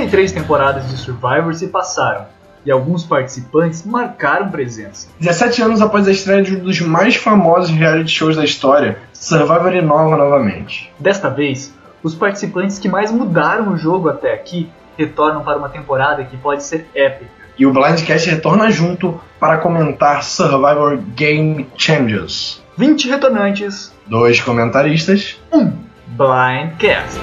33 temporadas de Survivor se passaram, e alguns participantes marcaram presença. 17 anos após a estreia de um dos mais famosos reality shows da história, Survivor inova novamente. Desta vez, os participantes que mais mudaram o jogo até aqui retornam para uma temporada que pode ser épica. E o Blindcast retorna junto para comentar Survivor Game Changers. 20 retornantes, 2 comentaristas, 1 Blindcast.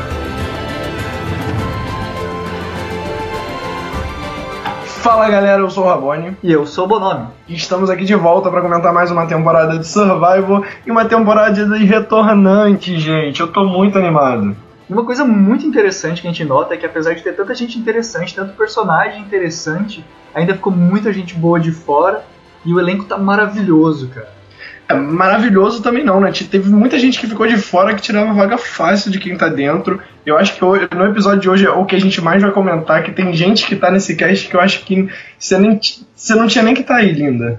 Fala galera, eu sou o Rabone. E eu sou o Bonomi. E estamos aqui de volta para comentar mais uma temporada de Survivor e uma temporada de retornantes, gente. Eu tô muito animado. E uma coisa muito interessante que a gente nota é que apesar de ter tanta gente interessante, tanto personagem interessante, ainda ficou muita gente boa de fora e o elenco tá maravilhoso, cara. É, maravilhoso também não, né? Teve muita gente que ficou de fora que tirava vaga fácil de quem tá dentro. Eu acho que no episódio de hoje é o que a gente mais vai comentar, que tem gente que tá nesse cast que eu acho que você não tinha nem que tá aí, linda.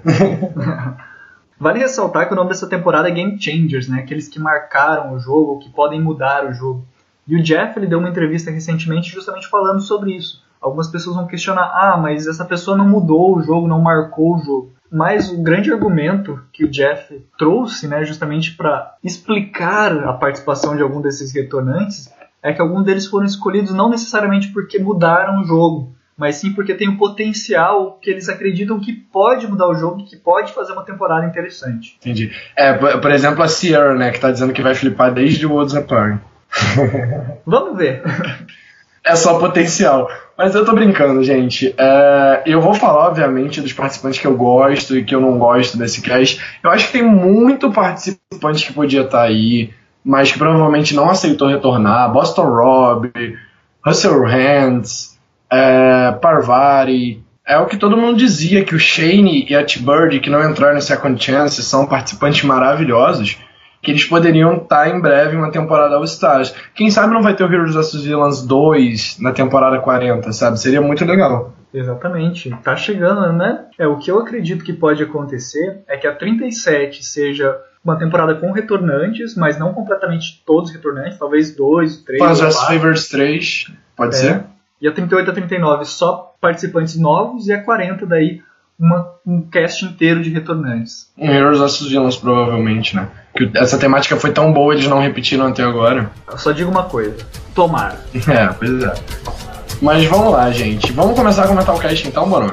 Vale ressaltar que o nome dessa temporada é Game Changers, né? Aqueles que marcaram o jogo, que podem mudar o jogo. E o Jeff ele deu uma entrevista recentemente justamente falando sobre isso. Algumas pessoas vão questionar, mas essa pessoa não mudou o jogo, não marcou o jogo. Mas o grande argumento que o Jeff trouxe, né, justamente para explicar a participação de algum desses retornantes, é que alguns deles foram escolhidos não necessariamente porque mudaram o jogo, mas sim porque tem um potencial que eles acreditam que pode mudar o jogo e que pode fazer uma temporada interessante. Entendi. Por exemplo, a Sierra, né, que tá dizendo que vai flipar desde Worlds Apart. Vamos ver. É só potencial. Mas eu tô brincando, gente. Eu vou falar, obviamente, dos participantes que eu gosto e que eu não gosto desse cast. Eu acho que tem muito participante que podia estar aí, mas que provavelmente não aceitou retornar. Boston Rob, Russell Hands, Parvati. É o que todo mundo dizia, que o Shane e a T-Bird, que não entraram no Second Chance, são participantes maravilhosos, que eles poderiam estar em breve em uma temporada All-Stars. Quem sabe não vai ter o Heroes vs Villains 2 na temporada 40, sabe? Seria muito legal. Exatamente. Tá chegando, né? O que eu acredito que pode acontecer é que a 37 seja uma temporada com retornantes, mas não completamente todos retornantes, talvez 2, 3, Faz as Favors 3, pode ser? E a 38 a 39 só participantes novos, e a 40 daí um cast inteiro de retornantes. Um Heroes vs Villains, provavelmente, né? Que essa temática foi tão boa, eles não repetiram até agora. Eu só digo uma coisa: tomara. Pois é. Mas vamos lá, gente. Vamos começar a comentar o cast então, Bonomi?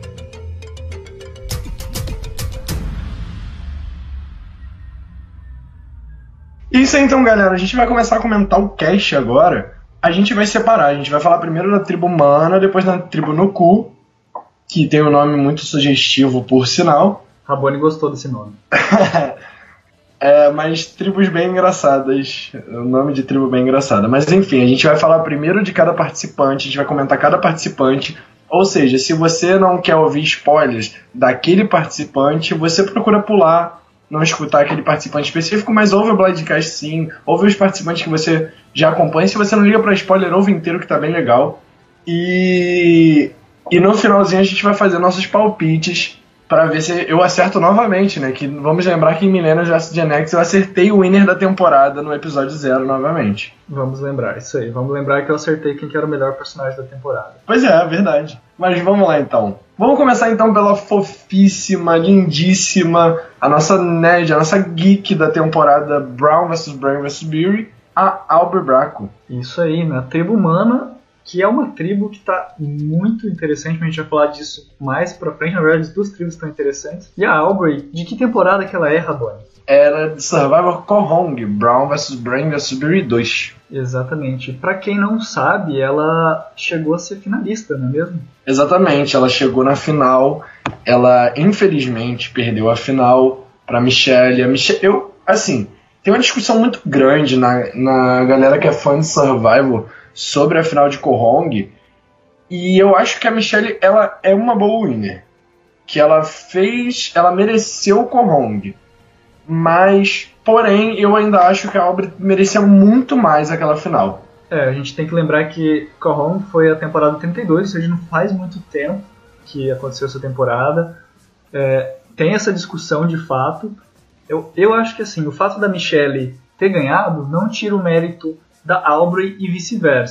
Isso aí, então, galera. A gente vai começar a comentar o cast agora. A gente vai separar. A gente vai falar primeiro da tribo Mana, depois da tribo Nuku, que tem um nome muito sugestivo, por sinal. Rabone gostou desse nome. Mas tribos bem engraçadas. O nome de tribo bem engraçada. Mas enfim, a gente vai falar primeiro de cada participante, a gente vai comentar cada participante. Ou seja, se você não quer ouvir spoilers daquele participante, você procura pular, não escutar aquele participante específico, mas ouve o Blindcast sim, ouve os participantes que você já acompanha. Se você não liga pra spoiler, ouve inteiro que tá bem legal. E no finalzinho a gente vai fazer nossos palpites para ver se eu acerto novamente, né? Que vamos lembrar que em Millennium vs Gen X eu acertei o winner da temporada no episódio 0 novamente. Vamos lembrar, isso aí. Vamos lembrar que eu acertei quem que era o melhor personagem da temporada. Pois é verdade. Mas vamos lá então. Vamos começar então pela fofíssima, lindíssima, a nossa nerd, a nossa geek da temporada Brown vs Brain vs Beauty, a Aubrey Braco. Isso aí, na tribo humana, que é uma tribo que está muito interessante, a gente vai falar disso mais pra frente. Na verdade, as duas tribos estão interessantes. E a Aubrey, de que temporada que ela é, Rabone? Era de Survivor Kohong, Brown vs Brain vs Beauty 2. Exatamente. Pra quem não sabe, ela chegou a ser finalista, não é mesmo? Exatamente, ela chegou na final. Ela, infelizmente, perdeu a final pra Michelle. Tem uma discussão muito grande na galera que é fã de Survivor sobre a final de Kohong, e eu acho que a Michelle, ela é uma boa winner, que ela mereceu o Kohong, mas, porém, eu ainda acho que a Aubrey merecia muito mais aquela final. A gente tem que lembrar que Kohong foi a temporada 32, ou seja, não faz muito tempo que aconteceu essa temporada. Tem essa discussão de fato. Eu acho que assim, o fato da Michelle ter ganhado não tira o mérito da Aubrey e vice-versa.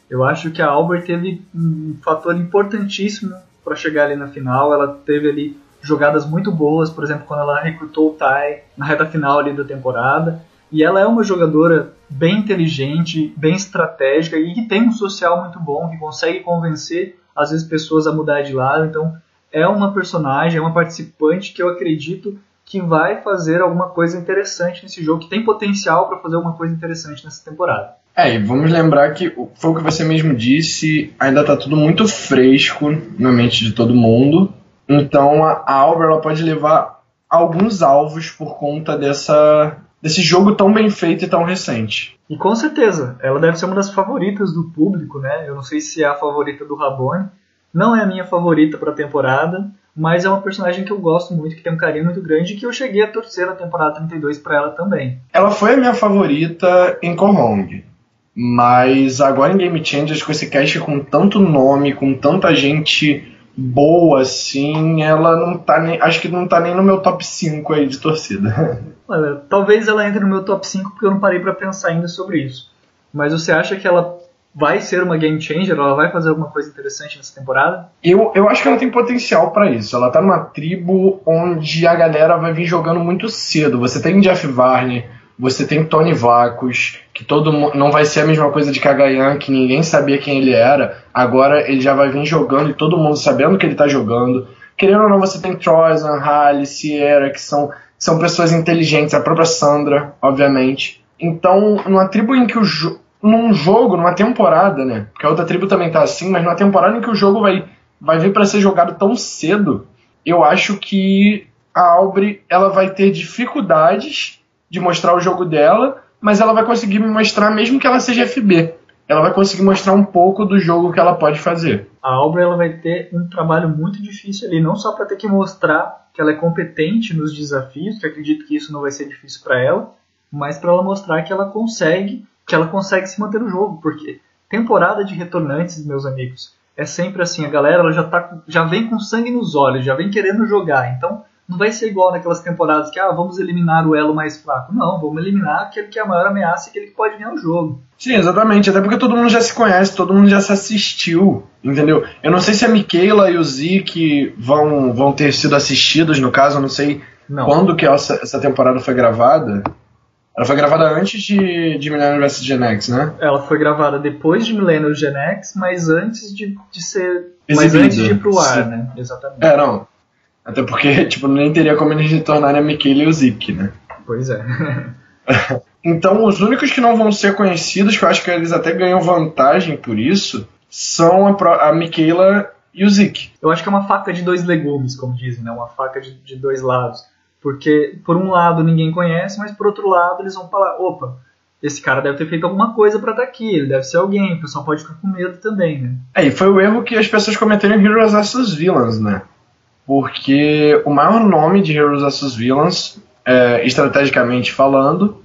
Eu acho que a Aubrey teve um fator importantíssimo para chegar ali na final. Ela teve ali jogadas muito boas, por exemplo, quando ela recrutou o Ty na reta final ali da temporada. E ela é uma jogadora bem inteligente, bem estratégica e que tem um social muito bom, que consegue convencer, às vezes, pessoas a mudar de lado. Então, é uma personagem, é uma participante que eu acredito que vai fazer alguma coisa interessante nesse jogo, que tem potencial para fazer alguma coisa interessante nessa temporada. E vamos lembrar que foi o que você mesmo disse, ainda está tudo muito fresco na mente de todo mundo. Então, a Aubrey ela pode levar alguns alvos por conta desse jogo tão bem feito e tão recente. E com certeza, ela deve ser uma das favoritas do público, né? Eu não sei se é a favorita do Rabone. Não é a minha favorita para a temporada, mas é uma personagem que eu gosto muito, que tem um carinho muito grande e que eu cheguei a torcer na temporada 32 para ela também. Ela foi a minha favorita em Kohong, mas agora em Game Changers, com esse cast com tanto nome, com tanta gente boa assim, ela não tá nem, acho que não tá nem no meu top 5 aí de torcida. Olha, talvez ela entre no meu top 5 porque eu não parei para pensar ainda sobre isso. Mas você acha que ela vai ser uma game changer? Ela vai fazer alguma coisa interessante nessa temporada? Eu acho que ela tem potencial para isso. Ela tá numa tribo onde a galera vai vir jogando muito cedo. Você tem Jeff Varney, você tem Tony Vacos, que todo mundo, não vai ser a mesma coisa de Kagayan, que ninguém sabia quem ele era. Agora ele já vai vir jogando e todo mundo sabendo que ele tá jogando. Querendo ou não, você tem Troyzan, Halle, Sierra, que são pessoas inteligentes, a própria Sandra, obviamente. Então, numa tribo em que num jogo, numa temporada, né? Porque a outra tribo também tá assim, mas numa temporada em que o jogo vai vir para ser jogado tão cedo, eu acho que a Aubrey ela vai ter dificuldades de mostrar o jogo dela, mas ela vai conseguir me mostrar, mesmo que ela seja FB. Ela vai conseguir mostrar um pouco do jogo que ela pode fazer. A Aubrey ela vai ter um trabalho muito difícil ali, não só para ter que mostrar que ela é competente nos desafios, que acredito que isso não vai ser difícil para ela, mas para ela mostrar que ela consegue se manter no jogo, porque temporada de retornantes, meus amigos, é sempre assim, a galera ela já vem com sangue nos olhos, já vem querendo jogar, então não vai ser igual naquelas temporadas que vamos eliminar o elo mais fraco. Não, vamos eliminar aquele que é a maior ameaça e aquele que pode ganhar o jogo. Sim, exatamente. Até porque todo mundo já se conhece, todo mundo já se assistiu, entendeu? Eu não sei se a Michaela e o Zeke vão ter sido assistidos, no caso, eu não sei quando que essa temporada foi gravada. Ela foi gravada antes de Millennium vs Gen X, né? Ela foi gravada depois de Millennium Gen X, mas antes de ser... Exibida. Mas antes de ir pro ar, né? Exatamente. Não. Até porque, nem teria como eles retornarem a Michaela e o Zeke, né? Pois é. Então, os únicos que não vão ser conhecidos, que eu acho que eles até ganham vantagem por isso, são a Michaela e o Zeke. Eu acho que é uma faca de dois legumes, como dizem, né? Uma faca de dois lados. Porque, por um lado, ninguém conhece, mas por outro lado, eles vão falar, opa, esse cara deve ter feito alguma coisa pra estar aqui, ele deve ser alguém, o pessoal pode ficar com medo também, né? E foi o erro que as pessoas cometeram em Heroes vs Villains, né? Porque o maior nome de Heroes vs Villains, estrategicamente falando,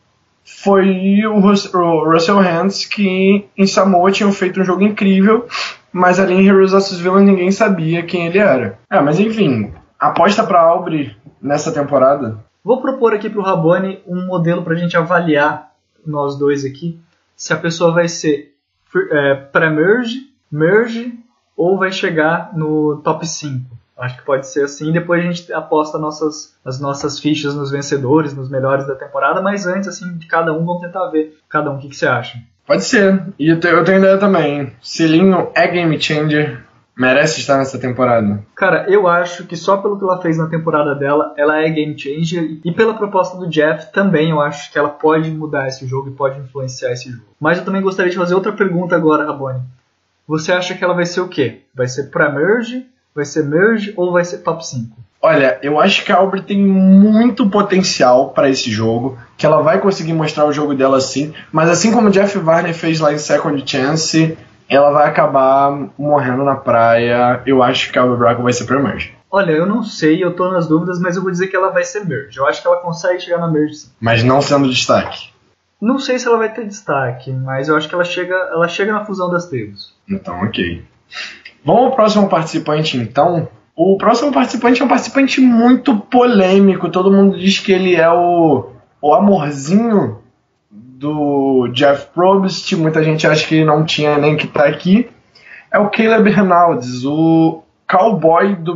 foi o Russell Hands, que em Samoa tinham feito um jogo incrível, mas ali em Heroes vs Villains ninguém sabia quem ele era. Mas enfim, aposta pra Aubrey nessa temporada? Vou propor aqui pro Rabone um modelo pra gente avaliar, nós dois aqui, se a pessoa vai ser pré-merge, merge ou vai chegar no top 5. Acho que pode ser assim. Depois a gente aposta as nossas fichas nos vencedores, nos melhores da temporada. Mas antes, assim, de cada um, vamos tentar ver cada um. O que você acha? Pode ser. E eu tenho ideia também. Cilinho é game changer. Merece estar nessa temporada. Cara, eu acho que só pelo que ela fez na temporada dela, ela é game changer. E pela proposta do Jeff, também eu acho que ela pode mudar esse jogo e pode influenciar esse jogo. Mas eu também gostaria de fazer outra pergunta agora, Rabone. Você acha que ela vai ser o quê? Vai ser pré-merge? Vai ser merge ou vai ser top 5? Olha, eu acho que a Aubrey tem muito potencial para esse jogo, que ela vai conseguir mostrar o jogo dela sim, mas assim como o Jeff Varney fez lá em Second Chance, ela vai acabar morrendo na praia. Eu acho que a Aubrey Braco vai ser pré-merge. Olha, eu não sei, eu tô nas dúvidas, mas eu vou dizer que ela vai ser merge. Eu acho que ela consegue chegar na merge sim. Mas não sendo destaque. Não sei se ela vai ter destaque, mas eu acho que ela chega na fusão das tribos. Então, ok. Vamos ao próximo participante, então. O próximo participante é um participante muito polêmico. Todo mundo diz que ele é o amorzinho do Jeff Probst, muita gente acha que ele não tinha nem que estar aqui, é o Caleb Reynolds, o cowboy do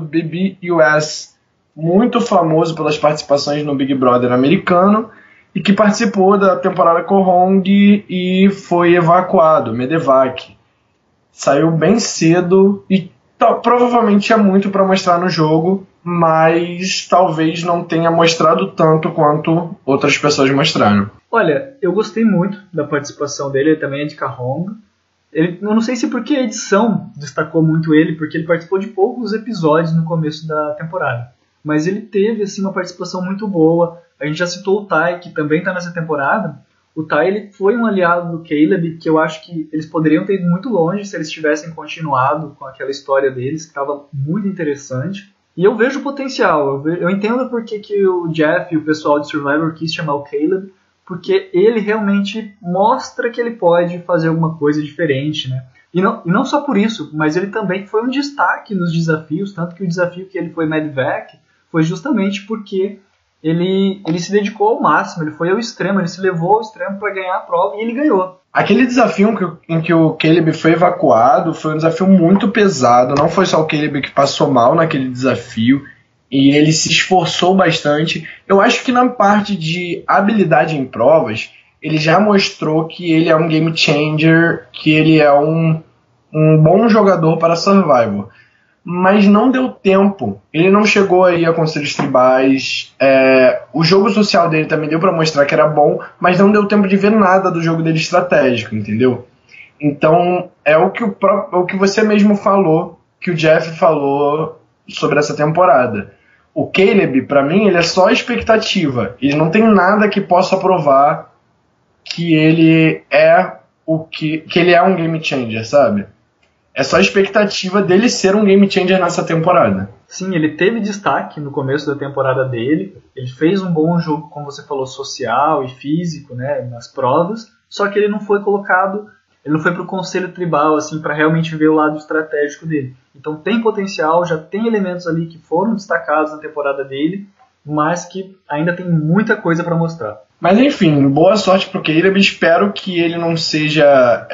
BBUS, muito famoso pelas participações no Big Brother americano e que participou da temporada Kohong e foi evacuado, Medevac. Saiu bem cedo e provavelmente tinha muito para mostrar no jogo, mas talvez não tenha mostrado tanto quanto outras pessoas mostraram. Olha, eu gostei muito da participação dele, ele também é de Kahong. Eu não sei se porque a edição destacou muito ele, porque ele participou de poucos episódios no começo da temporada. Mas ele teve assim, uma participação muito boa. A gente já citou o Tai, que também está nessa temporada. O Tai ele foi um aliado do Caleb, que eu acho que eles poderiam ter ido muito longe se eles tivessem continuado com aquela história deles, que estava muito interessante. E eu vejo o potencial. Eu entendo por que o Jeff e o pessoal de Survivor quis chamar o Caleb, porque ele realmente mostra que ele pode fazer alguma coisa diferente, né? E não só por isso, mas ele também foi um destaque nos desafios, tanto que o desafio que ele foi Medevac foi justamente porque ele se dedicou ao máximo, ele foi ao extremo, ele se levou ao extremo para ganhar a prova e ele ganhou. Aquele desafio em que o Caleb foi evacuado foi um desafio muito pesado, não foi só o Caleb que passou mal naquele desafio, e ele se esforçou bastante. Eu acho que na parte de habilidade em provas, ele já mostrou que ele é um game changer, que ele é um bom jogador para Survivor. Mas não deu tempo. Ele não chegou aí a conselhos tribais. O jogo social dele também deu para mostrar que era bom, mas não deu tempo de ver nada do jogo dele estratégico, entendeu? Então, é o que você mesmo falou, que o Jeff falou sobre essa temporada. O Caleb, para mim, ele é só expectativa. Ele não tem nada que possa provar que ele é que ele é um game changer, sabe? É só a expectativa dele ser um game changer nessa temporada. Sim, ele teve destaque no começo da temporada dele. Ele fez um bom jogo, como você falou, social e físico, né, nas provas. Só que ele não foi colocado, ele não foi para o conselho tribal assim, para realmente ver o lado estratégico dele. Então tem potencial, já tem elementos ali que foram destacados na temporada dele, mas que ainda tem muita coisa para mostrar. Mas enfim, boa sorte pro Caleb. Espero que ele não seja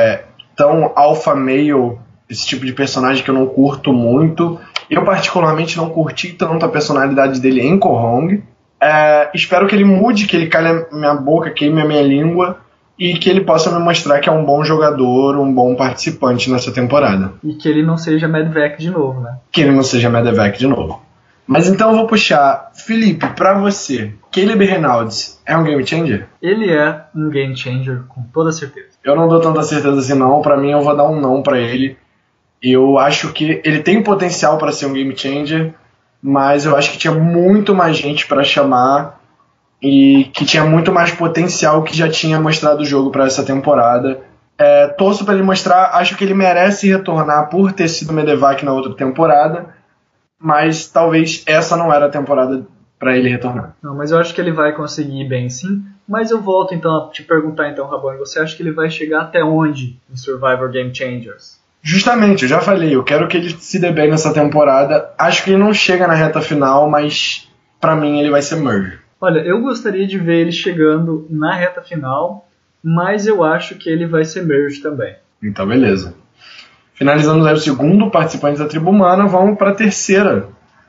tão alpha male, esse tipo de personagem que eu não curto muito. Eu particularmente não curti tanto a personalidade dele em Kohong. Espero que ele mude, que ele calhe a minha boca, queime a minha língua, e que ele possa me mostrar que é um bom jogador, um bom participante nessa temporada. E que ele não seja Medevac de novo, né? Que ele não seja Medevac de novo. Mas então eu vou puxar, Felipe, pra você, Caleb Reynolds é um game changer? Ele é um game changer, com toda certeza. Eu não dou tanta certeza assim não, pra mim eu vou dar um não pra ele. Eu acho que ele tem potencial pra ser um game changer, mas eu acho que tinha muito mais gente pra chamar e que tinha muito mais potencial que já tinha mostrado o jogo pra essa temporada. Torço pra ele mostrar, acho que ele merece retornar por ter sido Medevac na outra temporada, mas talvez essa não era a temporada para ele retornar. Não, mas eu acho que ele vai conseguir bem sim. Mas eu volto então a te perguntar então, Rabone, você acha que ele vai chegar até onde em Survivor Game Changers? Justamente, eu já falei, eu quero que ele se dê bem nessa temporada. Acho que ele não chega na reta final, mas para mim ele vai ser Merge. Olha, eu gostaria de ver ele chegando na reta final, mas eu acho que ele vai ser Merge também. Então beleza. Finalizamos aí o segundo participante da tribo humana, vamos para a terceira.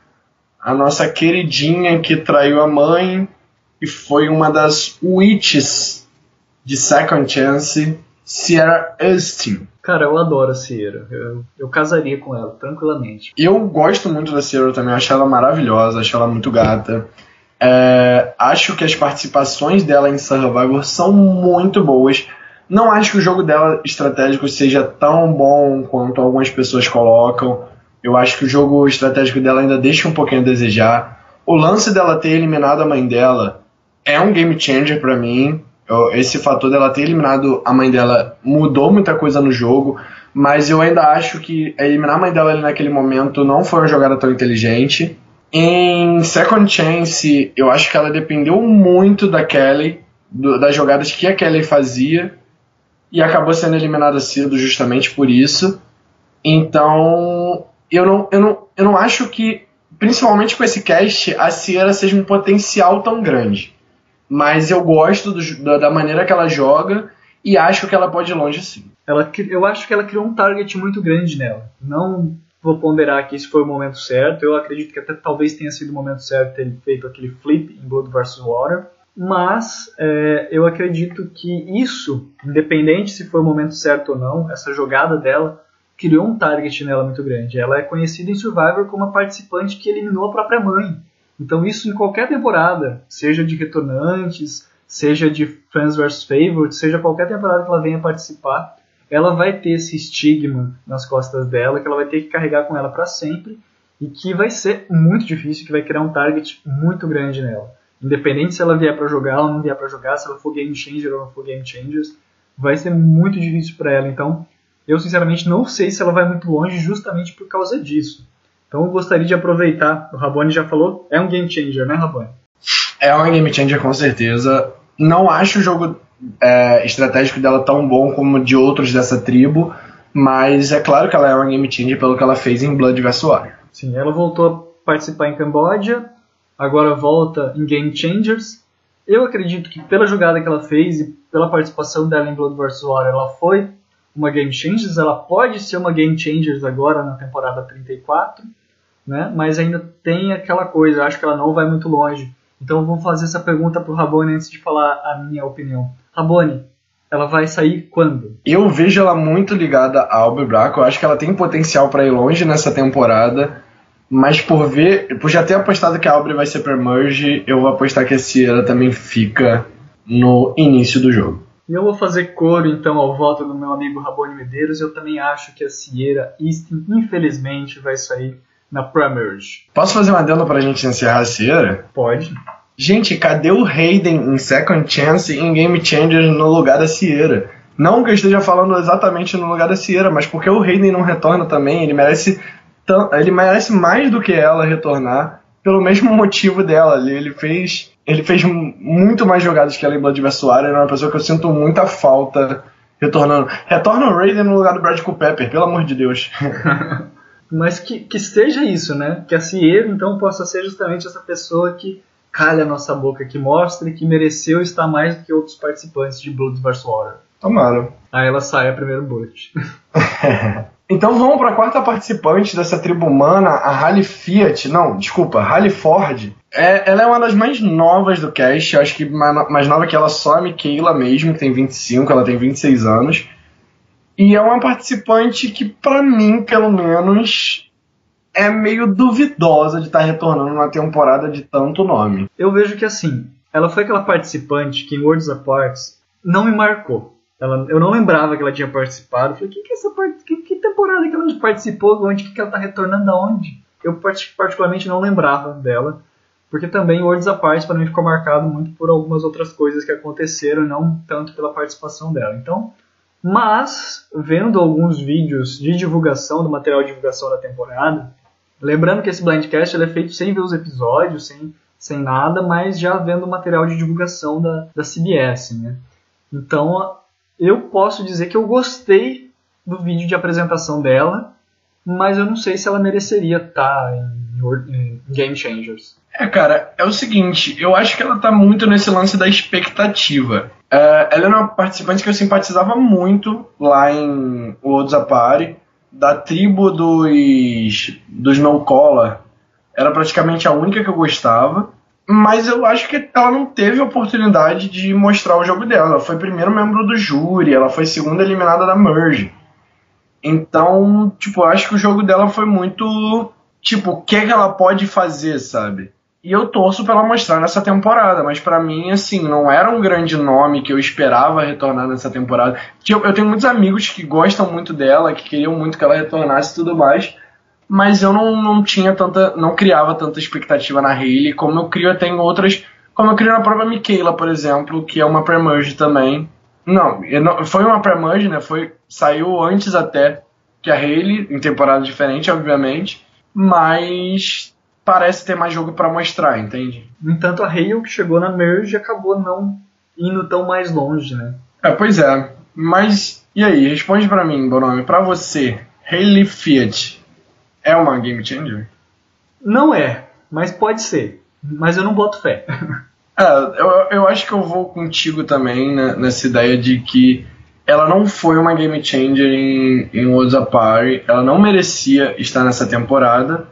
A nossa queridinha que traiu a mãe e foi uma das witches de Second Chance, Ciara Austin. Cara, eu adoro a Ciara. Eu casaria com ela, tranquilamente. Eu gosto muito da Ciara também, acho ela maravilhosa, acho ela muito gata. Acho que as participações dela em Survivor são muito boas. Não acho que o jogo dela estratégico seja tão bom quanto algumas pessoas colocam. Eu acho que o jogo estratégico dela ainda deixa um pouquinho a desejar. O lance dela ter eliminado a mãe dela é um game changer pra mim. Esse fator dela ter eliminado a mãe dela mudou muita coisa no jogo, mas eu ainda acho que eliminar a mãe dela ali naquele momento não foi uma jogada tão inteligente. Em Second Chance, eu acho que ela dependeu muito da Kelly, das jogadas que a Kelly fazia, e acabou sendo eliminada cedo justamente por isso. Então, eu não acho que, principalmente com esse cast, a Ciara seja um potencial tão grande. mas eu gosto da maneira que ela joga e acho que ela pode ir longe sim. Eu acho que ela criou um target muito grande nela. Não vou ponderar aqui se foi o momento certo. Eu acredito que até talvez tenha sido o momento certo ter feito aquele flip em Blood vs. Water. Mas eu acredito que isso, independente se foi o momento certo ou não, essa jogada dela criou um target nela muito grande. Ela é conhecida em Survivor como a participante que eliminou a própria mãe. Então isso em qualquer temporada, seja de retornantes, seja de Friends vs. Favorites, seja qualquer temporada que ela venha participar, ela vai ter esse estigma nas costas dela, que ela vai ter que carregar com ela para sempre, e que vai ser muito difícil, que vai criar um target muito grande nela. Independente se ela vier para jogar ou não vier para jogar, se ela for game changer ou não for game changer, vai ser muito difícil para ela. Então, eu sinceramente não sei se ela vai muito longe justamente por causa disso. Então, eu gostaria de aproveitar, o Rabone já falou, é um game changer, né, Rabone? É um game changer com certeza. Não acho o jogo estratégico dela tão bom como de outros dessa tribo, mas é claro que ela é uma game changer pelo que ela fez em Blood vs. Water. Sim, ela voltou a participar em Camboja, agora volta em Game Changers. Eu acredito que pela jogada que ela fez e pela participação dela em Blood vs. Water, ela foi uma Game Changers, ela pode ser uma Game Changers agora na temporada 34, né? Mas ainda tem aquela coisa, eu acho que ela não vai muito longe. Então vamos fazer essa pergunta pro Rabone antes de falar a minha opinião. Rabone, ela vai sair quando? Eu vejo ela muito ligada a Aubrey Braco, eu acho que ela tem potencial para ir longe nessa temporada, mas por já ter apostado que a Aubrey vai ser pre-merge, eu vou apostar que a Sierra também fica no início do jogo. E eu vou fazer coro então ao voto do meu amigo Rabone Medeiros. Eu também acho que a Sierra Easton, infelizmente, vai sair na pre-merge. Posso fazer uma adendo pra gente encerrar a Sierra? Pode. Gente, cadê o Hayden em Second Chance e em Game Changer no lugar da Sierra? Não que eu esteja falando exatamente no lugar da Sierra, mas porque o Hayden não retorna também, ele merece mais do que ela retornar pelo mesmo motivo dela. Ele fez muito mais jogadas que ela em Blood vs. Water, é uma pessoa que eu sinto muita falta retornando. Retorna o Hayden no lugar do Brad Culpepper, pelo amor de Deus. Mas que seja isso, né? Que a Sierra, então, possa ser justamente essa pessoa que calha a nossa boca, que mostre que mereceu estar mais do que outros participantes de Blood vs. Water. Tomara. Aí ela sai a primeiro bullet. Então vamos para a quarta participante dessa tribo humana, a Halle Ford. Ela é uma das mais novas do cast, eu acho que mais nova que ela só a Michaela mesmo, que tem 25, ela tem 26 anos. E é uma participante que, pra mim, pelo menos, é meio duvidosa de estar retornando numa temporada de tanto nome. Eu vejo que, assim, ela foi aquela participante que em Worlds Apart não me marcou. Eu não lembrava que ela tinha participado. Eu falei, que temporada que ela participou? Que ela tá retornando aonde? Eu particularmente não lembrava dela. Porque também Worlds Apart para mim ficou marcado muito por algumas outras coisas que aconteceram, não tanto pela participação dela. Então, mas, vendo alguns vídeos de divulgação, do material de divulgação da temporada, lembrando que esse Blindcast ele é feito sem ver os episódios, sem nada, mas já vendo o material de divulgação da CBS, né? Então, eu posso dizer que eu gostei do vídeo de apresentação dela, mas eu não sei se ela mereceria estar em Game Changers. Cara, é o seguinte, eu acho que ela tá muito nesse lance da expectativa. Ela era uma participante que eu simpatizava muito lá em Worlds Apart, da tribo dos No Collar. Era praticamente a única que eu gostava, mas eu acho que ela não teve oportunidade de mostrar o jogo dela. Ela foi primeiro membro do júri, ela foi segunda eliminada da Merge. Então, eu acho que o jogo dela foi muito, o que ela pode fazer, sabe? E eu torço pra ela mostrar nessa temporada, mas pra mim, assim, não era um grande nome que eu esperava retornar nessa temporada. Eu tenho muitos amigos que gostam muito dela, que queriam muito que ela retornasse e tudo mais, mas eu não criava tanta expectativa na Hayley como eu crio até em outras, como eu crio na própria Michaela, por exemplo, que é uma pre-merge também. Não, foi uma pre-merge, né? Saiu antes até que a Hayley, em temporada diferente, obviamente, mas parece ter mais jogo pra mostrar, entende? No entanto, a Hayley que chegou na Merge acabou não indo tão mais longe, né? Pois é. Mas, e aí? Responde pra mim, Bonome. Pra você, Hayley Fiat é uma Game Changer? Não é, mas pode ser. Mas eu não boto fé. Eu acho que eu vou contigo também, né, nessa ideia de que ela não foi uma game changer em Worlds of Party, ela não merecia estar nessa temporada,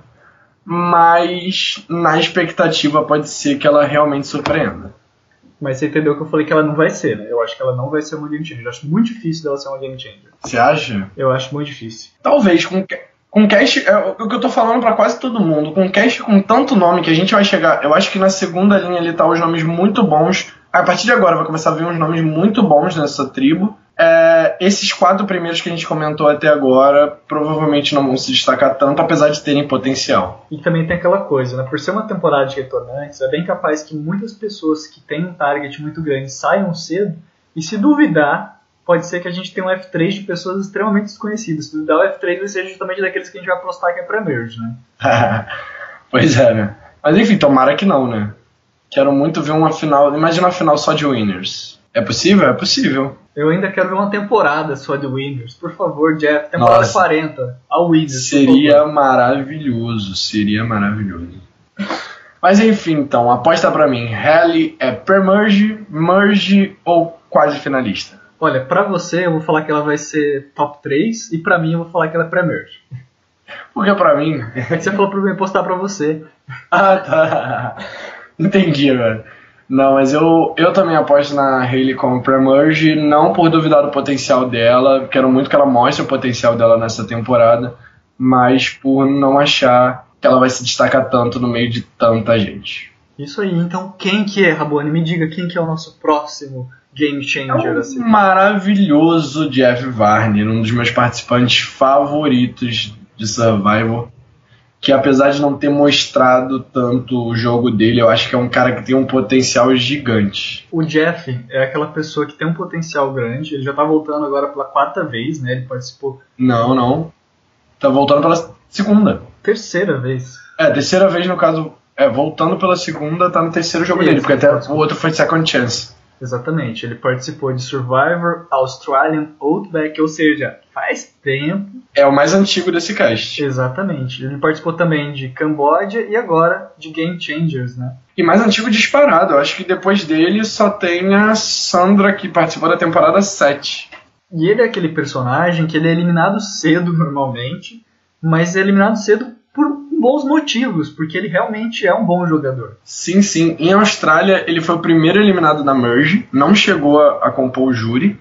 mas na expectativa pode ser que ela realmente surpreenda. Mas você entendeu que eu falei que ela não vai ser, né? Eu acho que ela não vai ser uma game changer. Eu acho muito difícil dela ser uma game changer. Você acha? Eu acho muito difícil. Talvez, com cast, o que eu tô falando pra quase todo mundo, com cast com tanto nome que a gente vai chegar, eu acho que na segunda linha ali tá os nomes muito bons. A partir de agora vai começar a vir uns nomes muito bons nessa tribo. Esses 4 primeiros que a gente comentou até agora provavelmente não vão se destacar tanto, apesar de terem potencial. E também tem aquela coisa, né? Por ser uma temporada de retornantes, é bem capaz que muitas pessoas que têm um target muito grande saiam cedo, e se duvidar, pode ser que a gente tenha um F3 de pessoas extremamente desconhecidas. Se duvidar, o F3 vai ser justamente daqueles que a gente vai apostar que é pra merge, né? Pois é, né? Mas enfim, tomara que não, né? Quero muito ver uma final, imagina uma final só de winners. É possível? É possível. Eu ainda quero ver uma temporada só de winners. Por favor, Jeff, temporada 40, ao winners. Seria maravilhoso, seria maravilhoso. Mas enfim, então, aposta pra mim. Rally é pre-merge, merge ou quase finalista? Olha, pra você eu vou falar que ela vai ser top 3 e pra mim eu vou falar que ela é pré-merge. Porque pra mim... É que você falou pra mim postar pra você. Ah, tá. Entendi, velho. Não, mas eu também aposto na Hayley como pré-merge, não por duvidar do potencial dela, quero muito que ela mostre o potencial dela nessa temporada, mas por não achar que ela vai se destacar tanto no meio de tanta gente. Isso aí, então quem que é, Rabone? Me diga quem que é o nosso próximo game changer. Assim. Maravilhoso Jeff Varney, um dos meus participantes favoritos de Survivor, que apesar de não ter mostrado tanto o jogo dele, eu acho que é um cara que tem um potencial gigante. O Jeff é aquela pessoa que tem um potencial grande, ele já tá voltando agora pela 4ª vez, né? Ele participou... Não. Tá voltando pela 2ª. 3ª vez. 3ª vez no caso, voltando pela 2ª, tá no 3º jogo dele, porque até o outro foi Second Chance. Exatamente, ele participou de Survivor, Australian, Outback, ou seja, faz tempo. É o mais antigo desse cast. Exatamente, ele participou também de Camboja e agora de Game Changers, né? E mais antigo disparado, eu acho que depois dele só tem a Sandra que participou da temporada 7. E ele é aquele personagem que ele é eliminado cedo normalmente, mas é eliminado cedo por bons motivos, porque ele realmente é um bom jogador. Sim. Em Austrália, ele foi o primeiro eliminado da Merge, não chegou a compor o júri,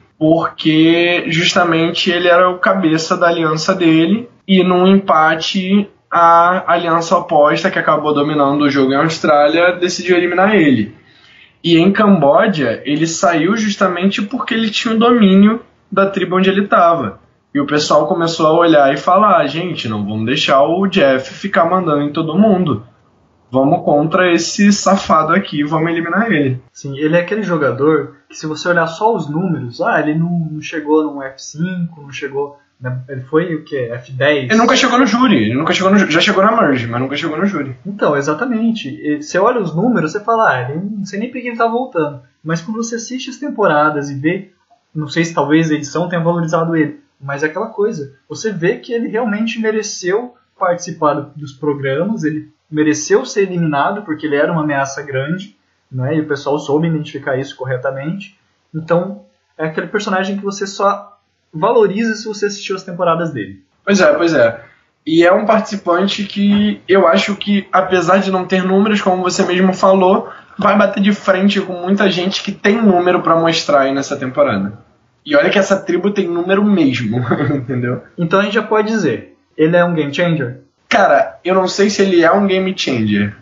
porque justamente ele era o cabeça da aliança dele, e num empate, a aliança oposta, que acabou dominando o jogo em Austrália, decidiu eliminar ele. E em Camboja, ele saiu justamente porque ele tinha o domínio da tribo onde ele estava. E o pessoal começou a olhar e falar, gente, não vamos deixar o Jeff ficar mandando em todo mundo. Vamos contra esse safado aqui, vamos eliminar ele. Sim, ele é aquele jogador que se você olhar só os números, ele não chegou num F5, não chegou... Ele foi o quê? F10? Ele nunca chegou no júri, já chegou na Merge, mas nunca chegou no júri. Então, exatamente. Você olha os números, você fala, ele não sei nem por que ele tá voltando. Mas quando você assiste as temporadas e vê, não sei se talvez a edição tenha valorizado ele, mas é aquela coisa, você vê que ele realmente mereceu participar dos programas, ele mereceu ser eliminado porque ele era uma ameaça grande, né? E o pessoal soube identificar isso corretamente. Então, é aquele personagem que você só valoriza se você assistiu as temporadas dele. Pois é. E é um participante que eu acho que, apesar de não ter números, como você mesmo falou, vai bater de frente com muita gente que tem número pra mostrar aí nessa temporada. E olha que essa tribo tem número mesmo, entendeu? Então a gente já pode dizer, ele é um game changer? Cara, eu não sei se ele é um game changer,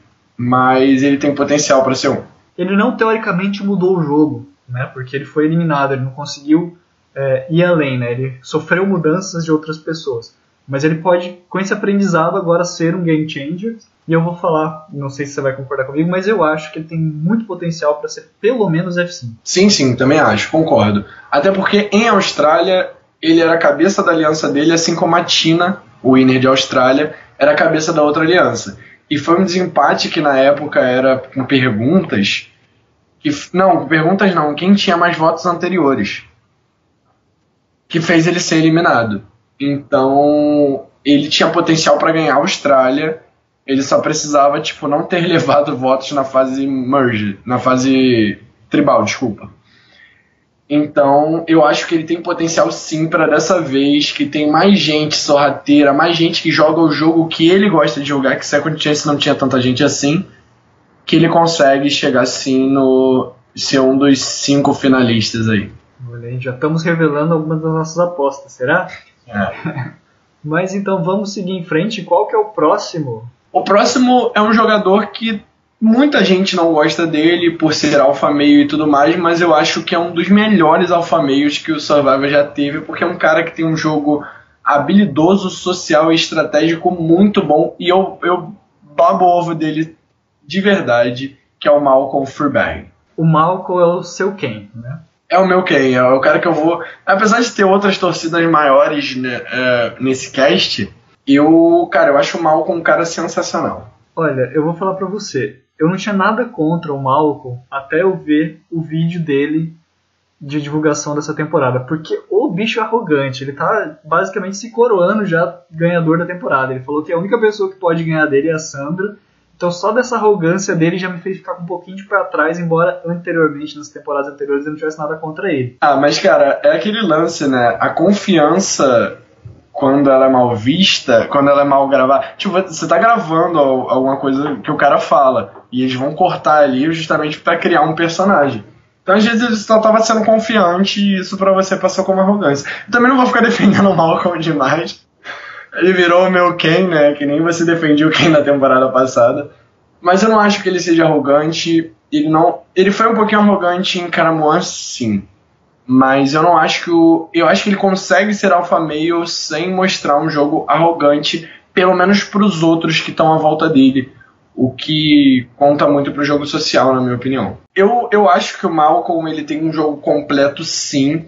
mas ele tem potencial pra ser um. Ele não teoricamente mudou o jogo, né? Porque ele foi eliminado, ele não conseguiu ir além, né? Ele sofreu mudanças de outras pessoas. Mas ele pode, com esse aprendizado, agora ser um game changer. E eu vou falar, não sei se você vai concordar comigo, mas eu acho que ele tem muito potencial para ser pelo menos F5. Sim, também acho, concordo. Até porque em Austrália, ele era a cabeça da aliança dele, assim como a Tina, o winner de Austrália, era a cabeça da outra aliança. E foi um desempate que na época era com perguntas. Quem tinha mais votos anteriores. Que fez ele ser eliminado. Então, ele tinha potencial para ganhar a Austrália Ele só precisava, tipo, não ter levado votos na fase merge, na fase tribal, desculpa. Então, eu acho que ele tem potencial sim para dessa vez, que tem mais gente sorrateira, mais gente que joga o jogo que ele gosta de jogar, que Second Chance não tinha tanta gente assim, que ele consegue chegar sim no ser um dos 5 finalistas aí. Olha aí, já estamos revelando algumas das nossas apostas, será? Mas então vamos seguir em frente. Qual que é o próximo? O próximo é um jogador que muita gente não gosta dele por ser alfa-meio e tudo mais, mas eu acho que é um dos melhores alfa-meios que o Survivor já teve, porque é um cara que tem um jogo habilidoso, social e estratégico muito bom, e eu babo o ovo dele de verdade, que é o Malcolm Freeberg. O Malcolm é o seu quem, né? É o meu quem, é o cara que eu vou... Apesar de ter outras torcidas maiores, né, nesse cast, eu acho o Malcolm um cara sensacional. Olha, eu vou falar pra você, eu não tinha nada contra o Malcolm até eu ver o vídeo dele de divulgação dessa temporada, porque o bicho é arrogante, ele tá basicamente se coroando já ganhador da temporada. Ele falou que a única pessoa que pode ganhar dele é a Sandra, então só dessa arrogância dele já me fez ficar um pouquinho de pra trás, embora anteriormente, nas temporadas anteriores, eu não tivesse nada contra ele. Ah, mas cara, é aquele lance, né? A confiança, quando ela é mal vista, quando ela é mal gravada. Tipo, você tá gravando alguma coisa que o cara fala, e eles vão cortar ali justamente pra criar um personagem. Então, às vezes, ele só tava sendo confiante e isso pra você passou como arrogância. Eu também não vou ficar defendendo o Malcolm demais. Ele virou o meu Ken, né? Que nem você defendia o Ken na temporada passada. Mas eu não acho que ele seja arrogante. Ele foi um pouquinho arrogante em Caramoan, sim. Mas eu não acho que eu acho que ele consegue ser alfa-male sem mostrar um jogo arrogante, pelo menos pros outros que estão à volta dele. O que conta muito pro jogo social, na minha opinião. Eu acho que o Malcolm ele tem um jogo completo, sim.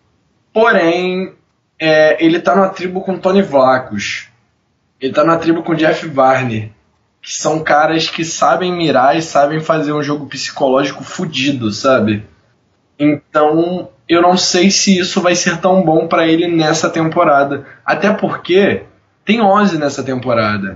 Porém, ele tá numa tribo com Tony Vlachos. Ele tá numa tribo com Jeff Varney. Que são caras que sabem mirar e sabem fazer um jogo psicológico fudido, sabe? Então, eu não sei se isso vai ser tão bom pra ele nessa temporada. Até porque tem Ozzy nessa temporada.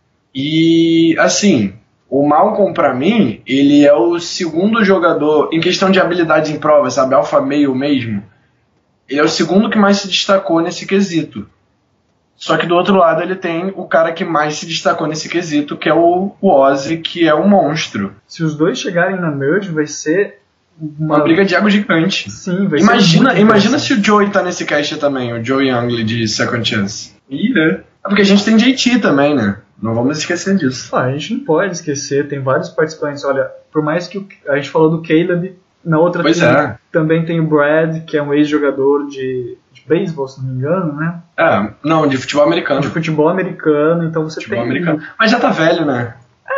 E, assim, o Malcolm, pra mim, ele é o segundo jogador, em questão de habilidade em prova, sabe? Alpha male mesmo. Ele é o segundo que mais se destacou nesse quesito. Só que do outro lado ele tem o cara que mais se destacou nesse quesito, que é o Ozzy, que é um monstro. Se os dois chegarem na merge, vai ser uma briga de ego gigante. Sim, vai ser imagina se o Joey tá nesse cast também, o Joey Youngley de Second Chance. É porque a gente tem JT também, né? Não vamos esquecer disso. A gente não pode esquecer, tem vários participantes. Olha, por mais que a gente falou do Caleb, na outra também tem o Brad, que é um ex-jogador de beisebol, se não me engano, né? Não, de futebol americano. De futebol americano, então você futebol americano. Mas já tá velho, né?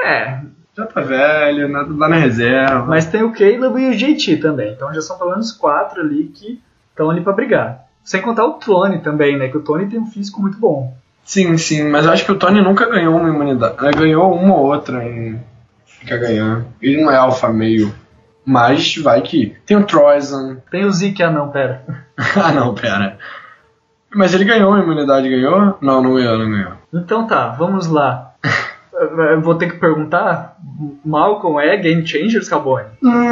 Já tá velho, nada dá na reserva. Mas tem o Caleb e o JT também, então já são pelo menos 4 ali que estão ali pra brigar. Sem contar o Tony também, né? Que o Tony tem um físico muito bom. Sim, mas eu acho que o Tony nunca ganhou uma imunidade. Ele ganhou uma ou outra em ficar ganhando. Ele não é alfa meio. Mas vai que... Tem o Troyson. Tem o Zeke, não, pera. Não, pera. Mas ele ganhou a imunidade, ganhou? Não ganhou. Então tá, vamos lá. Eu vou ter que perguntar, Malcolm é Game Changers, Cowboy?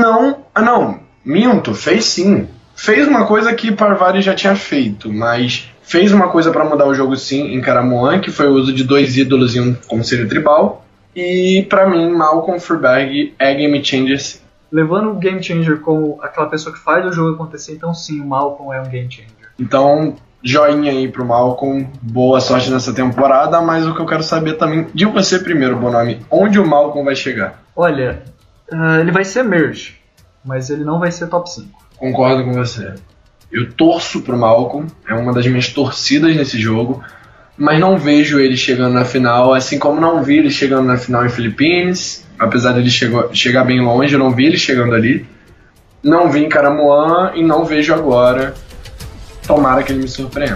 Não, minto, fez sim. Fez uma coisa que Parvari já tinha feito, mas fez uma coisa pra mudar o jogo sim em Caramoan, que foi o uso de 2 ídolos em um conselho tribal. E pra mim, Malcolm Freeberg é Game Changers. Levando o Game Changer como aquela pessoa que faz o jogo acontecer, então sim, o Malcolm é um Game Changer. Então, joinha aí pro Malcolm, boa sorte nessa temporada, mas o que eu quero saber também, de você primeiro, Bonami, onde o Malcolm vai chegar? Olha, ele vai ser merge, mas ele não vai ser top 5. Concordo com você. Eu torço pro Malcolm, é uma das minhas torcidas nesse jogo, mas não vejo ele chegando na final, assim como não vi ele chegando na final em Philippines. Apesar de ele chegar bem longe, eu não vi ele chegando ali. Não vi em Caramoan e não vejo agora. Tomara que ele me surpreenda.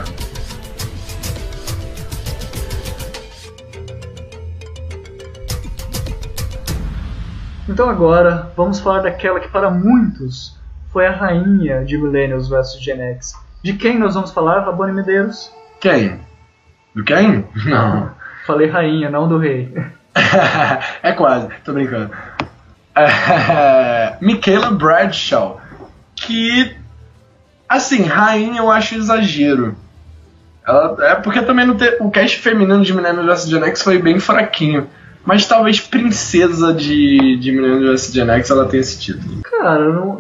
Então agora, vamos falar daquela que para muitos foi a rainha de Millennials vs Gen X. De quem nós vamos falar, Rabone Medeiros? Quem? Do quem? Não. Falei rainha, não do rei. É quase, tô brincando. Michaela Bradshaw, que, assim, rainha eu acho exagero. É porque também o cast feminino de Millennium vs Gen X foi bem fraquinho. Mas talvez princesa de Millennium vs Gen X ela tenha esse título. Cara,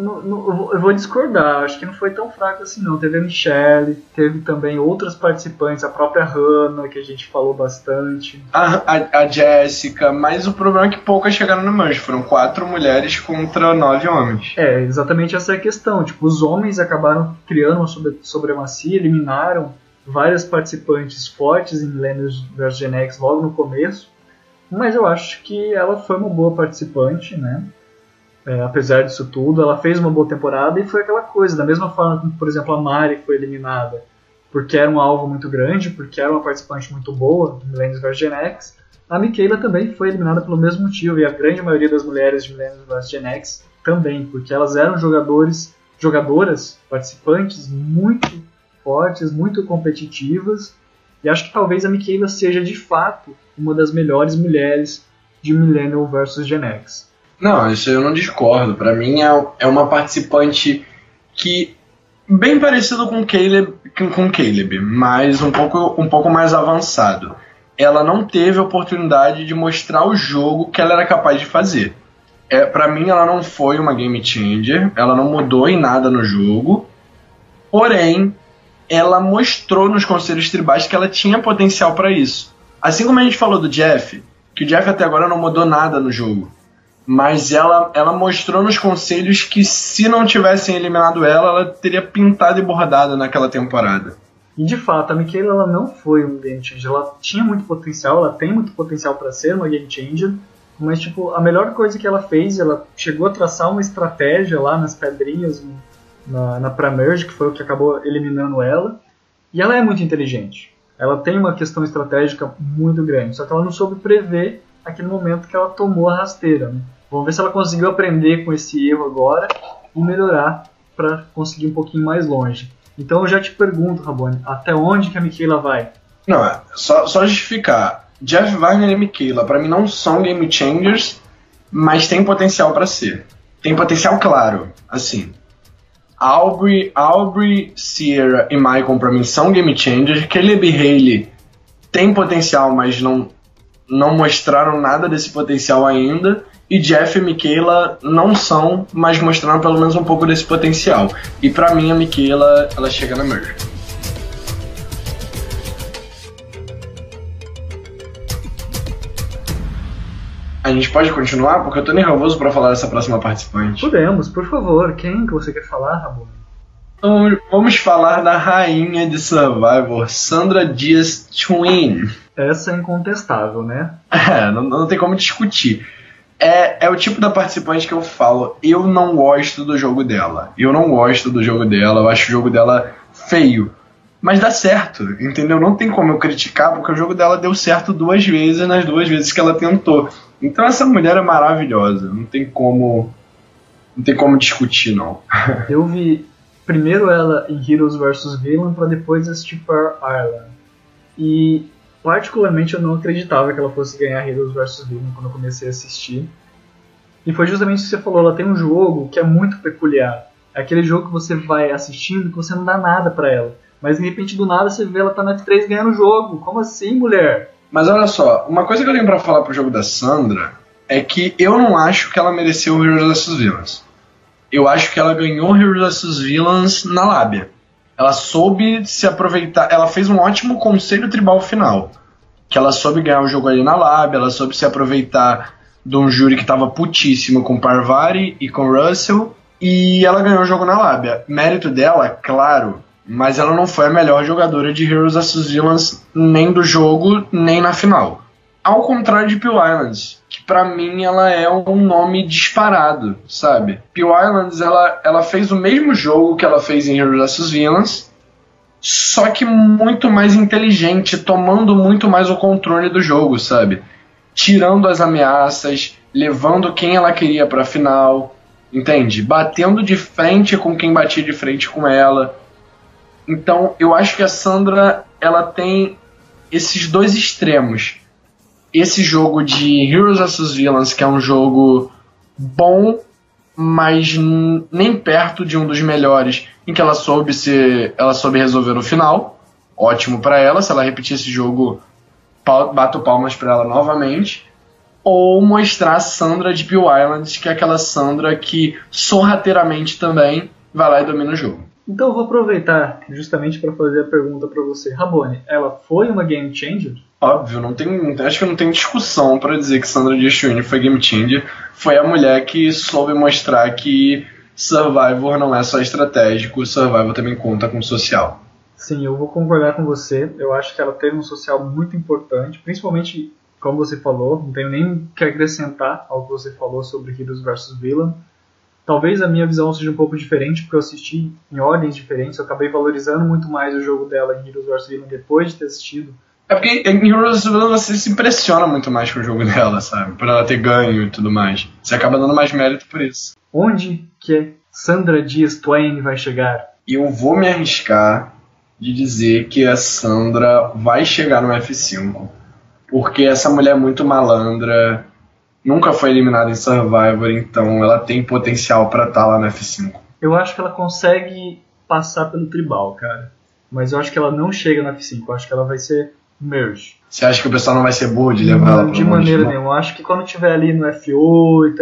eu vou discordar. Acho que não foi tão fraco assim não. Teve a Michelle, teve também outras participantes, a própria Hannah, que a gente falou bastante. A Jessica, mas o problema é que poucas chegaram no Merge. Foram 4 mulheres contra 9 homens. É, exatamente essa é a questão. Tipo, os homens acabaram criando uma supremacia, eliminaram várias participantes fortes em Millennium vs Gen X logo no começo. Mas eu acho que ela foi uma boa participante, né? Apesar disso tudo, ela fez uma boa temporada e foi aquela coisa, da mesma forma como, por exemplo, a Mari foi eliminada porque era um alvo muito grande, porque era uma participante muito boa do Millennium vs Gen X, a Michaela também foi eliminada pelo mesmo motivo, e a grande maioria das mulheres de Millennium vs Gen X também, porque elas eram jogadoras, participantes muito fortes, muito competitivas, e acho que talvez a Michaela seja de fato uma das melhores mulheres de Millennium vs Gen X. Não, isso eu não discordo. Pra mim é uma participante que bem parecido com Caleb, mas um pouco mais avançado. Ela não teve a oportunidade de mostrar o jogo que ela era capaz de fazer. Pra mim ela não foi uma game changer, ela não mudou em nada no jogo, porém ela mostrou nos conselhos tribais que ela tinha potencial para isso. Assim como a gente falou do Jeff, que o Jeff até agora não mudou nada no jogo, mas ela mostrou nos conselhos que se não tivessem eliminado ela teria pintado e bordado naquela temporada. E de fato, a Michaela ela não foi um game changer, ela tinha muito potencial, ela tem muito potencial para ser uma game changer, mas tipo, a melhor coisa que ela fez, ela chegou a traçar uma estratégia lá nas pedrinhas na pré-merge, que foi o que acabou eliminando ela, e ela é muito inteligente. Ela tem uma questão estratégica muito grande, só que ela não soube prever aquele momento que ela tomou a rasteira. Né? Vamos ver se ela conseguiu aprender com esse erro agora e melhorar para conseguir um pouquinho mais longe. Então eu já te pergunto, Rabone, até onde que a Michaela vai? Não, só justificar. Jeff Wagner e Michaela, para mim não são game changers, mas tem potencial para ser. Tem potencial claro, assim. Aubrey, Sierra e Michael pra mim são game changers. Caleb e Hayley tem potencial, mas não mostraram nada desse potencial ainda. E Jeff e Michaela não são, mas mostraram pelo menos um pouco desse potencial. E pra mim a Michaela ela chega na merge. A gente pode continuar? Porque eu tô nervoso pra falar dessa próxima participante. Podemos, por favor. Quem que você quer falar, Rabone? Então, vamos falar da rainha de Survivor, Sandra Dias Twin. Essa é incontestável, né? Não tem como discutir. É o tipo da participante que eu falo, eu não gosto do jogo dela. Eu acho o jogo dela feio. Mas dá certo, entendeu? Não tem como eu criticar, porque o jogo dela deu certo 2 vezes nas 2 vezes que ela tentou. Então essa mulher é maravilhosa, não tem como discutir, não. Eu vi primeiro ela em Heroes vs Villain pra depois assistir Pearl Island. E particularmente eu não acreditava que ela fosse ganhar Heroes vs Villain quando eu comecei a assistir. E foi justamente o que você falou, ela tem um jogo que é muito peculiar. É aquele jogo que você vai assistindo que você não dá nada pra ela. Mas de repente do nada você vê ela tá na F3 ganhando o jogo. Como assim, mulher? Mas olha só, uma coisa que eu tenho pra falar pro jogo da Sandra é que eu não acho que ela mereceu o Heroes vs Villains. Eu acho que ela ganhou Heroes vs Villains na lábia. Ela soube se aproveitar, ela fez um ótimo conselho tribal final. Que ela soube ganhar o jogo ali na lábia, ela soube se aproveitar de um júri que tava putíssimo com Parvati e com Russell, e ela ganhou o jogo na lábia. Mérito dela, claro, mas ela não foi a melhor jogadora de Heroes vs Villains nem do jogo, nem na final. Ao contrário de Pearl Islands, que pra mim ela é um nome disparado, sabe? Pearl Islands, ela fez o mesmo jogo que ela fez em Heroes vs Villains, só que muito mais inteligente, tomando muito mais o controle do jogo, sabe? Tirando as ameaças, levando quem ela queria pra final, entende? Batendo de frente com quem batia de frente com ela. Então, eu acho que a Sandra, ela tem esses 2 extremos. esse jogo de Heroes vs Villains, que é um jogo bom, mas nem perto de um dos melhores, em que ela soube resolver no final. Ótimo pra ela, se ela repetir esse jogo, bato palmas pra ela novamente. Ou mostrar a Sandra de Bill Island, que é aquela Sandra que sorrateiramente também vai lá e domina o jogo. Então eu vou aproveitar justamente para fazer a pergunta para você. Rabone, ela foi uma game changer? Óbvio, acho que não tem discussão para dizer que Sandra Giacchione foi game changer. Foi a mulher que soube mostrar que Survivor não é só estratégico, Survivor também conta com social. Sim, eu vou concordar com você. Eu acho que ela teve um social muito importante, principalmente, como você falou, não tenho nem o que acrescentar ao que você falou sobre Heroes vs Villain. Talvez a minha visão seja um pouco diferente, porque eu assisti em ordens diferentes, eu acabei valorizando muito mais o jogo dela em Heroes vs Villain depois de ter assistido. É porque em Heroes vs Villain você se impressiona muito mais com o jogo dela, sabe? Por ela ter ganho e tudo mais. Você acaba dando mais mérito por isso. Onde que Sandra Dias Twain vai chegar? Eu vou me arriscar de dizer que a Sandra vai chegar no F5, porque essa mulher é muito malandra, nunca foi eliminada em Survivor, então ela tem potencial pra estar lá no F5. Eu acho que ela consegue passar pelo tribal, cara. Mas eu acho que ela não chega no F5. Eu acho que ela vai ser merge. Você acha que o pessoal não vai ser burro de levar ela pro De maneira nenhuma. Eu acho que quando tiver ali no F8,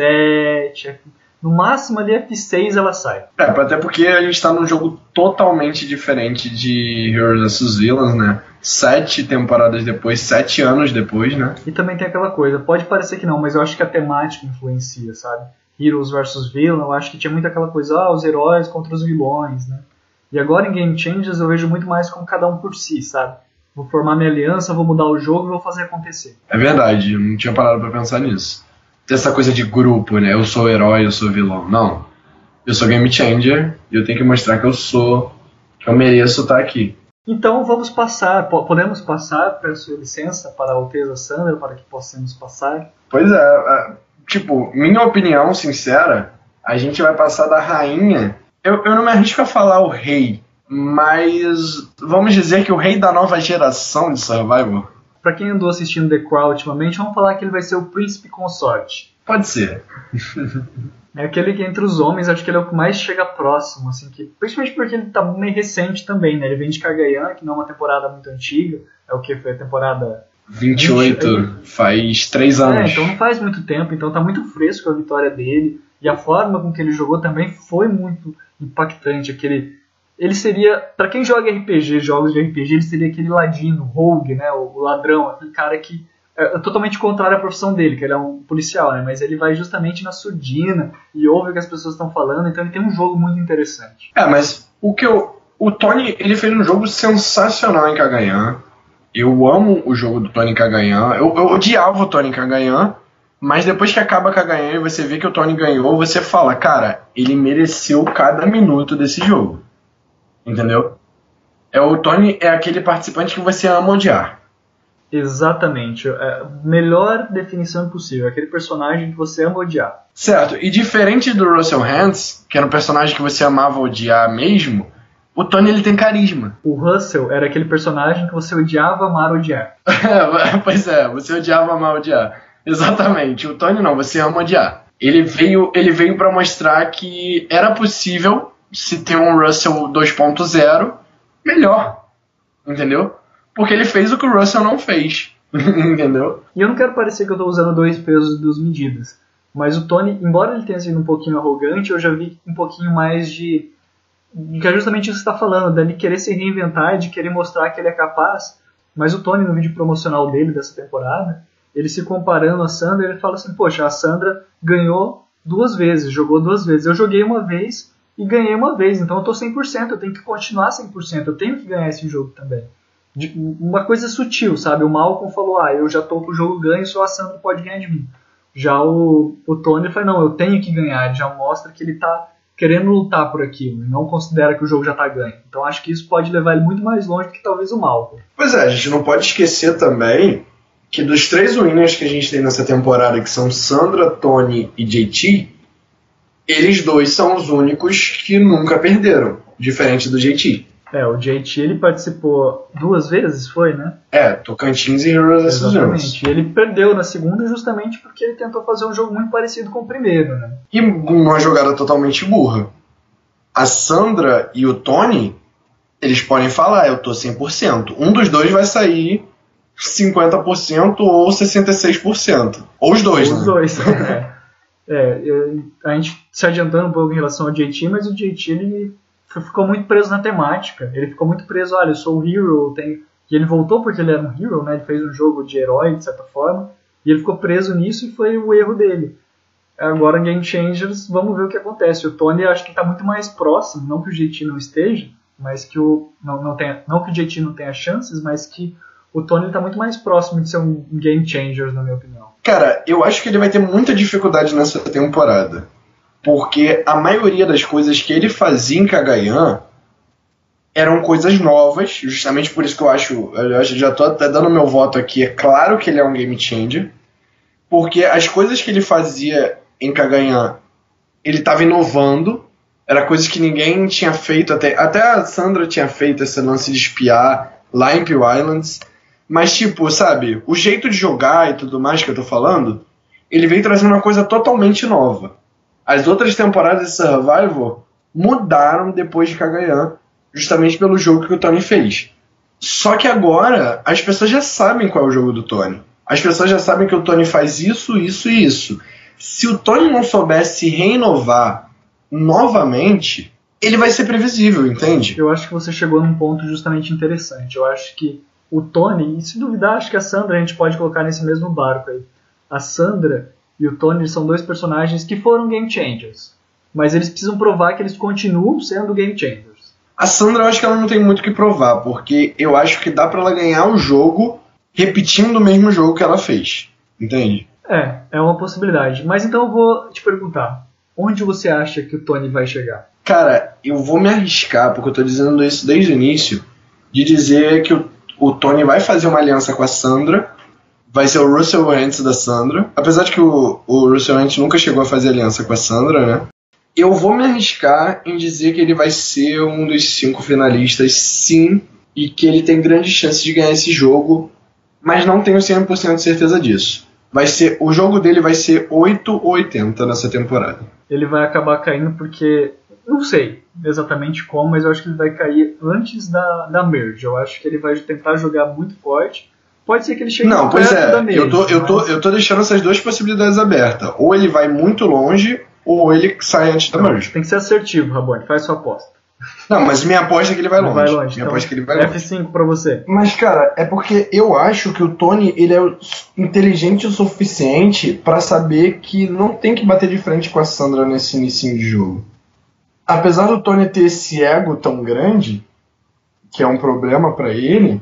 F7, no máximo ali F6 ela sai. Até porque a gente tá num jogo totalmente diferente de Heroes vs Villains, né? 7 temporadas depois, 7 anos depois, né? E também tem aquela coisa, pode parecer que não, mas eu acho que a temática influencia, sabe? Heroes vs Villain, eu acho que tinha muito aquela coisa, os heróis contra os vilões, né? E agora em Game Changers eu vejo muito mais como cada um por si, sabe? Vou formar minha aliança, vou mudar o jogo e vou fazer acontecer. É verdade, eu não tinha parado pra pensar nisso. Essa coisa de grupo, né? Eu sou o herói, eu sou o vilão. Não. Eu sou Game Changer e eu tenho que mostrar que eu mereço estar aqui. Então vamos passar, podemos passar, peço licença para a Alteza Sandra, para que possamos passar. Pois é, minha opinião sincera, a gente vai passar da rainha. Eu não me arrisco a falar o rei, mas vamos dizer que o rei da nova geração de Survivor. Pra quem andou assistindo The Crown ultimamente, vamos falar que ele vai ser o príncipe consorte. Pode ser. É aquele que entre os homens, acho que ele é o que mais chega próximo, assim, principalmente porque ele tá meio recente também, né? Ele vem de Cagayan, que não é uma temporada muito antiga, é o que? Foi a temporada 28, faz 3 anos. Então não faz muito tempo, então tá muito fresco a vitória dele, e a forma com que ele jogou também foi muito impactante. Ele seria, pra quem joga RPG, jogos de RPG, ele seria aquele ladino, rogue, né? O ladrão, aquele cara que é totalmente contrário à profissão dele, que ele é um policial, né? Mas ele vai justamente na surdina e ouve o que as pessoas estão falando, então ele tem um jogo muito interessante. Mas o Tony, ele fez um jogo sensacional em Cagayan. Eu amo o jogo do Tony em Cagayan. Eu odiava o Tony em Cagayan, mas depois que acaba Cagayan e você vê que o Tony ganhou, você fala, cara, ele mereceu cada minuto desse jogo. Entendeu? O Tony é aquele participante que você ama odiar. Exatamente. Melhor definição possível. Aquele personagem que você ama odiar. Certo. E diferente do Russell Hantz, que era um personagem que você amava odiar mesmo, o Tony ele tem carisma. O Russell era aquele personagem que você odiava, amar, odiar. Pois é, você odiava, amar, odiar. Exatamente. O Tony não, você ama odiar. Ele veio pra mostrar que era possível se ter um Russell 2.0 melhor. Entendeu? Porque ele fez o que o Russell não fez. Entendeu? E eu não quero parecer que eu estou usando dois pesos e duas medidas. Mas o Tony, embora ele tenha sido um pouquinho arrogante, eu já vi um pouquinho mais de que é justamente isso que você está falando, dele querer se reinventar, de querer mostrar que ele é capaz. Mas o Tony, no vídeo promocional dele dessa temporada, ele se comparando a Sandra, ele fala assim, poxa, a Sandra ganhou 2 vezes, jogou 2 vezes. Eu joguei uma vez e ganhei uma vez, então eu tô 100%, eu tenho que continuar 100%, eu tenho que ganhar esse jogo também. Uma coisa sutil, sabe? O Malcolm falou, eu já tô com o jogo ganho, só a Sandra pode ganhar de mim. Já o Tony falou, não, eu tenho que ganhar, ele já mostra que ele tá querendo lutar por aquilo, e não considera que o jogo já tá ganho. Então acho que isso pode levar ele muito mais longe do que talvez o Malcolm. Pois é, a gente não pode esquecer também que dos 3 winners que a gente tem nessa temporada, que são Sandra, Tony e JT, eles 2 são os únicos que nunca perderam, diferente do JT. O JT ele participou 2 vezes, foi, né? Tocantins e Heroes vs. Zeros. Exatamente. E ele perdeu na segunda justamente porque ele tentou fazer um jogo muito parecido com o primeiro, né? E uma jogada totalmente burra. A Sandra e o Tony, eles podem falar, eu tô 100%. Um dos dois vai sair 50% ou 66%. Ou os dois, Os dois, a gente se adiantando um pouco em relação ao JT, mas o JT ele ficou muito preso na temática. Ele ficou muito preso, olha, eu sou o hero, e ele voltou porque ele era um hero, né? Ele fez um jogo de herói, de certa forma, e ele ficou preso nisso e foi o erro dele. Agora em Game Changers, vamos ver o que acontece. O Tony acho que está muito mais próximo, não que o JT não esteja, mas que não que o JT não tenha chances, mas que o Tony está muito mais próximo de ser um Game Changer, na minha opinião. Cara, eu acho que ele vai ter muita dificuldade nessa temporada. Porque a maioria das coisas que ele fazia em Cagayan eram coisas novas, justamente por isso que eu acho já tô até dando meu voto aqui, é claro que ele é um Game Changer, porque as coisas que ele fazia em Cagayan, ele estava inovando, era coisas que ninguém tinha feito, até a Sandra tinha feito esse lance de espiar lá em Peel Islands, mas tipo, sabe, o jeito de jogar e tudo mais que eu tô falando, ele veio trazendo uma coisa totalmente nova. As outras temporadas de Survival mudaram depois de Cagayan, justamente pelo jogo que o Tony fez. Só que agora as pessoas já sabem qual é o jogo do Tony. As pessoas já sabem que o Tony faz isso, isso e isso. Se o Tony não soubesse reinovar novamente, ele vai ser previsível, entende? Eu acho que você chegou num ponto justamente interessante. Eu acho que o Tony, e se duvidar, acho que a Sandra a gente pode colocar nesse mesmo barco aí. A Sandra e o Tony são 2 personagens que foram Game Changers. Mas eles precisam provar que eles continuam sendo Game Changers. A Sandra, eu acho que ela não tem muito o que provar, porque eu acho que dá pra ela ganhar o jogo repetindo o mesmo jogo que ela fez. Entende? É uma possibilidade. Mas então eu vou te perguntar, onde você acha que o Tony vai chegar? Cara, eu vou me arriscar, porque eu tô dizendo isso desde o início, de dizer que o Tony vai fazer uma aliança com a Sandra, vai ser o Russell Hantz da Sandra, apesar de que o Russell Hantz nunca chegou a fazer aliança com a Sandra, né? Eu vou me arriscar em dizer que ele vai ser um dos 5 finalistas, sim, e que ele tem grandes chances de ganhar esse jogo, mas não tenho 100% de certeza disso. O jogo dele vai ser 8 ou 80 nessa temporada. Ele vai acabar caindo porque, não sei exatamente como, mas eu acho que ele vai cair antes da Merge. Eu acho que ele vai tentar jogar muito forte. Pode ser que ele chegue perto da Merge. Eu tô deixando essas 2 possibilidades abertas. Ou ele vai muito longe, ou ele sai antes da Merge. Tem que ser assertivo, Rabone. Faz sua aposta. Não, mas minha aposta é que ele vai longe. Vai longe. Minha Então, aposta é que ele vai longe. F5 pra você. Mas, cara, é porque eu acho que o Tony ele é inteligente o suficiente pra saber que não tem que bater de frente com a Sandra nesse início de jogo. Apesar do Tony ter esse ego tão grande, que é um problema pra ele,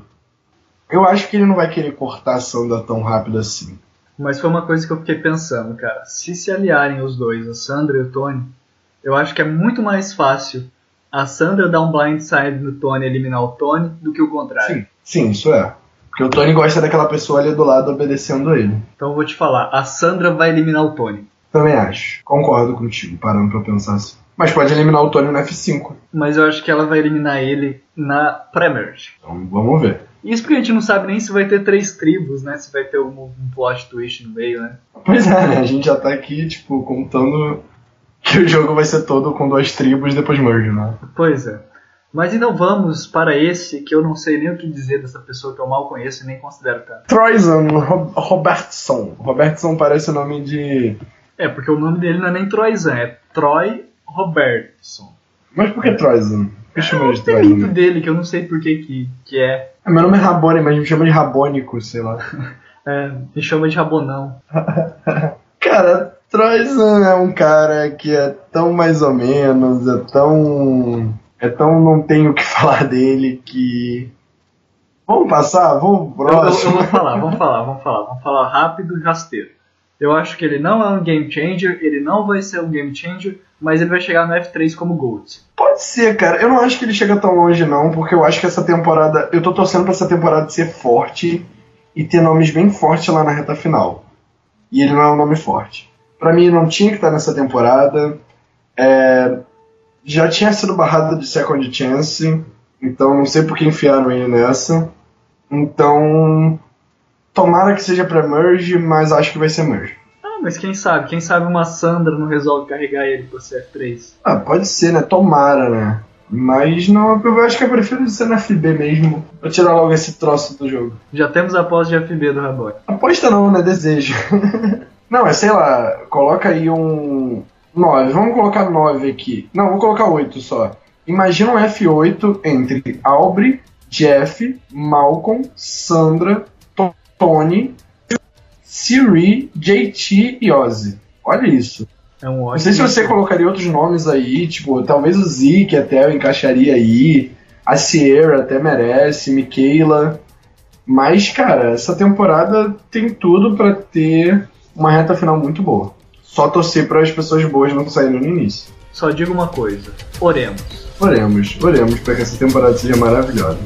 eu acho que ele não vai querer cortar a Sandra tão rápido assim. Mas foi uma coisa que eu fiquei pensando, cara. Se aliarem os dois, a Sandra e o Tony, eu acho que é muito mais fácil a Sandra dar um blindside no Tony e eliminar o Tony do que o contrário. Sim, isso é. Porque o Tony gosta daquela pessoa ali do lado obedecendo ele. Então eu vou te falar, a Sandra vai eliminar o Tony. Também acho. Concordo contigo, parando pra pensar assim. Mas pode eliminar o Tony no F5. Mas eu acho que ela vai eliminar ele na pré-merge. Então vamos ver. Isso porque a gente não sabe nem se vai ter 3 tribos, né? Se vai ter um plot twist no meio, né? Pois é, né? A gente já tá aqui, tipo, contando que o jogo vai ser todo com 2 tribos e depois merge, né? Pois é. Mas então vamos para esse, que eu não sei nem o que dizer dessa pessoa que eu mal conheço e nem considero tanto. Troyzan Robertson. Robertson parece o nome de... porque o nome dele não é nem Troyzan, é Troy Robertson. Mas por que Troyzan? É o apelido dele, que eu não sei por que é. Meu nome é Rabone, mas me chama de Rabônico, sei lá. Me chama de Rabonão. Cara, Troyzan é um cara que é tão mais ou menos, é tão não tenho o que falar dele que... Vamos passar? Vamos pro próximo? Vamos falar rápido e rasteiro. Eu acho que ele não é um Game Changer, ele não vai ser um Game Changer, mas ele vai chegar no F3 como Gold. Pode ser, cara. Eu não acho que ele chega tão longe, não, porque eu acho que essa temporada... Eu tô torcendo pra essa temporada ser forte e ter nomes bem fortes lá na reta final. E ele não é um nome forte. Pra mim, não tinha que estar nessa temporada. Já tinha sido barrado de Second Chance. Então não sei por que enfiaram ele nessa. Então tomara que seja pra Merge, mas acho que vai ser Merge. Ah, mas quem sabe uma Sandra não resolve carregar ele pro CF3. Ah, pode ser, né? Tomara, né? Mas não, eu acho que eu prefiro ser na FB mesmo. Pra tirar logo esse troço do jogo. Já temos a aposta de FB do Raboy. Aposta não, né? Desejo. Não, é sei lá, coloca aí um 9. Vamos colocar 9 aqui. Não, vou colocar 8 só. Imagina um F8 entre Aubrey, Jeff, Malcolm, Sandra, Tony, Siri, JT e Ozzy. Olha isso. É um ótimo. Não sei se você colocaria outros nomes aí, tipo, talvez o Zeke até eu encaixaria aí, a Sierra até merece, Michaela. Mas, cara, essa temporada tem tudo pra ter uma reta final muito boa. Só torcer para as pessoas boas não saírem no início. Só digo uma coisa, oremos. Oremos para que essa temporada seja maravilhosa.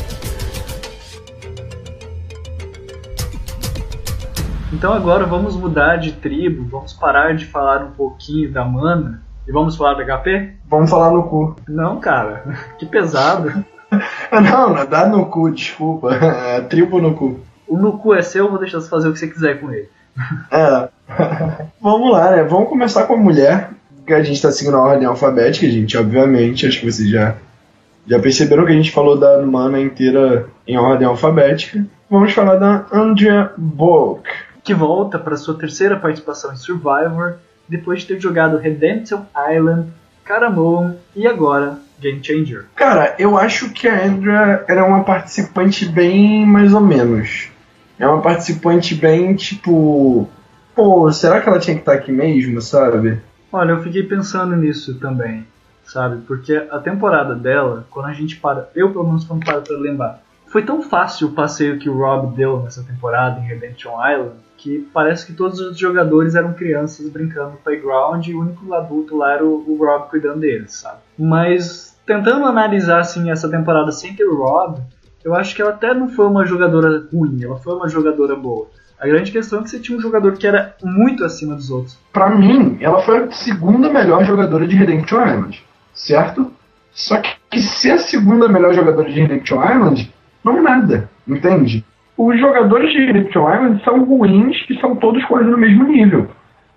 Então agora vamos mudar de tribo, vamos parar de falar um pouquinho da mana e vamos falar da HP? Vamos falar no cu. Não, cara, que pesado. Não dá no cu, desculpa. É tribo no cu. O no cu é seu, eu vou deixar você fazer o que você quiser com ele. É. Vamos lá, né? Vamos começar com a mulher, que a gente tá seguindo a ordem alfabética, gente, obviamente. Acho que vocês já perceberam que a gente falou da mana inteira em ordem alfabética. Vamos falar da Andrea Boak, que volta para sua terceira participação em Survivor, depois de ter jogado Redemption Island, Caramoan e agora Game Changer. Cara, eu acho que a Andrea era uma participante bem mais ou menos. É uma participante bem tipo... Pô, será que ela tinha que estar aqui mesmo, sabe? Olha, eu fiquei pensando nisso também, sabe? Porque a temporada dela, quando a gente para... Eu, pelo menos, quando paro pra lembrar, foi tão fácil o passeio que o Rob deu nessa temporada em Redemption Island, que parece que todos os jogadores eram crianças brincando no playground e o único adulto lá era o Rob cuidando deles, sabe? Mas tentando analisar assim essa temporada sem ter o Rob, eu acho que ela até não foi uma jogadora ruim, ela foi uma jogadora boa. A grande questão é que você tinha um jogador que era muito acima dos outros. Pra mim, ela foi a segunda melhor jogadora de Redemption Island, certo? Só que ser a segunda melhor jogadora de Redemption Island não é nada, entende? Os jogadores de Redemption Island são ruins e são todos quase no mesmo nível.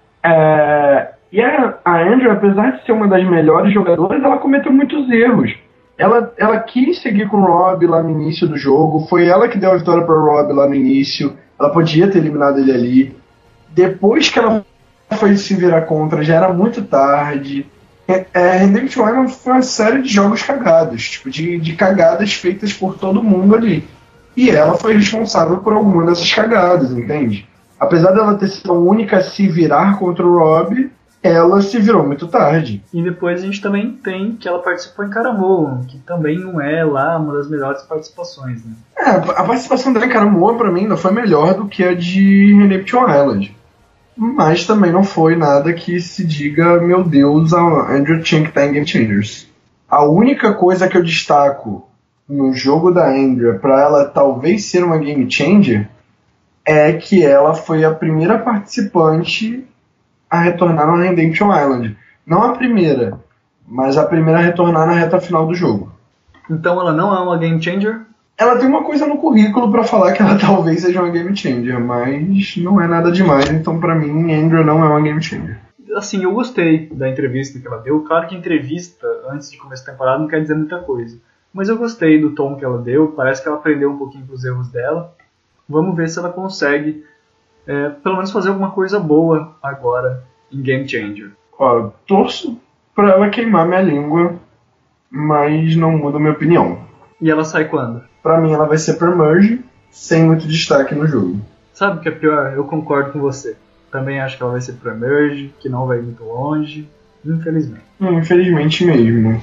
E a Andrea, apesar de ser uma das melhores jogadoras, ela cometeu muitos erros. Ela quis seguir com o Rob lá no início do jogo, foi ela que deu a vitória para o Rob lá no início, ela podia ter eliminado ele ali. Depois que ela foi se virar contra, já era muito tarde. Redemption Island foi uma série de jogos cagados, tipo, de cagadas feitas por todo mundo ali. E ela foi responsável por alguma dessas cagadas, entende? Apesar dela ter sido a única a se virar contra o Rob, ela se virou muito tarde. E depois a gente também tem que ela participou em Caramoan, que também não é lá uma das melhores participações, né? A participação dela em Caramoan, pra mim, não foi melhor do que a de Redemption Island. Mas também não foi nada que se diga, meu Deus, a Andrea tinha que estar em Game Changers. A única coisa que eu destaco no jogo da Andrea para ela talvez ser uma Game Changer é que ela foi a primeira participante a retornar no Redemption Island. Não a primeira, mas a primeira a retornar na reta final do jogo. Então ela não é uma Game Changer? Ela tem uma coisa no currículo para falar que ela talvez seja uma Game Changer, mas não é nada demais, então para mim Andrea não é uma Game Changer. Assim, eu gostei da entrevista que ela deu. Claro que entrevista antes de começar a temporada não quer dizer muita coisa, mas eu gostei do tom que ela deu, parece que ela aprendeu um pouquinho com os erros dela. Vamos ver se ela consegue pelo menos fazer alguma coisa boa agora em Game Changer. Ó, torço pra ela queimar minha língua, mas não muda a minha opinião. E ela sai quando? Pra mim ela vai ser per merge, sem muito destaque no jogo. Sabe o que é pior? Eu concordo com você. Também acho que ela vai ser per merge, que não vai ir muito longe, infelizmente. Infelizmente mesmo.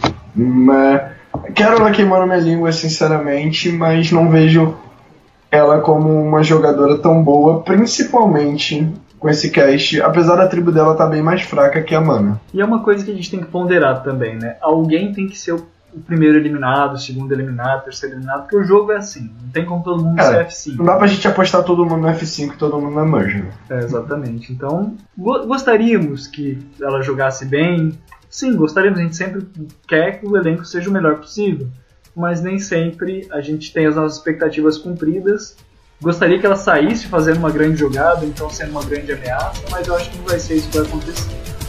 Quero ela queimando minha língua, sinceramente, mas não vejo ela como uma jogadora tão boa, principalmente com esse cast, apesar da tribo dela estar bem mais fraca que a Mana. E é uma coisa que a gente tem que ponderar também, né? Alguém tem que ser o primeiro eliminado, o segundo eliminado, o terceiro eliminado, porque o jogo é assim, não tem como todo mundo ser F5. Não dá pra gente apostar todo mundo no F5 e todo mundo na Merge. Exatamente. Então, gostaríamos que ela jogasse bem. Sim, gostaríamos, a gente sempre quer que o elenco seja o melhor possível. mas nem sempre a gente tem as nossas expectativas cumpridas. Gostaria que ela saísse fazendo uma grande jogada, então sendo uma grande ameaça, mas eu acho que não vai ser isso que vai acontecer.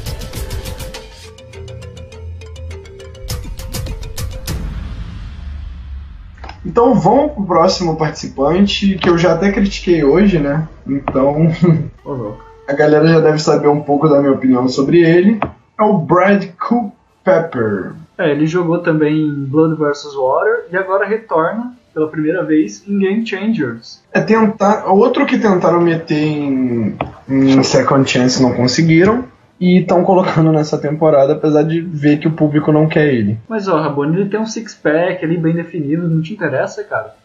Então vamos pro próximo participante, que eu já até critiquei hoje, né? Então a galera já deve saber um pouco da minha opinião sobre ele. É o Brad Culpepper. Ele jogou também em Blood vs. Water e agora retorna pela primeira vez em Game Changers. Outro que tentaram meter em Second Chance não conseguiram. E estão colocando nessa temporada, apesar de ver que o público não quer ele. Mas Rabone, ele tem um six-pack ali bem definido, não te interessa, cara?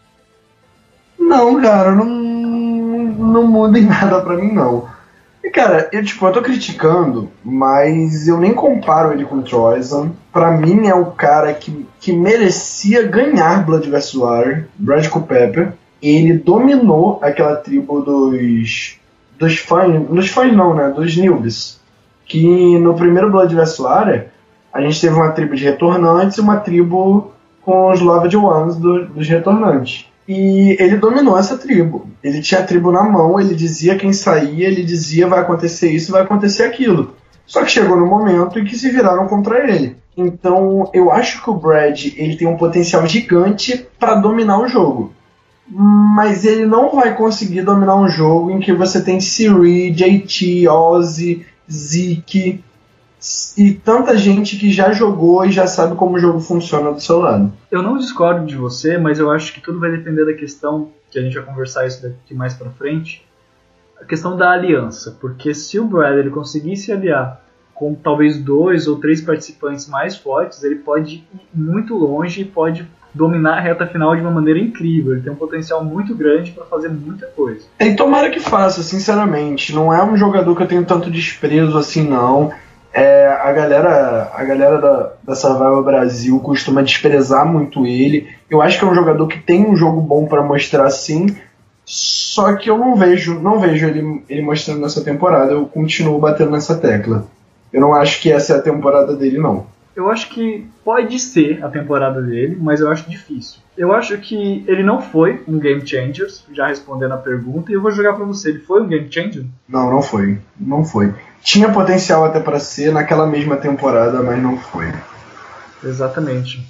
Não, cara, não muda em nada pra mim, não. E, cara, eu tô criticando, mas eu nem comparo ele com o Troyzan. Pra mim é o cara que merecia ganhar Blood vs. Water, Brad Culpepper. Ele dominou aquela tribo dos fãs não, né, dos noobs. Que no primeiro Blood vs. Water, a gente teve uma tribo de retornantes e uma tribo com os Loved Ones dos retornantes. E ele dominou essa tribo. Ele tinha a tribo na mão, ele dizia quem saía, ele dizia vai acontecer isso, vai acontecer aquilo. Só que chegou no momento em que se viraram contra ele. Então eu acho que o Brad ele tem um potencial gigante para dominar o jogo. Mas ele não vai conseguir dominar um jogo em que você tem Siri, JT, Ozzy, Zeke e tanta gente que já jogou e já sabe como o jogo funciona do seu lado. Eu não discordo de você, mas eu acho que tudo vai depender da questão, que a gente vai conversar isso daqui mais pra frente, a questão da aliança, porque se o Brad ele conseguir se aliar com talvez 2 ou 3 participantes mais fortes, ele pode ir muito longe e pode dominar a reta final de uma maneira incrível. Ele tem um potencial muito grande para fazer muita coisa. E tomara que faça, sinceramente. Não é um jogador que eu tenho tanto desprezo assim, não. A galera da Survival Brasil costuma desprezar muito ele. Eu acho que é um jogador que tem um jogo bom para mostrar, sim. Só que eu não vejo ele mostrando nessa temporada. Eu continuo batendo nessa tecla. Eu não acho que essa é a temporada dele, não. Eu acho que pode ser a temporada dele, mas eu acho difícil. Eu acho que ele não foi um Game Changers, já respondendo a pergunta, e eu vou jogar pra você. Ele foi um Game Changer? Não foi. Não foi. Tinha potencial até pra ser naquela mesma temporada, mas não foi. Exatamente.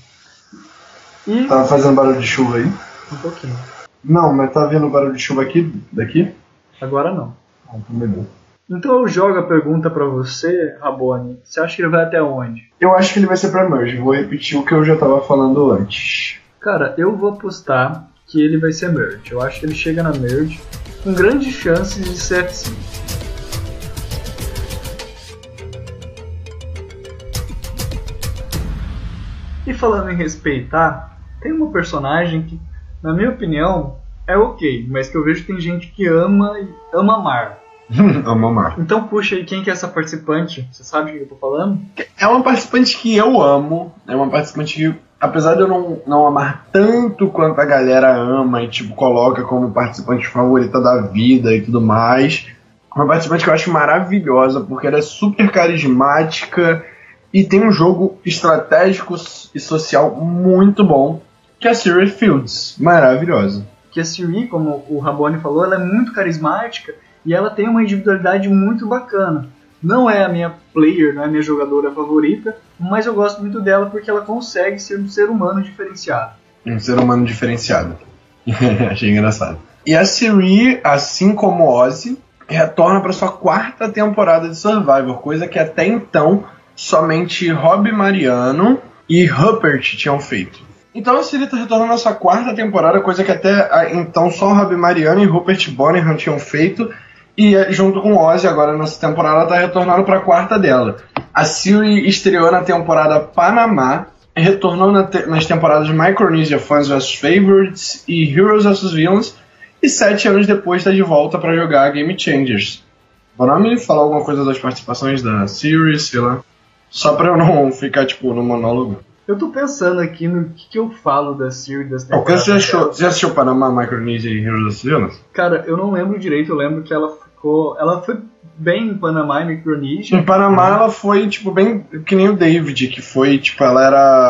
Tava fazendo barulho de chuva aí? Um pouquinho. Não, mas tá vendo barulho de chuva daqui? Agora não. Beleza. Então eu jogo a pergunta pra você, Rabone. Você acha que ele vai até onde? Eu acho que ele vai ser pra Merge. Vou repetir o que eu já tava falando antes. Cara, eu vou apostar que ele vai ser Merge. Eu acho que ele chega na Merge com grandes chances de ser FC. E falando em respeitar, tem uma personagem que, na minha opinião, é ok, mas que eu vejo que tem gente que ama amar. Ama amar. Então puxa aí, quem que é essa participante? Você sabe o que eu tô falando? É uma participante que eu amo. É uma participante que, apesar de eu não amar tanto quanto a galera ama e tipo coloca como participante favorita da vida e tudo mais, é uma participante que eu acho maravilhosa, porque ela é super carismática e tem um jogo estratégico e social muito bom, que é a Siri Fields. Maravilhosa. Que a Siri, como o Rabone falou, ela é muito carismática e ela tem uma individualidade muito bacana. Não é a minha player, não é a minha jogadora favorita, mas eu gosto muito dela porque ela consegue ser um ser humano diferenciado. Um ser humano diferenciado. Achei engraçado. E a Siri, assim como Ozzy, retorna para sua 4ª temporada de Survivor, coisa que até então somente Rob Mariano e Rupert tinham feito. Então a Siri está retornando à sua 4ª temporada, coisa que até então só Rob Mariano e Rupert Boneham tinham feito. E junto com Ozzy, agora nessa temporada, ela está retornando para a 4ª dela. A Siri estreou na temporada Panamá, retornou nas temporadas Micronesia Fans vs Favorites e Heroes vs Villains, e 7 anos depois está de volta para jogar Game Changers. Bora me falar alguma coisa das participações da Siri, sei lá. Só para eu não ficar tipo no monólogo. Eu tô pensando aqui no que eu falo da Siri das temporadas. Você já assistiu Panamá, Micronesia e Heroes vs Villains? Cara, eu não lembro direito, eu lembro que ela foi bem em Panamá e Micronesia. Em Panamá ela foi, tipo, bem que nem o David, que foi, tipo, ela era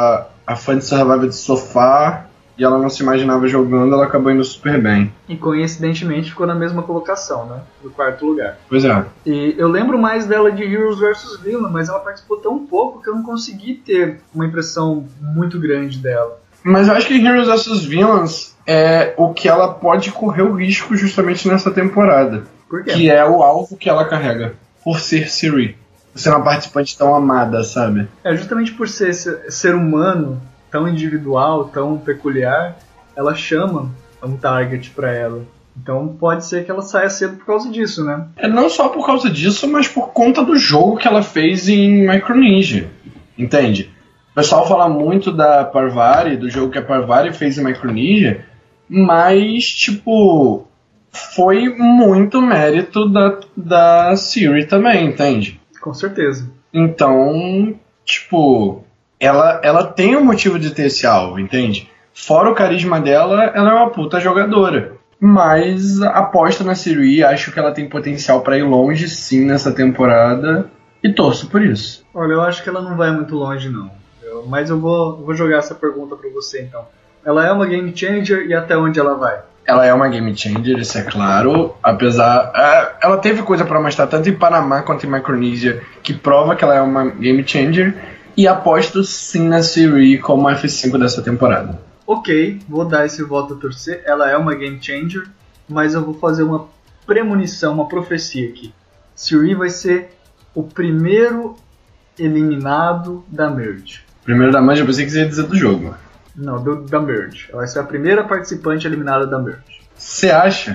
a fã de Survival de sofá, e ela não se imaginava jogando, ela acabou indo super bem. E coincidentemente ficou na mesma colocação, né? No 4º lugar. Pois é. E eu lembro mais dela de Heroes vs Villain, mas ela participou tão pouco que eu não consegui ter uma impressão muito grande dela. Mas eu acho que Heroes vs Villains é o que ela pode correr o risco justamente nessa temporada. Por quê? Que é o alvo que ela carrega, por ser Ciri. Por ser uma participante tão amada, sabe? É justamente por ser humano, tão individual, tão peculiar, ela chama um target pra ela. Então pode ser que ela saia cedo por causa disso, né? É não só por causa disso, mas por conta do jogo que ela fez em Microninja. Entende? O pessoal fala muito da Parvati, do jogo que a Parvati fez em Microninja, mas, tipo, foi muito mérito da Ciri também, entende? Com certeza. Então, tipo, ela tem um motivo de ter esse alvo, entende? Fora o carisma dela, ela é uma puta jogadora. Mas aposto na Ciri, acho que ela tem potencial pra ir longe sim nessa temporada e torço por isso. Olha, eu acho que ela não vai muito longe não. Mas eu vou jogar essa pergunta pra você então. Ela é uma game changer e até onde ela vai? Ela é uma game changer, isso é claro. Apesar... ela teve coisa pra mostrar tanto em Panamá quanto em Micronesia que prova que ela é uma game changer. E aposto sim na Ciri como F5 dessa temporada. Ok, vou dar esse voto a torcer. Ela é uma game changer, mas eu vou fazer uma premonição, uma profecia aqui. Ciri vai ser o primeiro eliminado da Merge. Primeiro da Merge, eu pensei que você ia dizer do jogo. Não, da Merge. Ela vai ser a primeira participante eliminada da Merge. Você acha?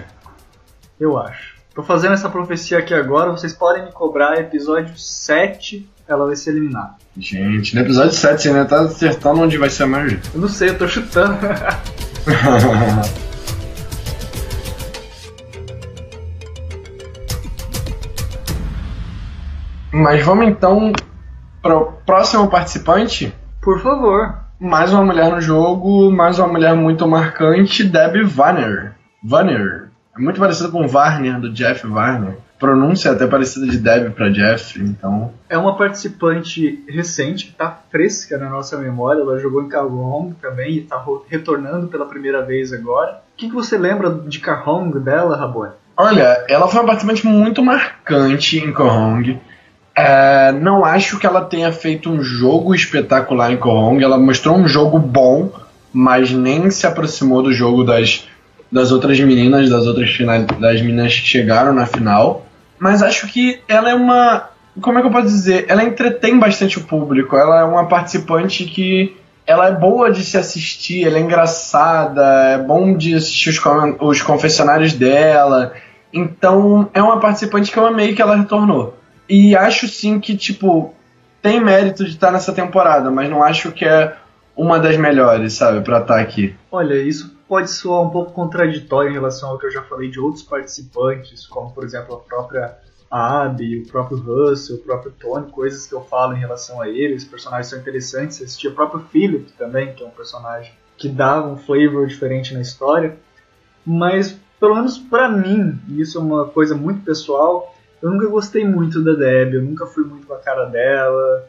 Eu acho. Tô fazendo essa profecia aqui agora, vocês podem me cobrar, episódio 7, ela vai ser eliminada. Gente, no episódio 7 você ainda tá acertando onde vai ser a Merge. Eu não sei, eu tô chutando. Mas vamos então pro próximo participante? Por favor. Mais uma mulher no jogo, mais uma mulher muito marcante, Debbie Warner. É muito parecido com Warner, do Jeff Warner. Pronúncia até parecida de Debbie para Jeff, então... É uma participante recente, que tá fresca na nossa memória. Ela jogou em Kahong também e tá retornando pela primeira vez agora. O que você lembra de Kahong dela, Rabone? Olha, ela foi uma participante muito marcante em Kahong. Não acho que ela tenha feito um jogo espetacular em Kahong. Ela mostrou um jogo bom, mas nem se aproximou do jogo das outras meninas, das meninas que chegaram na final. Mas acho que ela é uma... Como é que eu posso dizer? Ela entretém bastante o público. Ela é uma participante que... Ela é boa de se assistir, ela é engraçada, é bom de assistir os confessionários dela. Então, é uma participante que eu amei que ela retornou. E acho sim que, tipo, tem mérito de estar nessa temporada, mas não acho que é uma das melhores, sabe, pra estar aqui. Olha, isso pode soar um pouco contraditório em relação ao que eu já falei de outros participantes, como, por exemplo, a própria Abby, o próprio Russell, o próprio Tony, coisas que eu falo em relação a eles. Os personagens são interessantes. Assistia o próprio Philip também, que é um personagem que dá um flavor diferente na história. Mas, pelo menos pra mim, e isso é uma coisa muito pessoal, eu nunca gostei muito da Debbie, eu nunca fui muito com a cara dela.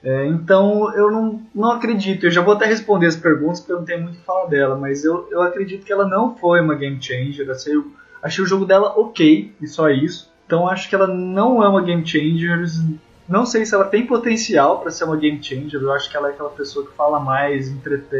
Então eu não acredito. Eu já vou até responder as perguntas porque eu não tenho muito a falar dela, mas eu acredito que ela não foi uma game changer. Eu achei o jogo dela ok, e só isso. Então acho que ela não é uma game changer. Não sei se ela tem potencial para ser uma game changer. Eu acho que ela é aquela pessoa que fala mais,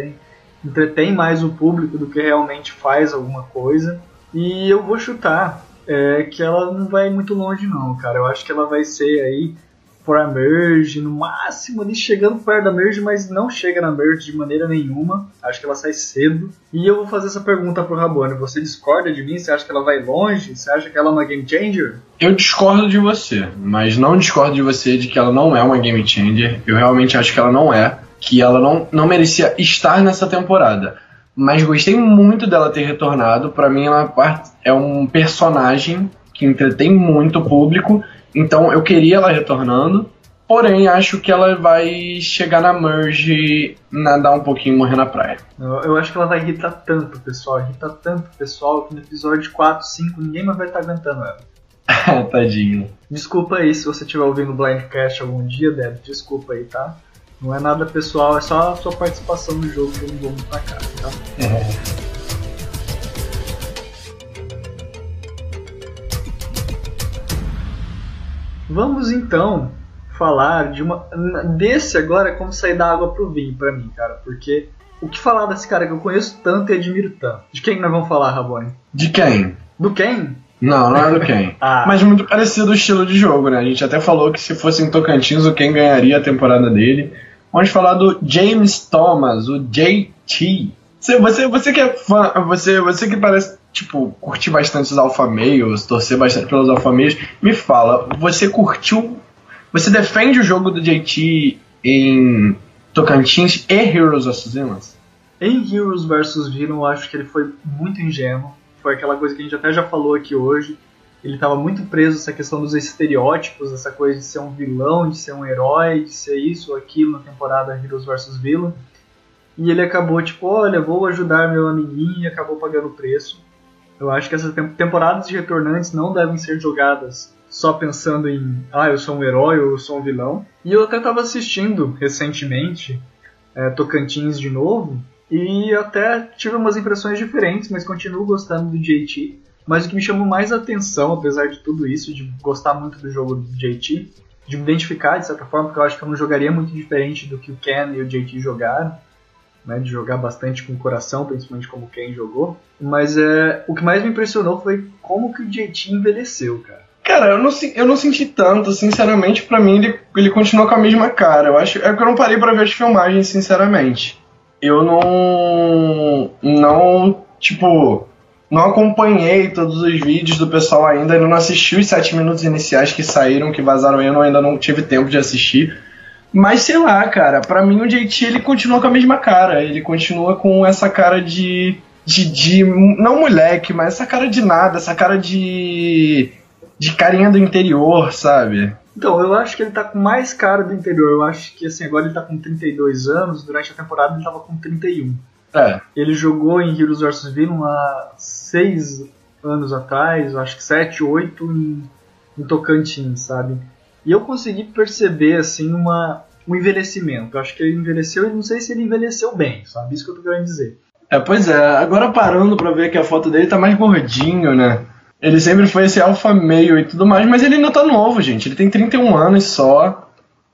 entretém mais o público do que realmente faz alguma coisa. E eu vou chutar que ela não vai muito longe não, cara. Eu acho que ela vai ser aí por a Merge, no máximo ali chegando perto da Merge, mas não chega na Merge de maneira nenhuma. Acho que ela sai cedo. E eu vou fazer essa pergunta pro Rabone. Você discorda de mim? Você acha que ela vai longe? Você acha que ela é uma game changer? Eu discordo de você, mas não discordo de você de que ela não é uma game changer. Eu realmente acho que ela não é. Que ela não merecia estar nessa temporada. Mas gostei muito dela ter retornado. Pra mim ela é um personagem que entretém muito o público. Então eu queria ela retornando, porém acho que ela vai chegar na Merge, nadar um pouquinho e morrer na praia. Eu acho que ela vai irritar tanto o pessoal, que no episódio 4, 5 ninguém mais vai estar aguentando ela. Tadinho. Desculpa aí se você estiver ouvindo o Blindcast algum dia, Deb, desculpa aí, tá? Não é nada pessoal, é só a sua participação no jogo que eu não vou muito pra cá, tá? Vamos então falar desse agora é como sair da água pro vinho pra mim, cara, porque o que falar desse cara que eu conheço tanto e admiro tanto? De quem nós vamos falar, Rabone? De quem? Do Ken? Não é do Ken. Mas muito parecido o estilo de jogo, né? A gente até falou que se fosse em Tocantins, o Ken ganharia a temporada dele. Vamos falar do James Thomas, o JT. Você que é fã, você que parece, tipo, curtir bastante os Alpha Males, torcer bastante pelos Alpha Males, me fala, você defende o jogo do JT em Tocantins e Heroes vs Villains? Em Heroes vs Villains, eu acho que ele foi muito ingênuo. Foi aquela coisa que a gente até já falou aqui hoje. Ele estava muito preso nessa questão dos estereótipos, essa coisa de ser um vilão, de ser um herói, de ser isso ou aquilo na temporada Heroes vs Villains. E ele acabou tipo, olha, vou ajudar meu amiguinho, e acabou pagando o preço. Eu acho que essas temporadas de retornantes não devem ser jogadas só pensando em, eu sou um herói ou eu sou um vilão. E eu até estava assistindo recentemente Tocantins de novo, e até tive umas impressões diferentes, mas continuo gostando do JT. Mas o que me chamou mais a atenção, apesar de tudo isso, de gostar muito do jogo do JT, de me identificar de certa forma, porque eu acho que eu não jogaria muito diferente do que o Ken e o JT jogaram, né, de jogar bastante com o coração, principalmente como o Ken jogou. Mas o que mais me impressionou foi como que o JT envelheceu, cara. Cara, eu não senti tanto, sinceramente, pra mim ele continua com a mesma cara. Eu acho, é que eu não parei pra ver as filmagens, sinceramente. Eu não acompanhei todos os vídeos do pessoal ainda, eu não assisti os 7 minutos iniciais que saíram, que vazaram, eu ainda não tive tempo de assistir. Mas sei lá, cara, pra mim o JT ele continua com a mesma cara, ele continua com essa cara de não moleque, mas essa cara de nada, essa cara de carinha do interior, sabe? Então, eu acho que ele tá com mais cara do interior. Eu acho que, assim, agora ele tá com 32 anos. Durante a temporada ele tava com 31. Ele jogou em Heroes vs Villains há 6 anos atrás. Eu acho que 7, 8 em Tocantins, sabe? E eu consegui perceber, assim, um envelhecimento. Eu acho que ele envelheceu e não sei se ele envelheceu bem, sabe? Isso que eu tô querendo dizer. Pois é. Agora parando pra ver que a foto dele tá mais gordinho, né? Ele sempre foi esse alfa male e tudo mais, mas ele ainda tá novo, gente. Ele tem 31 anos só.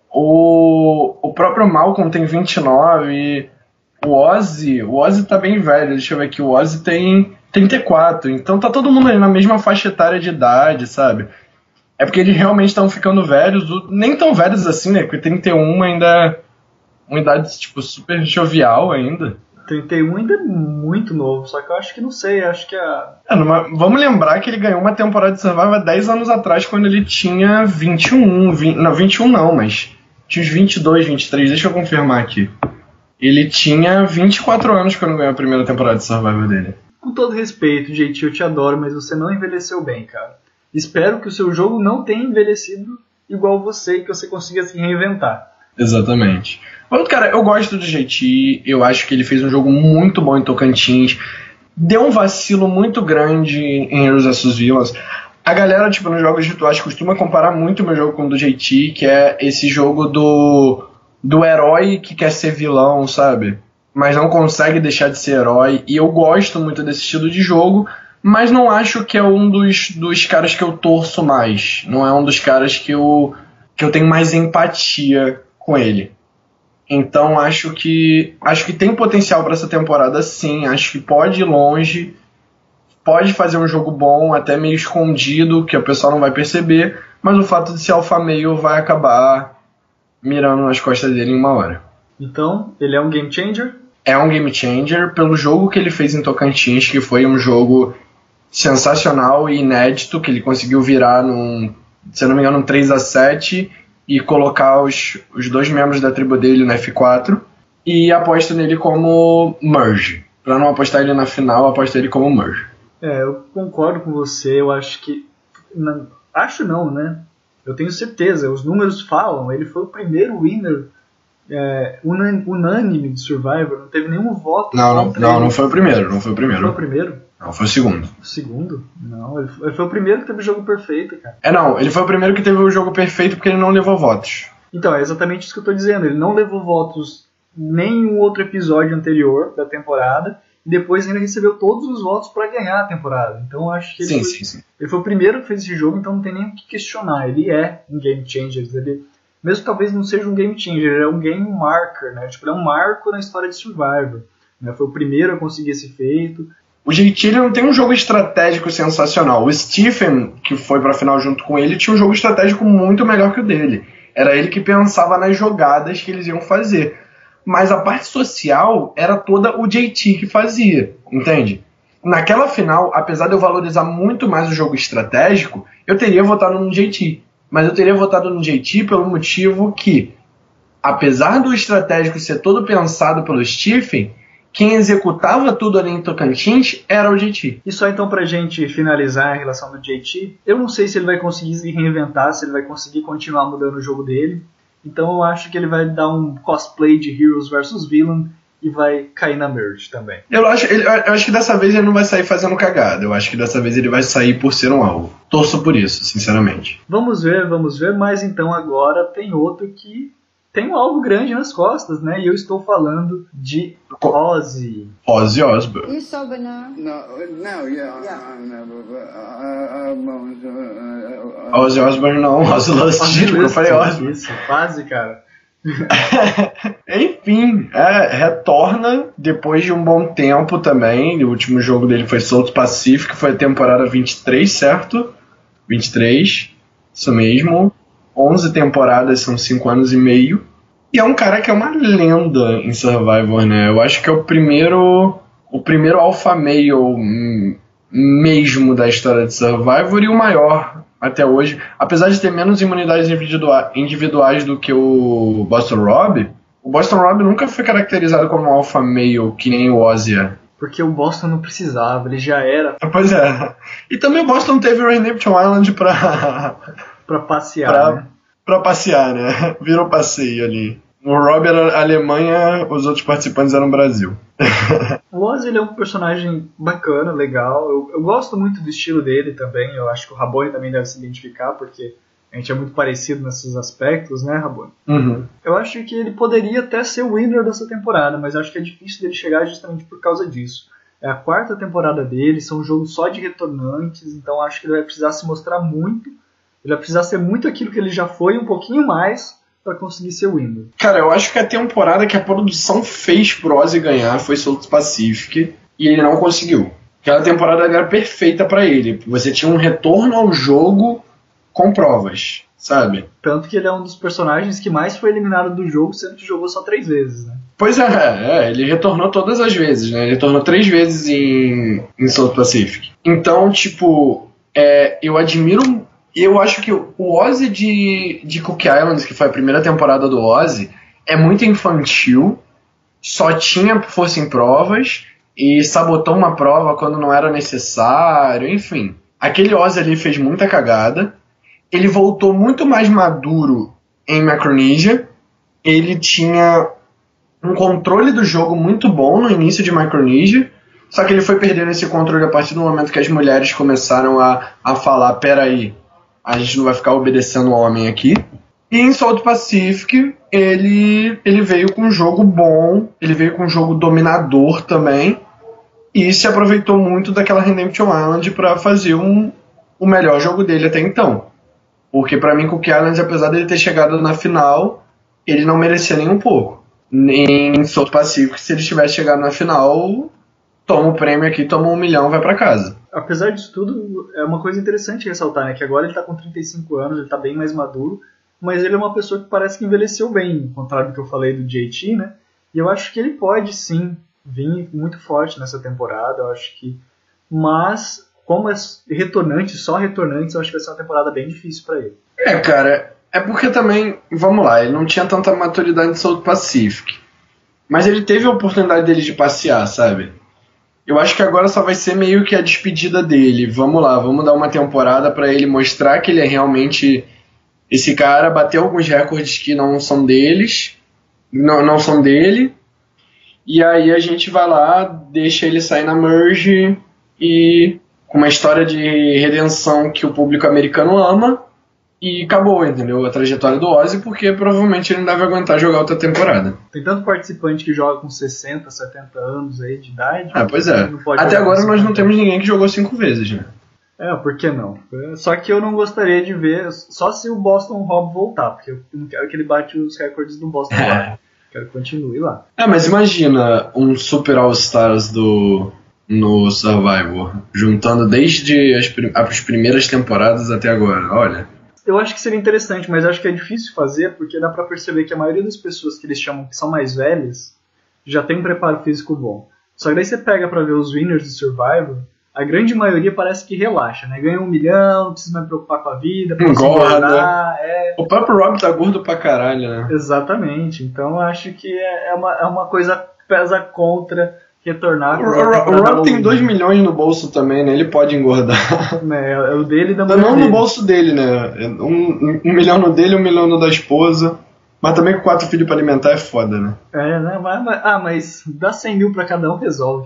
O próprio Malcolm tem 29. O Ozzy tá bem velho. Deixa eu ver aqui. O Ozzy tem 34. Então tá todo mundo ali na mesma faixa etária de idade, sabe? É porque eles realmente estão ficando velhos. Nem tão velhos assim, né? Porque 31 ainda é uma idade, tipo, super jovial ainda. 31 ainda é muito novo, só que eu acho que não sei, acho que vamos lembrar que ele ganhou uma temporada de Survivor há 10 anos atrás, quando ele tinha 21, não, 21 não, mas tinha uns 22, 23, deixa eu confirmar aqui. Ele tinha 24 anos quando ganhou a primeira temporada de Survivor dele. Com todo respeito, JT, eu te adoro, mas você não envelheceu bem, cara. Espero que o seu jogo não tenha envelhecido igual você e que você consiga se reinventar. Exatamente. Mas, cara, eu gosto do JT, eu acho que ele fez um jogo muito bom em Tocantins, deu um vacilo muito grande em Heroes vs Villains. A galera, tipo, nos jogos virtuais costuma comparar muito o meu jogo com o do JT, que é esse jogo do herói que quer ser vilão, sabe? Mas não consegue deixar de ser herói, e eu gosto muito desse estilo de jogo, mas não acho que é um dos caras que eu torço mais, não é um dos caras que eu tenho mais empatia com ele. Então acho que tem potencial para essa temporada, sim. Acho que pode ir longe, pode fazer um jogo bom, até meio escondido, que o pessoal não vai perceber, mas o fato de ser alfa male vai acabar mirando nas costas dele em uma hora. Então, ele é um game changer? É um game changer pelo jogo que ele fez em Tocantins, que foi um jogo sensacional e inédito, que ele conseguiu virar se não me engano, um 3-7 e colocar os 2 membros da tribo dele no F4, e aposto nele como merge. Pra não apostar ele na final, aposto ele como merge. Eu concordo com você, eu acho que... Acho não, né? Eu tenho certeza, os números falam, ele foi o primeiro winner unânime de Survivor, não teve nenhum voto. Não foi o primeiro, não foi o primeiro. Não foi o primeiro? Não, foi o segundo. O segundo? Não, ele foi o primeiro que teve o jogo perfeito, cara. Não, ele foi o primeiro que teve o jogo perfeito porque ele não levou votos. Então, é exatamente isso que eu tô dizendo. Ele não levou votos nem um outro episódio anterior da temporada, e depois ainda recebeu todos os votos para ganhar a temporada. Então, eu acho que ele foi o primeiro que fez esse jogo, então não tem nem o que questionar. Ele é um game changer. Ele, mesmo que talvez não seja um game changer, ele é um game marker, né? Tipo, ele é um marco na história de Survivor. Né? Foi o primeiro a conseguir esse feito. O JT ele não tem um jogo estratégico sensacional. O Stephen, que foi pra final junto com ele, tinha um jogo estratégico muito melhor que o dele. Era ele que pensava nas jogadas que eles iam fazer. Mas a parte social era toda o JT que fazia, entende? Naquela final, apesar de eu valorizar muito mais o jogo estratégico, eu teria votado no JT. Mas eu teria votado no JT pelo motivo que, apesar do estratégico ser todo pensado pelo Stephen, quem executava tudo ali em Tocantins era o JT. E só então pra gente finalizar em relação do JT, eu não sei se ele vai conseguir se reinventar, se ele vai conseguir continuar mudando o jogo dele. Então eu acho que ele vai dar um cosplay de Heroes vs Villain e vai cair na Merge também. Eu acho que dessa vez ele não vai sair fazendo cagada. Eu acho que dessa vez ele vai sair por ser um alvo. Torço por isso, sinceramente. Vamos ver. Mas então agora tem outro que tem um alvo grande nas costas, né? E eu estou falando de Ozzy. Ozzy Osbourne. You sober now? No, yeah. Ozzy Osbourne não, Ozzy Lustig, eu falei Ozzy. Isso, quase, cara. Enfim, retorna depois de um bom tempo também. O último jogo dele foi South Pacific, foi a temporada 23, certo? 23, isso mesmo. 11 temporadas, são 5 anos e meio. E é um cara que é uma lenda em Survivor, né? Eu acho que é o primeiro alpha male mesmo da história de Survivor e o maior até hoje. Apesar de ter menos imunidades individuais do que o Boston Rob, o Boston Rob nunca foi caracterizado como um alpha male que nem o Ozzy é. Porque o Boston não precisava, ele já era. Pois é. E também o Boston teve o Redemption Island pra passear, né? Pra passear, né? Virou passeio ali. O Rob era Alemanha, os outros participantes eram Brasil. O Ozzy ele é um personagem bacana, legal. Eu gosto muito do estilo dele também. Eu acho que o Rabone também deve se identificar, porque a gente é muito parecido nesses aspectos, né, Rabone? Uhum. Eu acho que ele poderia até ser o winner dessa temporada, mas eu acho que é difícil dele chegar justamente por causa disso. É a 4ª temporada dele, são um jogo só de retornantes, então acho que ele vai precisar se mostrar muito. Ele vai precisar ser muito aquilo que ele já foi, um pouquinho mais, para conseguir ser o winner. Cara, eu acho que a temporada que a produção fez pro Ozzy ganhar foi South Pacific, e ele não conseguiu. Aquela temporada era perfeita para ele. Você tinha um retorno ao jogo com provas, sabe? Tanto que ele é um dos personagens que mais foi eliminado do jogo, sendo que jogou só 3 vezes, né? Pois ele retornou todas as vezes, né? Ele retornou 3 vezes em South Pacific. Então, tipo, eu admiro. Eu acho que o Ozzy de Cook Islands, que foi a primeira temporada do Ozzy, é muito infantil, só tinha força em provas e sabotou uma prova quando não era necessário, enfim. Aquele Ozzy ali fez muita cagada. Ele voltou muito mais maduro em Micronesia. Ele tinha um controle do jogo muito bom no início de Micronesia, só que ele foi perdendo esse controle a partir do momento que as mulheres começaram a falar, peraí, a gente não vai ficar obedecendo o homem aqui. E em South Pacific, ele veio com um jogo bom, ele veio com um jogo dominador também, e se aproveitou muito daquela Redemption Island para fazer o melhor jogo dele até então. Porque para mim, Cook Islands, apesar dele ter chegado na final, ele não merecia nem um pouco. Em South Pacific, se ele tivesse chegado na final, toma o prêmio aqui, toma 1 milhão, vai para casa. Apesar disso tudo, é uma coisa interessante ressaltar, né? Que agora ele tá com 35 anos, ele tá bem mais maduro, mas ele é uma pessoa que parece que envelheceu bem, ao contrário do que eu falei do JT, né? E eu acho que ele pode, sim, vir muito forte nessa temporada, eu acho que... Mas, como é retornante, só retornantes, eu acho que vai ser uma temporada bem difícil para ele. Cara, é porque também, vamos lá, ele não tinha tanta maturidade em South Pacific, mas ele teve a oportunidade dele de passear, sabe? Eu acho que agora só vai ser meio que a despedida dele. Vamos lá, vamos dar uma temporada para ele mostrar que ele é realmente esse cara, bater alguns recordes que não são deles, não são dele, e aí a gente vai lá, deixa ele sair na Merge e com uma história de redenção que o público americano ama, e acabou, entendeu? A trajetória do Ozzy, porque provavelmente ele não deve aguentar jogar outra temporada. Tem tanto participante que joga com 60, 70 anos aí de idade. Pois é. Até agora nós não temos ninguém que jogou 5 vezes, né? Por que não? Só que eu não gostaria de ver, só se o Boston Rob voltar, porque eu não quero que ele bate os recordes do Boston Rob. Quero que continue lá. Mas imagina um Super All-Stars no Survivor, juntando desde as primeiras temporadas até agora, olha. Eu acho que seria interessante, mas acho que é difícil fazer, porque dá pra perceber que a maioria das pessoas que eles chamam que são mais velhas já tem um preparo físico bom. Só que daí você pega pra ver os winners do Survivor, a grande maioria parece que relaxa, né? Ganha 1 milhão, não precisa mais preocupar com a vida, pode se engordar. O próprio Rob tá gordo pra caralho, né? Exatamente, então eu acho que é uma coisa que pesa contra retornar. O Rob tem 2 milhões no bolso também, né? Ele pode engordar. É o dele e da mulher não dele. No bolso dele, né? 1 milhão no dele, 1 milhão no da esposa. Mas também com 4 filhos pra alimentar é foda, né? Né? Mas dá 100 mil pra cada um, resolve.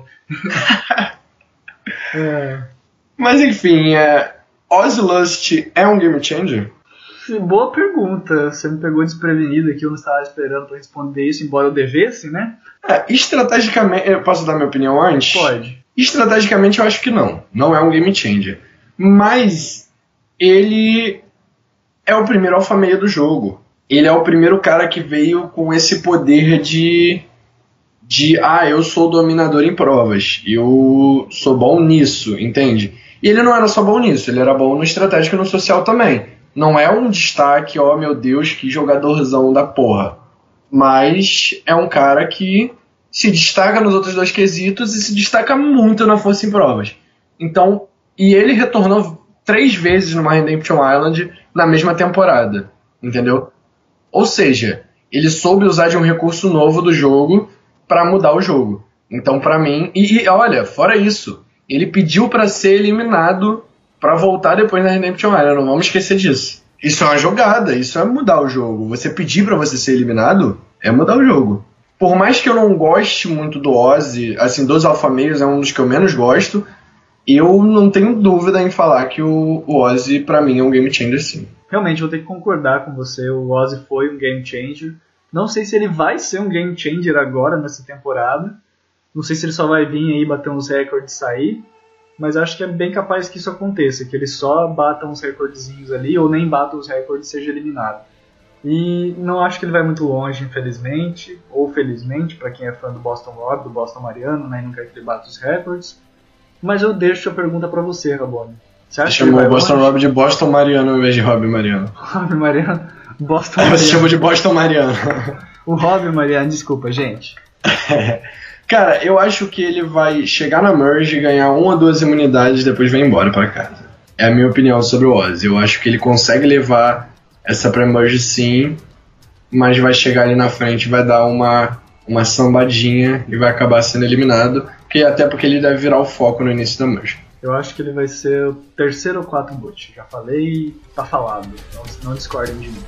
Mas enfim, Ozzy Lust é um game changer? Boa pergunta. Você me pegou desprevenido aqui, eu não estava esperando para responder isso, embora eu devesse, né? Estrategicamente, eu posso dar minha opinião antes? Pode. Estrategicamente eu acho que não. Não é um game changer. Mas ele é o primeiro alfa-meia do jogo. Ele é o primeiro cara que veio com esse poder de eu sou dominador em provas, eu sou bom nisso, entende? E ele não era só bom nisso, ele era bom no estratégico e no social também. Não é um destaque, meu Deus, que jogadorzão da porra. Mas é um cara que se destaca nos outros 2 quesitos e se destaca muito na força em provas. Então, e ele retornou 3 vezes numa Redemption Island na mesma temporada, entendeu? Ou seja, ele soube usar de um recurso novo do jogo para mudar o jogo. Então, pra mim... E olha, fora isso, ele pediu para ser eliminado para voltar depois na Redemption Island. Não vamos esquecer disso. Isso é uma jogada, isso é mudar o jogo. Você pedir para você ser eliminado é mudar o jogo. Por mais que eu não goste muito do Ozzy, assim, dos alfameios é um dos que eu menos gosto, eu não tenho dúvida em falar que o Ozzy, pra mim, é um game changer, sim. Realmente, vou ter que concordar com você. O Ozzy foi um game changer. Não sei se ele vai ser um game changer agora, nessa temporada. Não sei se ele só vai vir aí bater uns recordes e sair. Mas acho que é bem capaz que isso aconteça. Que ele só bata uns recordezinhos ali, ou nem bata os recordes e seja eliminado. E não acho que ele vai muito longe, infelizmente. Ou felizmente, para quem é fã do Boston Rob, do Boston Mariano, né, e não quer que ele bata os recordes. Mas eu deixo a pergunta para você, Rabone. Você acha chamou o Boston Rob de Boston Mariano ao invés de Rob Mariano. Rob Mariano? Boston Mariano. Você chamou de Boston Mariano. O Rob Mariano, desculpa, gente. Cara, eu acho que ele vai chegar na Merge, ganhar 1 ou 2 imunidades e depois vai embora pra casa. É a minha opinião sobre o Ozzy. Eu acho que ele consegue levar essa pré-Merge sim, mas vai chegar ali na frente, vai dar uma sambadinha e vai acabar sendo eliminado, até porque ele deve virar o foco no início da Merge. Eu acho que ele vai ser o 3º ou 4º boot. Já falei, tá falado. Então não discordem de mim.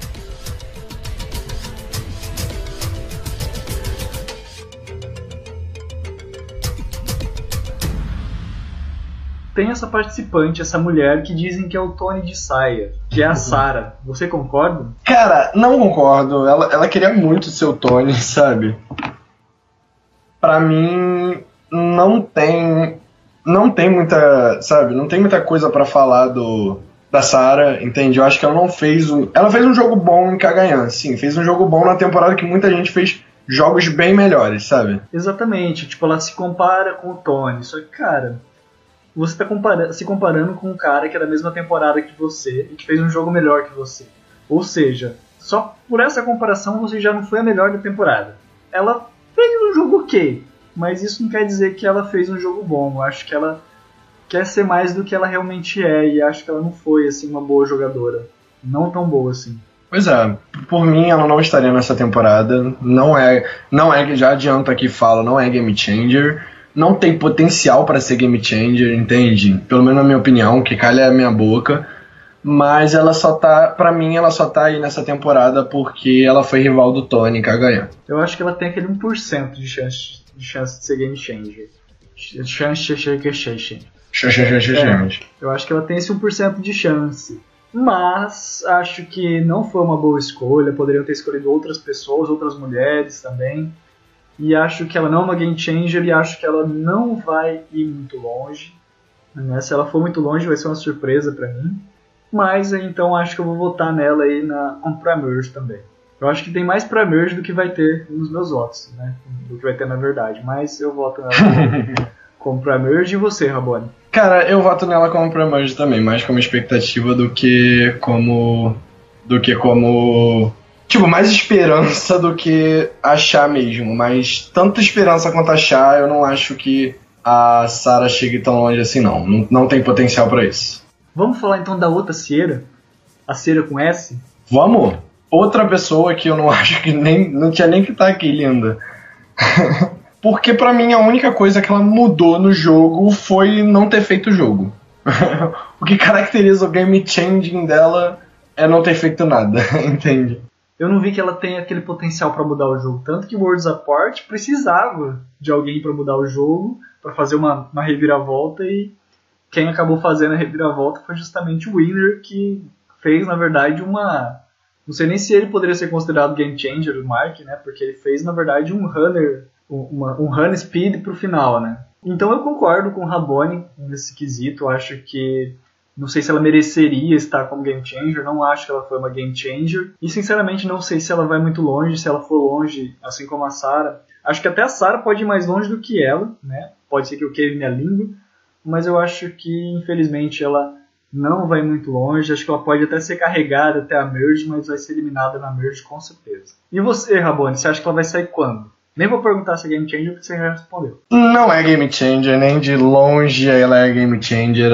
Tem essa participante, essa mulher, que dizem que é o Tony de saia, que é a Sarah. Você concorda? Cara, não concordo. Ela queria muito ser o Tony, sabe? Pra mim, não tem muita, sabe? Não tem muita coisa pra falar da Sarah, entende? Eu acho que ela não fez ela fez um jogo bom em Cagayan, sim. Fez um jogo bom na temporada que muita gente fez jogos bem melhores, sabe? Exatamente. Tipo, ela se compara com o Tony. Só que, cara... Você está se comparando com um cara que é da mesma temporada que você e que fez um jogo melhor que você. Ou seja, só por essa comparação você já não foi a melhor da temporada. Ela fez um jogo ok, mas isso não quer dizer que ela fez um jogo bom. Eu acho que ela quer ser mais do que ela realmente é e acho que ela não foi assim uma boa jogadora. Não tão boa assim. Pois é, por mim ela não estaria nessa temporada. Não é que já adianta aqui fala, não é game changer. Não tem potencial para ser game changer, entende? Pelo menos na minha opinião, que calha a minha boca. Mas ela só tá, pra mim, ela só tá aí nessa temporada porque ela foi rival do Tony em Cagayan. Eu acho que ela tem aquele 1% de chance de ser game changer. Eu acho que ela tem esse 1% de chance. Mas acho que não foi uma boa escolha, poderiam ter escolhido outras pessoas, outras mulheres também. E acho que ela não é uma game changer e acho que ela não vai ir muito longe. Né? Se ela for muito longe vai ser uma surpresa pra mim. Mas então acho que eu vou votar nela aí com Pre-Merge também. Eu acho que tem mais Pre-Merge do que vai ter nos meus votos, né? Do que vai ter na verdade. Mas eu voto nela como Pre-Merge. E você, Rabone? Cara, eu voto nela como Pre-Merge também, mais como expectativa do que como... Tipo, mais esperança do que achar mesmo. Mas tanto esperança quanto achar, eu não acho que a Sarah chegue tão longe assim, não. Não tem potencial pra isso. Vamos falar então da outra Sierra? A Sierra com S? Vamos? Outra pessoa que eu não acho que não tinha nem que estar aqui, linda. Porque pra mim a única coisa que ela mudou no jogo foi não ter feito o jogo. O que caracteriza o game changing dela é não ter feito nada, entende? Eu não vi que ela tem aquele potencial pra mudar o jogo. Tanto que Worlds Apart precisava de alguém pra mudar o jogo, pra fazer uma reviravolta, e quem acabou fazendo a reviravolta foi justamente o Winner, que fez, na verdade, não sei nem se ele poderia ser considerado game changer, o Mark, né? Porque ele fez, na verdade, um run speed pro final, né? Então eu concordo com o Rabone nesse quesito. Eu acho que... Não sei se ela mereceria estar como game changer. Não acho que ela foi uma game changer. E, sinceramente, não sei se ela vai muito longe. Se ela for longe, assim como a Sarah. Acho que até a Sarah pode ir mais longe do que ela, né? Pode ser que eu queime minha língua. Mas eu acho que, infelizmente, ela não vai muito longe. Acho que ela pode até ser carregada até a Merge, mas vai ser eliminada na Merge com certeza. E você, Rabone, você acha que ela vai sair quando? Nem vou perguntar se é game changer, porque você já respondeu. Não é game changer, nem de longe ela é game changer.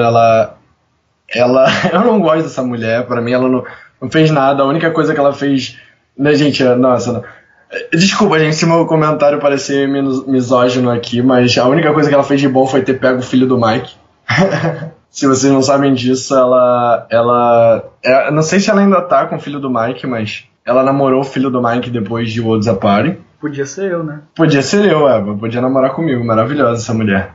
Eu não gosto dessa mulher. Pra mim ela não fez nada. A única coisa que ela fez... Né, gente, nossa... Não. Desculpa, gente, se meu comentário parecer misógino aqui, mas a única coisa que ela fez de bom foi ter pego o filho do Mike. Se vocês não sabem disso, não sei se ela ainda tá com o filho do Mike, mas ela namorou o filho do Mike depois de Worlds Apart. Podia ser eu, né? Podia ser eu, podia namorar comigo. Maravilhosa essa mulher.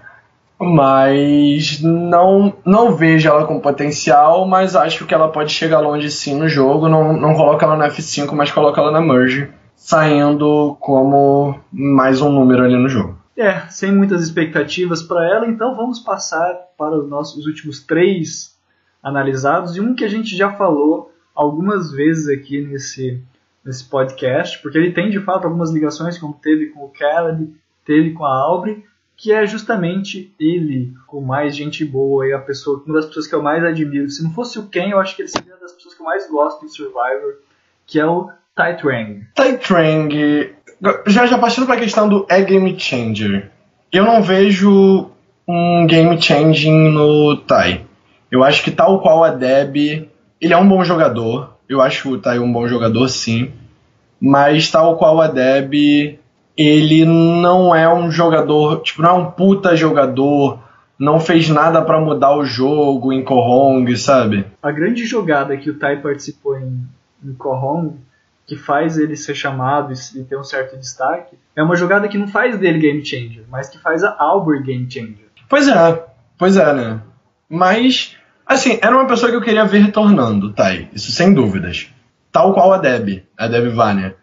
Mas não vejo ela com potencial, mas acho que ela pode chegar longe sim no jogo. Não coloca ela na F5, mas coloca ela na Merge, saindo como mais um número ali no jogo. Sem muitas expectativas para ela, então vamos passar para os nossos últimos 3 analisados, e um que a gente já falou algumas vezes aqui nesse podcast, porque ele tem de fato algumas ligações, como teve com o Caleb, teve com a Aubrey, que é justamente ele, com mais gente boa, e uma das pessoas que eu mais admiro. Se não fosse o Ken, eu acho que ele seria uma das pessoas que eu mais gosto em Survivor, que é o Tai Trang. Tai Trang, já partindo para a questão do game changer, eu não vejo um game changing no Tai. Eu acho que tal qual a Deb, ele é um bom jogador. Eu acho o Tai um bom jogador, sim. Mas tal qual a Deb, ele não é um jogador, tipo, não é um puta jogador, não fez nada pra mudar o jogo em Kohong, sabe? A grande jogada que o Tai participou em Kohong, que faz ele ser chamado e ter um certo destaque, é uma jogada que não faz dele game changer, mas que faz a Aubrey game changer. Pois é, né? Mas, assim, era uma pessoa que eu queria ver retornando, Tai, isso sem dúvidas. Tal qual a Deb Vanya.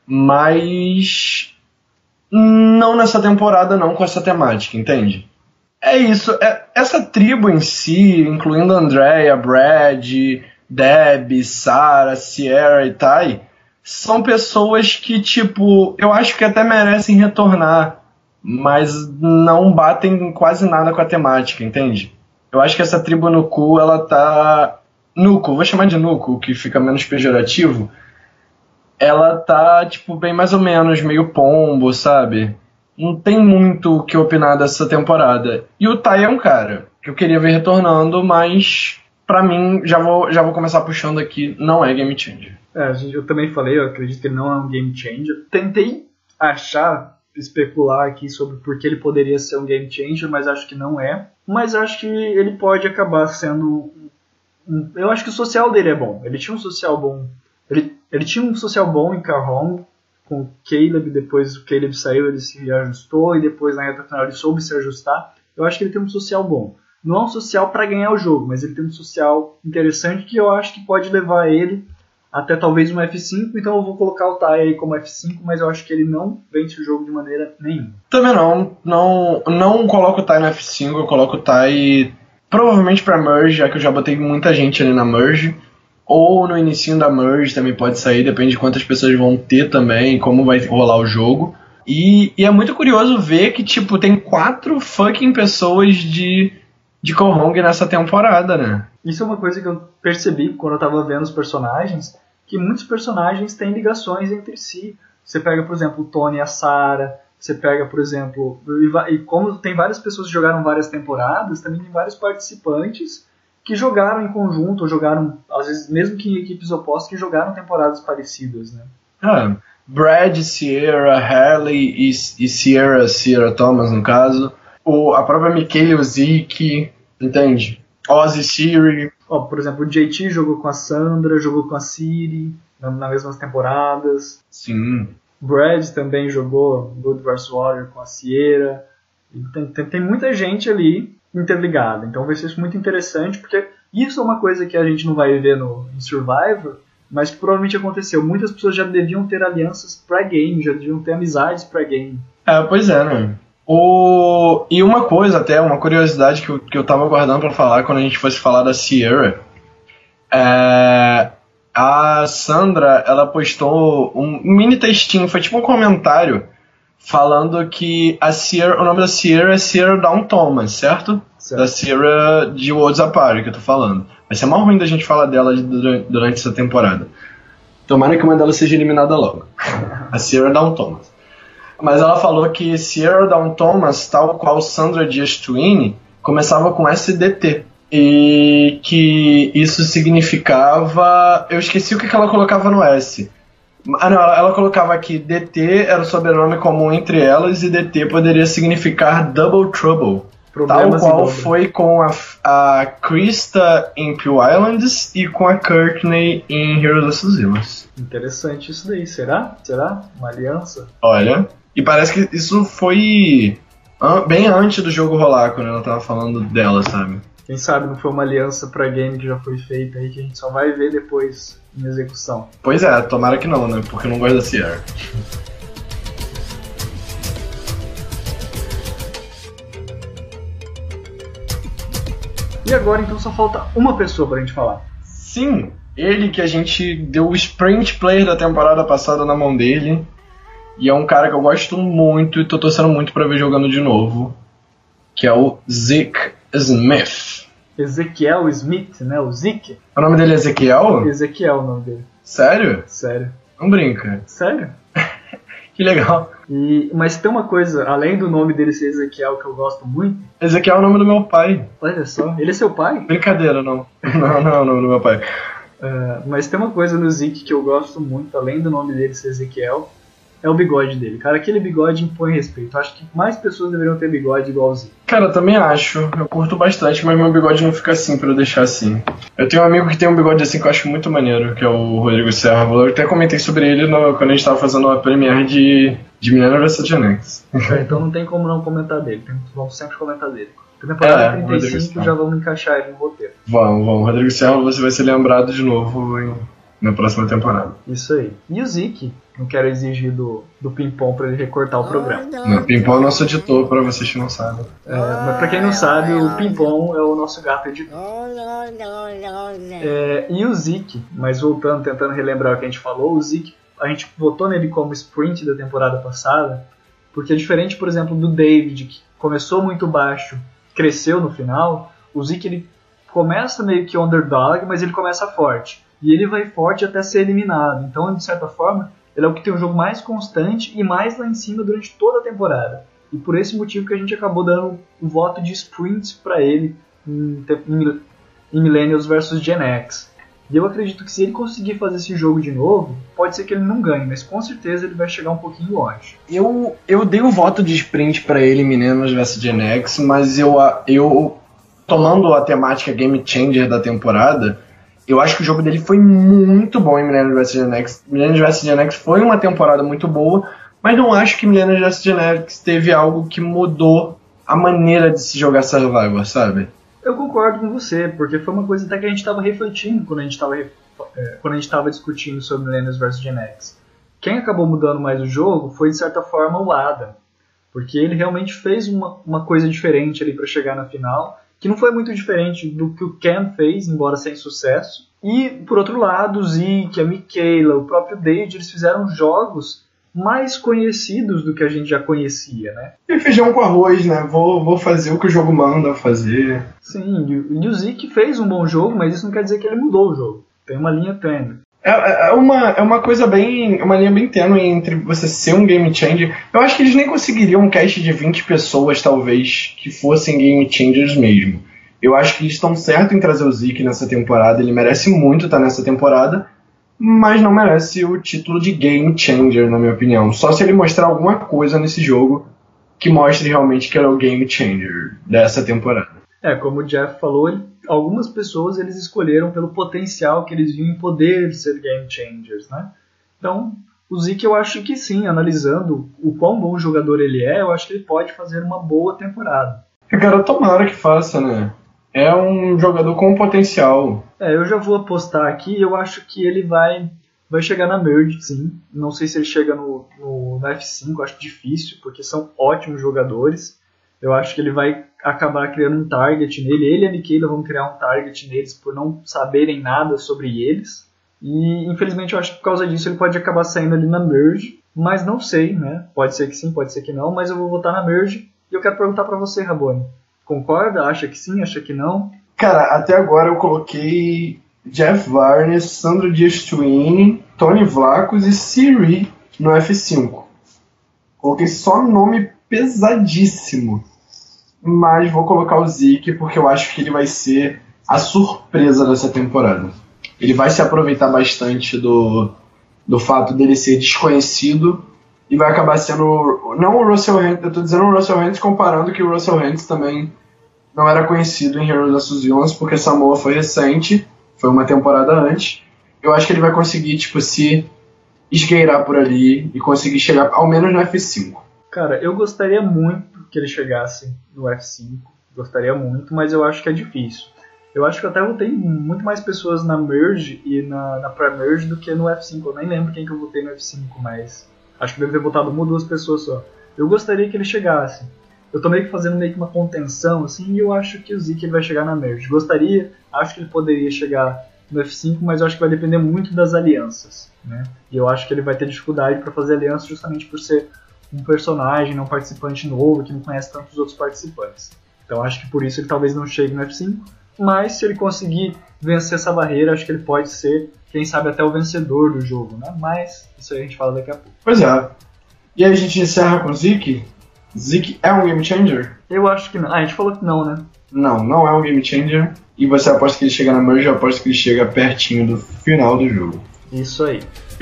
Mas não nessa temporada, não, com essa temática, entende? É isso, essa tribo em si, incluindo Andrea, Brad, Deb, Sarah, Sierra e Tai, são pessoas que, tipo, eu acho que até merecem retornar, mas não batem quase nada com a temática, entende? Eu acho que essa tribo Nuku, ela tá... Nuku, vou chamar de Nuku, que fica menos pejorativo. Ela tá, tipo, bem mais ou menos, meio pombo, sabe? Não tem muito o que opinar dessa temporada. E o Tai é um cara que eu queria ver retornando, mas pra mim, já vou começar puxando aqui, não é game changer. Eu também falei, eu acredito que ele não é um game changer. Tentei especular aqui sobre por que ele poderia ser um game changer, mas acho que não é. Mas acho que ele pode acabar sendo... Eu acho que o social dele é bom. Ele tinha um social bom. Ele tinha um social bom em Kohong, com o Caleb. Depois o Caleb saiu, ele se ajustou, e depois na reta final ele soube se ajustar. Eu acho que ele tem um social bom. não é um social para ganhar o jogo, mas ele tem um social interessante que eu acho que pode levar ele até talvez um F5, então eu vou colocar o Tai aí como F5, mas eu acho que ele não vence o jogo de maneira nenhuma. Também não coloco o Tai no F5, eu coloco o Tai provavelmente pra Merge, já que eu já botei muita gente ali na Merge, ou no inicinho da Merge também pode sair, depende de quantas pessoas vão ter também, como vai rolar o jogo. E é muito curioso ver que, tipo, tem 4 fucking pessoas de Kohong nessa temporada, né? Isso é uma coisa que eu percebi quando eu tava vendo os personagens, que muitos personagens têm ligações entre si. Você pega, por exemplo, o Tony e a Sarah, você pega, por exemplo... E como tem várias pessoas que jogaram várias temporadas, também tem vários participantes que jogaram em conjunto, ou jogaram, às vezes, mesmo que em equipes opostas, que jogaram temporadas parecidas, né? Brad, Sierra, Harley e Sierra Thomas, no caso. A própria Michaela Zeke, entende? Ozzy, Siri. Por exemplo, o JT jogou com a Sandra, jogou com a Siri nas mesmas temporadas. Sim. Brad também jogou Good vs Warrior com a Sierra. Tem muita gente ali interligada. Então vai ser muito interessante, porque isso é uma coisa que a gente não vai ver em Survivor, mas que provavelmente aconteceu. Muitas pessoas já deviam ter alianças pré-game, já deviam ter amizades pré-game. Pois é, né? E uma coisa, até uma curiosidade que eu tava guardando pra falar quando a gente fosse falar da Sierra, a Sandra, ela postou um mini textinho, foi tipo um comentário, falando que o nome da Sierra é Sierra Dawn Thomas, certo? Da Sierra de Worlds Apart, que eu tô falando. Vai ser mal ruim da gente falar dela durante essa temporada. Tomara que uma delas seja eliminada logo. A Sierra Dawn Thomas. Mas ela falou que Sierra Dawn Thomas, tal qual Sandra Dias Twin, começava com SDT. E que isso significava... Eu esqueci o que ela colocava no S. Não, ela colocava que DT era o sobrenome comum entre elas e DT poderia significar Double Trouble. Problemas tal qual foi com a Krista em Peel Islands e com a Courtney em Heroes of Tsushima. Interessante isso daí, será? Será? Uma aliança? Olha, e parece que isso foi bem antes do jogo rolar, quando ela tava falando dela, sabe? Quem sabe não foi uma aliança pra game que já foi feita aí, que a gente só vai ver depois em execução. Pois é, tomara que não, né? Porque eu não gosto da Sierra. E agora então só falta uma pessoa pra gente falar. Sim, ele que a gente deu o Sprint Player da temporada passada na mão dele. E é um cara que eu gosto muito e tô torcendo muito pra ver jogando de novo. Que é o Zeke Smith. Ezequiel Smith, né? O Zeke. O nome dele é Ezequiel? Ezequiel é o nome dele. Sério? Sério. Não brinca. Sério? Que legal. Mas tem uma coisa, além do nome dele ser Ezequiel, que eu gosto muito. Ezequiel é o nome do meu pai. Olha só, ele é seu pai? Brincadeira, não. Não é o nome do meu pai. Mas tem uma coisa no Zeke que eu gosto muito, além do nome dele ser Ezequiel, é o bigode dele. Cara, aquele bigode impõe respeito. Eu acho que mais pessoas deveriam ter bigode igual o Zeke. Cara, eu também acho. Eu curto bastante, mas meu bigode não fica assim pra eu deixar assim. Eu tenho um amigo que tem um bigode assim que eu acho muito maneiro, que é o Rodrigo Serra. Eu até comentei sobre ele quando a gente tava fazendo a premiere de Millennium vs. Gen X. Então não tem como não comentar dele. Vamos sempre comentar dele. Na temporada 35 já vamos encaixar ele no roteiro. Vamos. Rodrigo Serra, você vai ser lembrado de novo na próxima temporada. Isso aí. E o Zeke? Não quero exigir do Pimpom pra ele recortar o programa. Não, Pimpom é o nosso editor, pra vocês que não sabem. Mas pra quem não sabe, o Pimpom é o nosso gato editor. E o Zeke, mas voltando, tentando relembrar o que a gente falou, o Zeke, a gente votou nele como sprint da temporada passada, porque é diferente, por exemplo, do David, que começou muito baixo, cresceu no final. O Zeke, ele começa meio que underdog, mas ele começa forte. E ele vai forte até ser eliminado. Então, de certa forma, ele é o que tem um jogo mais constante e mais lá em cima durante toda a temporada. E por esse motivo que a gente acabou dando o voto de sprint para ele em Millennials vs Gen X. E eu acredito que se ele conseguir fazer esse jogo de novo, pode ser que ele não ganhe, mas com certeza ele vai chegar um pouquinho longe. Eu dei o voto de sprint para ele em Millennials vs Gen X, mas eu tomando a temática Game Changer da temporada, eu acho que o jogo dele foi muito bom em Millennium vs Gen X. Millennium vs Gen X foi uma temporada muito boa, mas não acho que Millennium vs Gen X teve algo que mudou a maneira de se jogar Survivor, sabe? Eu concordo com você, porque foi uma coisa até que a gente estava refletindo quando a gente estava discutindo sobre Millennials vs Gen X. Quem acabou mudando mais o jogo foi, de certa forma, o Adam, porque ele realmente fez uma coisa diferente ali para chegar na final, que não foi muito diferente do que o Ken fez, embora sem sucesso. E, por outro lado, o Zeke, a Mikaela, o próprio David, eles fizeram jogos mais conhecidos do que a gente já conhecia, né? E feijão com arroz, né? Vou fazer o que o jogo manda fazer. Sim, e o Zeke fez um bom jogo, mas isso não quer dizer que ele mudou o jogo. Tem uma linha tênue. É uma coisa bem... uma linha bem tênue entre você ser um game changer. Eu acho que eles nem conseguiriam um cast de 20 pessoas, talvez, que fossem game changers mesmo. Eu acho que eles estão certos em trazer o Zeke nessa temporada. Ele merece muito estar nessa temporada, mas não merece o título de game changer, na minha opinião. Só se ele mostrar alguma coisa nesse jogo que mostre realmente que ele é o game changer dessa temporada. Como o Jeff falou, algumas pessoas eles escolheram pelo potencial que eles viam em poder ser game changers, né? Então, o Zeke eu acho que sim, analisando o quão bom jogador ele é, eu acho que ele pode fazer uma boa temporada. Cara, tomara que faça, né? É um jogador com potencial. Eu já vou apostar aqui, eu acho que ele vai chegar na Merge, sim. Não sei se ele chega no F5, acho difícil, porque são ótimos jogadores. Eu acho que ele vai acabar criando um target nele. Ele e a Mikaela vão criar um target neles por não saberem nada sobre eles. E, infelizmente, eu acho que por causa disso ele pode acabar saindo ali na Merge. Mas não sei, né? Pode ser que sim, pode ser que não. Mas eu vou votar na Merge. E eu quero perguntar pra você, Rabone. Concorda? Acha que sim? Acha que não? Cara, até agora eu coloquei Jeff Varnes, Sandro Dias-Twin, Tony Vlachos e Siri no F5. Coloquei só nome pesadíssimo. Mas vou colocar o Zeke porque eu acho que ele vai ser a surpresa dessa temporada. Ele vai se aproveitar bastante do fato dele ser desconhecido e vai acabar sendo... Não o Russell Hands, eu tô dizendo o Russell Hands comparando que o Russell Hands também não era conhecido em Heroes vs Villains porque Samoa foi recente, foi uma temporada antes. Eu acho que ele vai conseguir se esgueirar por ali e conseguir chegar ao menos no F5. Cara, eu gostaria muito que ele chegasse no F5, gostaria muito, mas eu acho que é difícil. Eu acho que eu até votei muito mais pessoas na Merge e na Pre-Merge do que no F5. Eu nem lembro quem que eu votei no F5, mas acho que devo ter votado uma ou duas pessoas só. Eu gostaria que ele chegasse. Eu tô fazendo uma contenção, assim, e eu acho que o Zeke ele vai chegar na Merge. Gostaria, acho que ele poderia chegar no F5, mas eu acho que vai depender muito das alianças, né? E eu acho que ele vai ter dificuldade para fazer aliança justamente por ser um personagem, um participante novo, que não conhece tantos outros participantes. Então acho que por isso ele talvez não chegue no F5, mas se ele conseguir vencer essa barreira, acho que ele pode ser, quem sabe, até o vencedor do jogo, né? Mas isso aí a gente fala daqui a pouco. Pois é. E aí a gente encerra com o Zeke? Zeke é um game changer? Eu acho que não. A gente falou que não, né? Não é um game changer. E você aposta que ele chega na Merge, eu aposto que ele chega pertinho do final do jogo. Isso aí.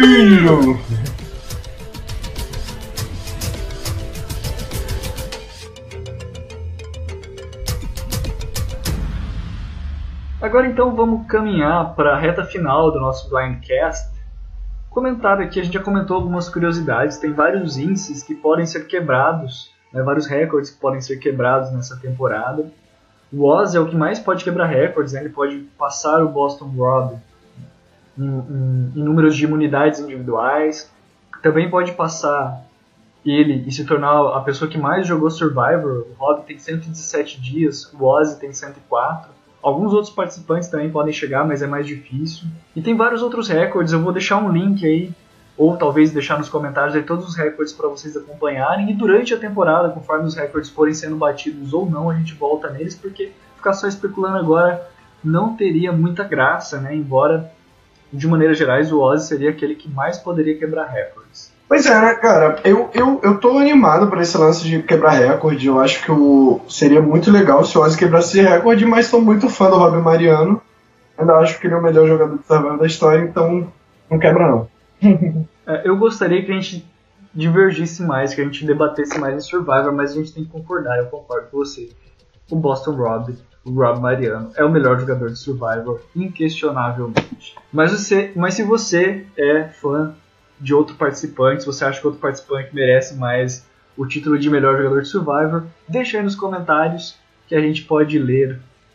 Agora então vamos caminhar para a reta final do nosso Blindcast. Comentário aqui, a gente já comentou algumas curiosidades, tem vários índices que podem ser quebrados, né, vários recordes que podem ser quebrados nessa temporada. O Oz é o que mais pode quebrar recordes, né, ele pode passar o Boston Rob em números de imunidades individuais, também pode passar ele e se tornar a pessoa que mais jogou Survivor. O Rob tem 117 dias, o Ozzy tem 104. Alguns outros participantes também podem chegar, mas é mais difícil. E tem vários outros recordes, eu vou deixar um link aí, ou talvez deixar nos comentários aí todos os recordes para vocês acompanharem. E durante a temporada, conforme os recordes forem sendo batidos ou não, a gente volta neles, porque ficar só especulando agora não teria muita graça, né? Embora, de maneira geral, o Ozzy seria aquele que mais poderia quebrar recordes. Pois é, né, cara? Eu tô animado por esse lance de quebrar recorde. Eu acho que seria muito legal se o Ozzy quebrasse recorde, mas sou muito fã do Rob Mariano. Ainda acho que ele é o melhor jogador de Survivor da história, então não quebra não. Eu gostaria que a gente divergisse mais, que a gente debatesse mais em Survivor, mas a gente tem que concordar, eu concordo com você. O Boston Rob, o Rob Mariano, é o melhor jogador de Survivor, inquestionavelmente. Mas se você é fã de outro participante, se você acha que outro participante merece mais o título de melhor jogador de Survivor, deixa aí nos comentários que a gente pode ler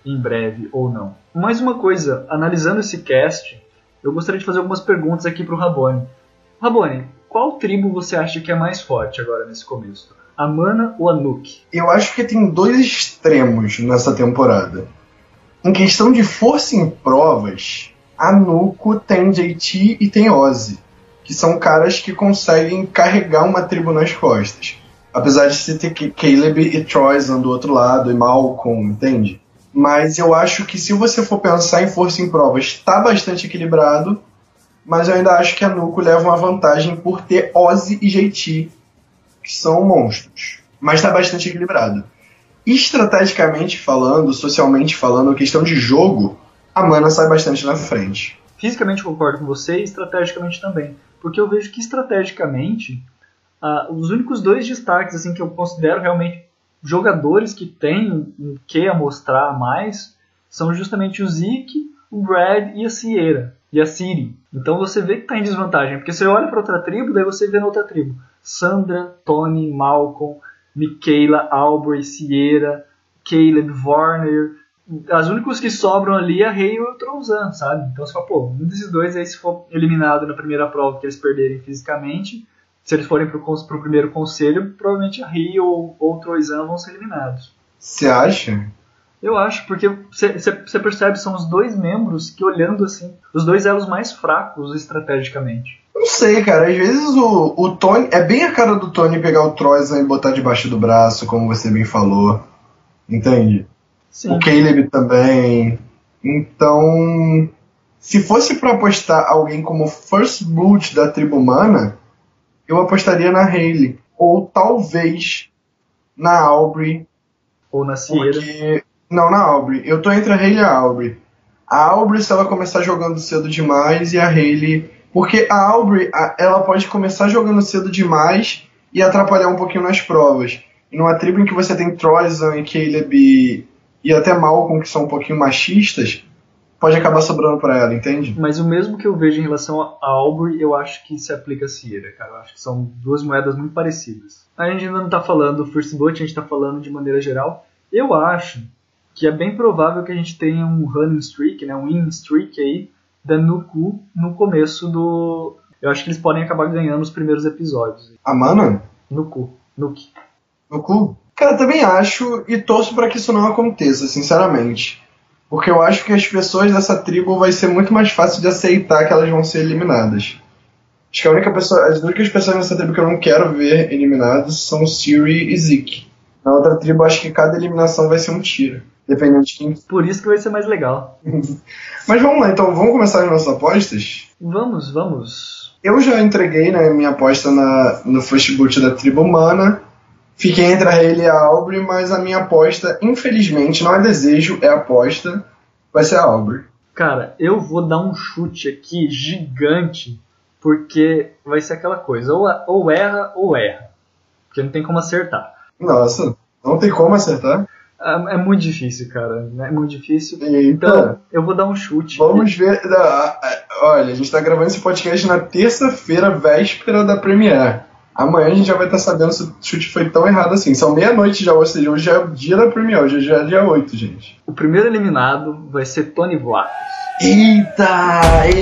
em breve ou não. Mais uma coisa, analisando esse cast, eu gostaria de fazer algumas perguntas aqui pro Rabone. Rabone, qual tribo você acha que é mais forte agora nesse começo? A Mana ou a Nuke? Eu acho que tem dois extremos nessa temporada. Em questão de força em provas, a Nuko tem JT e tem Ozzy, que são caras que conseguem carregar uma tribo nas costas. Apesar de você ter Caleb e Troyzan do outro lado, e Malcolm, entende? Mas eu acho que se você for pensar em força em provas, está bastante equilibrado, mas eu ainda acho que a Nuko leva uma vantagem por ter Ozzy e JT, que são monstros. Mas está bastante equilibrado. Estrategicamente falando, socialmente falando, questão de jogo, a Mana sai bastante na frente. Fisicamente concordo com você e estrategicamente também. Porque eu vejo que estrategicamente, os únicos dois destaques assim, que eu considero realmente jogadores que têm um que a mostrar mais são justamente o Zeke, o Brad e a Sierra. E a Ciri. Então você vê que está em desvantagem. Porque você olha para outra tribo, daí você vê na outra tribo Sandra, Tony, Malcolm, Michaela, Aubrey, Sierra, Caleb, Warner. As únicos que sobram ali é a Rei e o Trouzan, sabe? Então você fala, pô, um desses dois aí, se for eliminado na primeira prova que eles perderem fisicamente, se eles forem pro primeiro conselho, provavelmente a Rei ou o Trouzan vão ser eliminados. Você acha? Eu acho, porque você percebe, são os dois membros que, olhando assim, os dois elos mais fracos estrategicamente. Não sei, cara. Às vezes o Tony... É bem a cara do Tony pegar o Troyzan e botar debaixo do braço, como você bem falou. Entende? Sim. O Caleb também. Então, se fosse pra apostar alguém como First Blood da tribo humana, eu apostaria na Hayley. Ou talvez na Aubrey. Ou na Sierra. Porque... Não, na Aubrey. Eu tô entre a Hayley e a Aubrey. A Aubrey, se ela começar jogando cedo demais, e a Hayley... Porque a Aubrey, ela pode começar jogando cedo demais e atrapalhar um pouquinho nas provas. E numa tribo em que você tem Troyzan e Caleb e até Malcolm, que são um pouquinho machistas, pode acabar sobrando pra ela, entende? Mas o mesmo que eu vejo em relação a Aubrey, eu acho que se aplica a Sierra, cara. Eu acho que são duas moedas muito parecidas. A gente ainda não tá falando do First Blood, a gente tá falando de maneira geral. Eu acho que é bem provável que a gente tenha um running streak, né, um winning streak aí, da Nuku no começo do... Eu acho que eles podem acabar ganhando os primeiros episódios. A Mana? Nuku. Cara, também acho e torço pra que isso não aconteça, sinceramente. Porque eu acho que as pessoas dessa tribo vai ser muito mais fácil de aceitar que elas vão ser eliminadas. Acho que as únicas pessoas nessa tribo que eu não quero ver eliminadas são Siri e Zeke. Na outra tribo, acho que cada eliminação vai ser um tiro. Dependendo de quem. Por isso que vai ser mais legal. Mas vamos lá, então. Vamos começar as nossas apostas? Vamos. Eu já entreguei, né, minha aposta no First Boot da tribo humana. Fiquei entre a Hayley e a Aubrey, mas a minha aposta, infelizmente, não é desejo, é aposta, vai ser a Aubrey. Cara, eu vou dar um chute aqui gigante, porque vai ser aquela coisa, ou erra ou erra. Porque não tem como acertar. Nossa, não tem como acertar? É muito difícil, cara. É muito difícil. Eita. Então, eu vou dar um chute. Vamos ver. Olha, a gente tá gravando esse podcast na terça-feira, véspera da Premiere. Amanhã a gente já vai estar sabendo se o chute foi tão errado assim. São meia-noite já, ou seja, hoje já é o dia da Premiere, hoje já é dia 8, gente. O primeiro eliminado vai ser Tony Vlachos. Eita!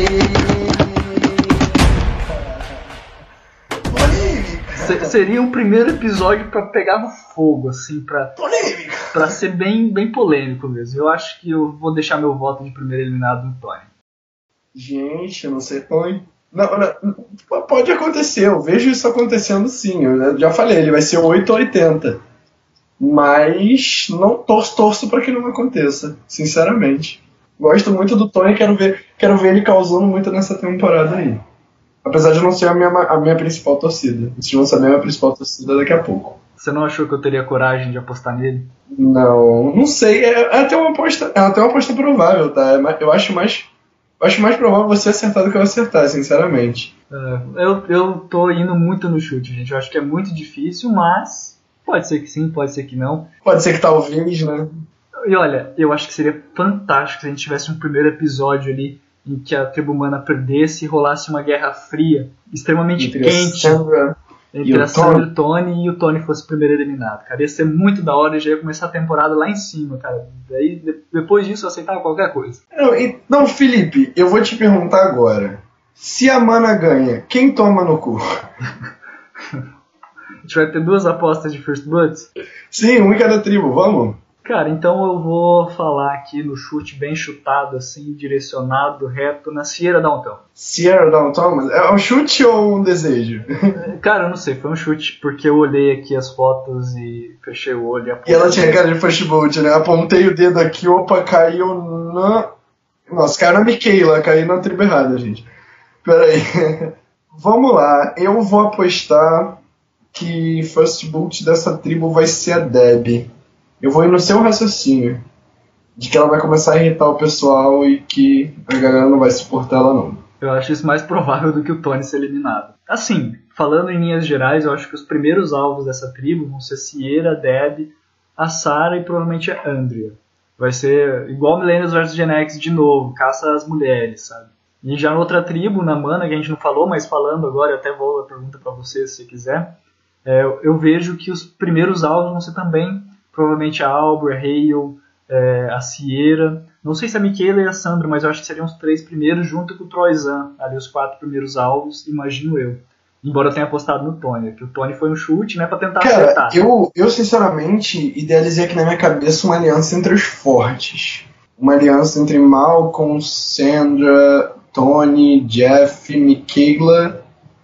Seria o primeiro episódio pra pegar no fogo, assim, pra ser bem, bem polêmico mesmo. Eu acho que eu vou deixar meu voto de primeiro eliminado no Tony. Gente, eu não sei, Tony. Não, pode acontecer, eu vejo isso acontecendo sim. Eu já falei, ele vai ser 8 ou 80. Mas não torço pra que não aconteça, sinceramente. Gosto muito do Tony e quero ver ele causando muito nessa temporada aí. Apesar de não ser a minha principal torcida. Vocês vão saber a minha principal torcida daqui a pouco. Você não achou que eu teria coragem de apostar nele? Não sei. É até uma aposta provável, tá? Eu acho mais provável você acertar do que eu acertar, sinceramente. Eu tô indo muito no chute, gente. Eu acho que é muito difícil, mas pode ser que sim, pode ser que não. Pode ser que talvez, né? E olha, eu acho que seria fantástico se a gente tivesse um primeiro episódio ali em que a tribo humana perdesse e rolasse uma guerra fria, extremamente quente. entre a Sandra e o Tony, e o Tony fosse o primeiro eliminado. Cara, ia ser muito da hora e já ia começar a temporada lá em cima, cara. Daí, depois disso, eu aceitava qualquer coisa. Não, Felipe, eu vou te perguntar agora. Se a Mana ganha, quem toma no cu? A gente vai ter 2 apostas de First Bloods? Sim, um em cada tribo, vamos? Cara, então eu vou falar aqui no chute bem chutado, assim, direcionado, reto, na Sierra Downtown. Sierra Downtown? É um chute ou um desejo? Cara, eu não sei, foi um chute, porque eu olhei aqui as fotos e fechei o olho. E ela tinha cara de First Blood, né? Apontei o dedo aqui, opa, caiu na... Nossa, caiu na Michaela, caiu na tribo errada, gente. Pera aí. Vamos lá, eu vou apostar que First Boot dessa tribo vai ser a Debbie. Eu vou ir no seu raciocínio, de que ela vai começar a irritar o pessoal e que a galera não vai suportar ela não. Eu acho isso mais provável do que o Tony ser eliminado. Assim, falando em linhas gerais, eu acho que os primeiros alvos dessa tribo vão ser Sierra, Deb, a Sarah e provavelmente a Andrea. Vai ser igual Millennials vs Gen X de novo, caça às mulheres, sabe? E já na outra tribo, na Mana, que a gente não falou, mas falando agora, eu até vou a pergunta pra você se você quiser, eu vejo que os primeiros alvos vão ser também provavelmente a Aubrey, a Hale, a Sierra. Não sei se a Michaela e a Sandra, mas eu acho que seriam os 3 primeiros, junto com o Troyzan. Ali os 4 primeiros alvos, imagino eu. Embora eu tenha apostado no Tony, que o Tony foi um chute, né, pra tentar acertar. Eu sinceramente idealizei aqui na minha cabeça uma aliança entre os fortes. Uma aliança entre Malcolm, Sandra, Tony, Jeff, Michaela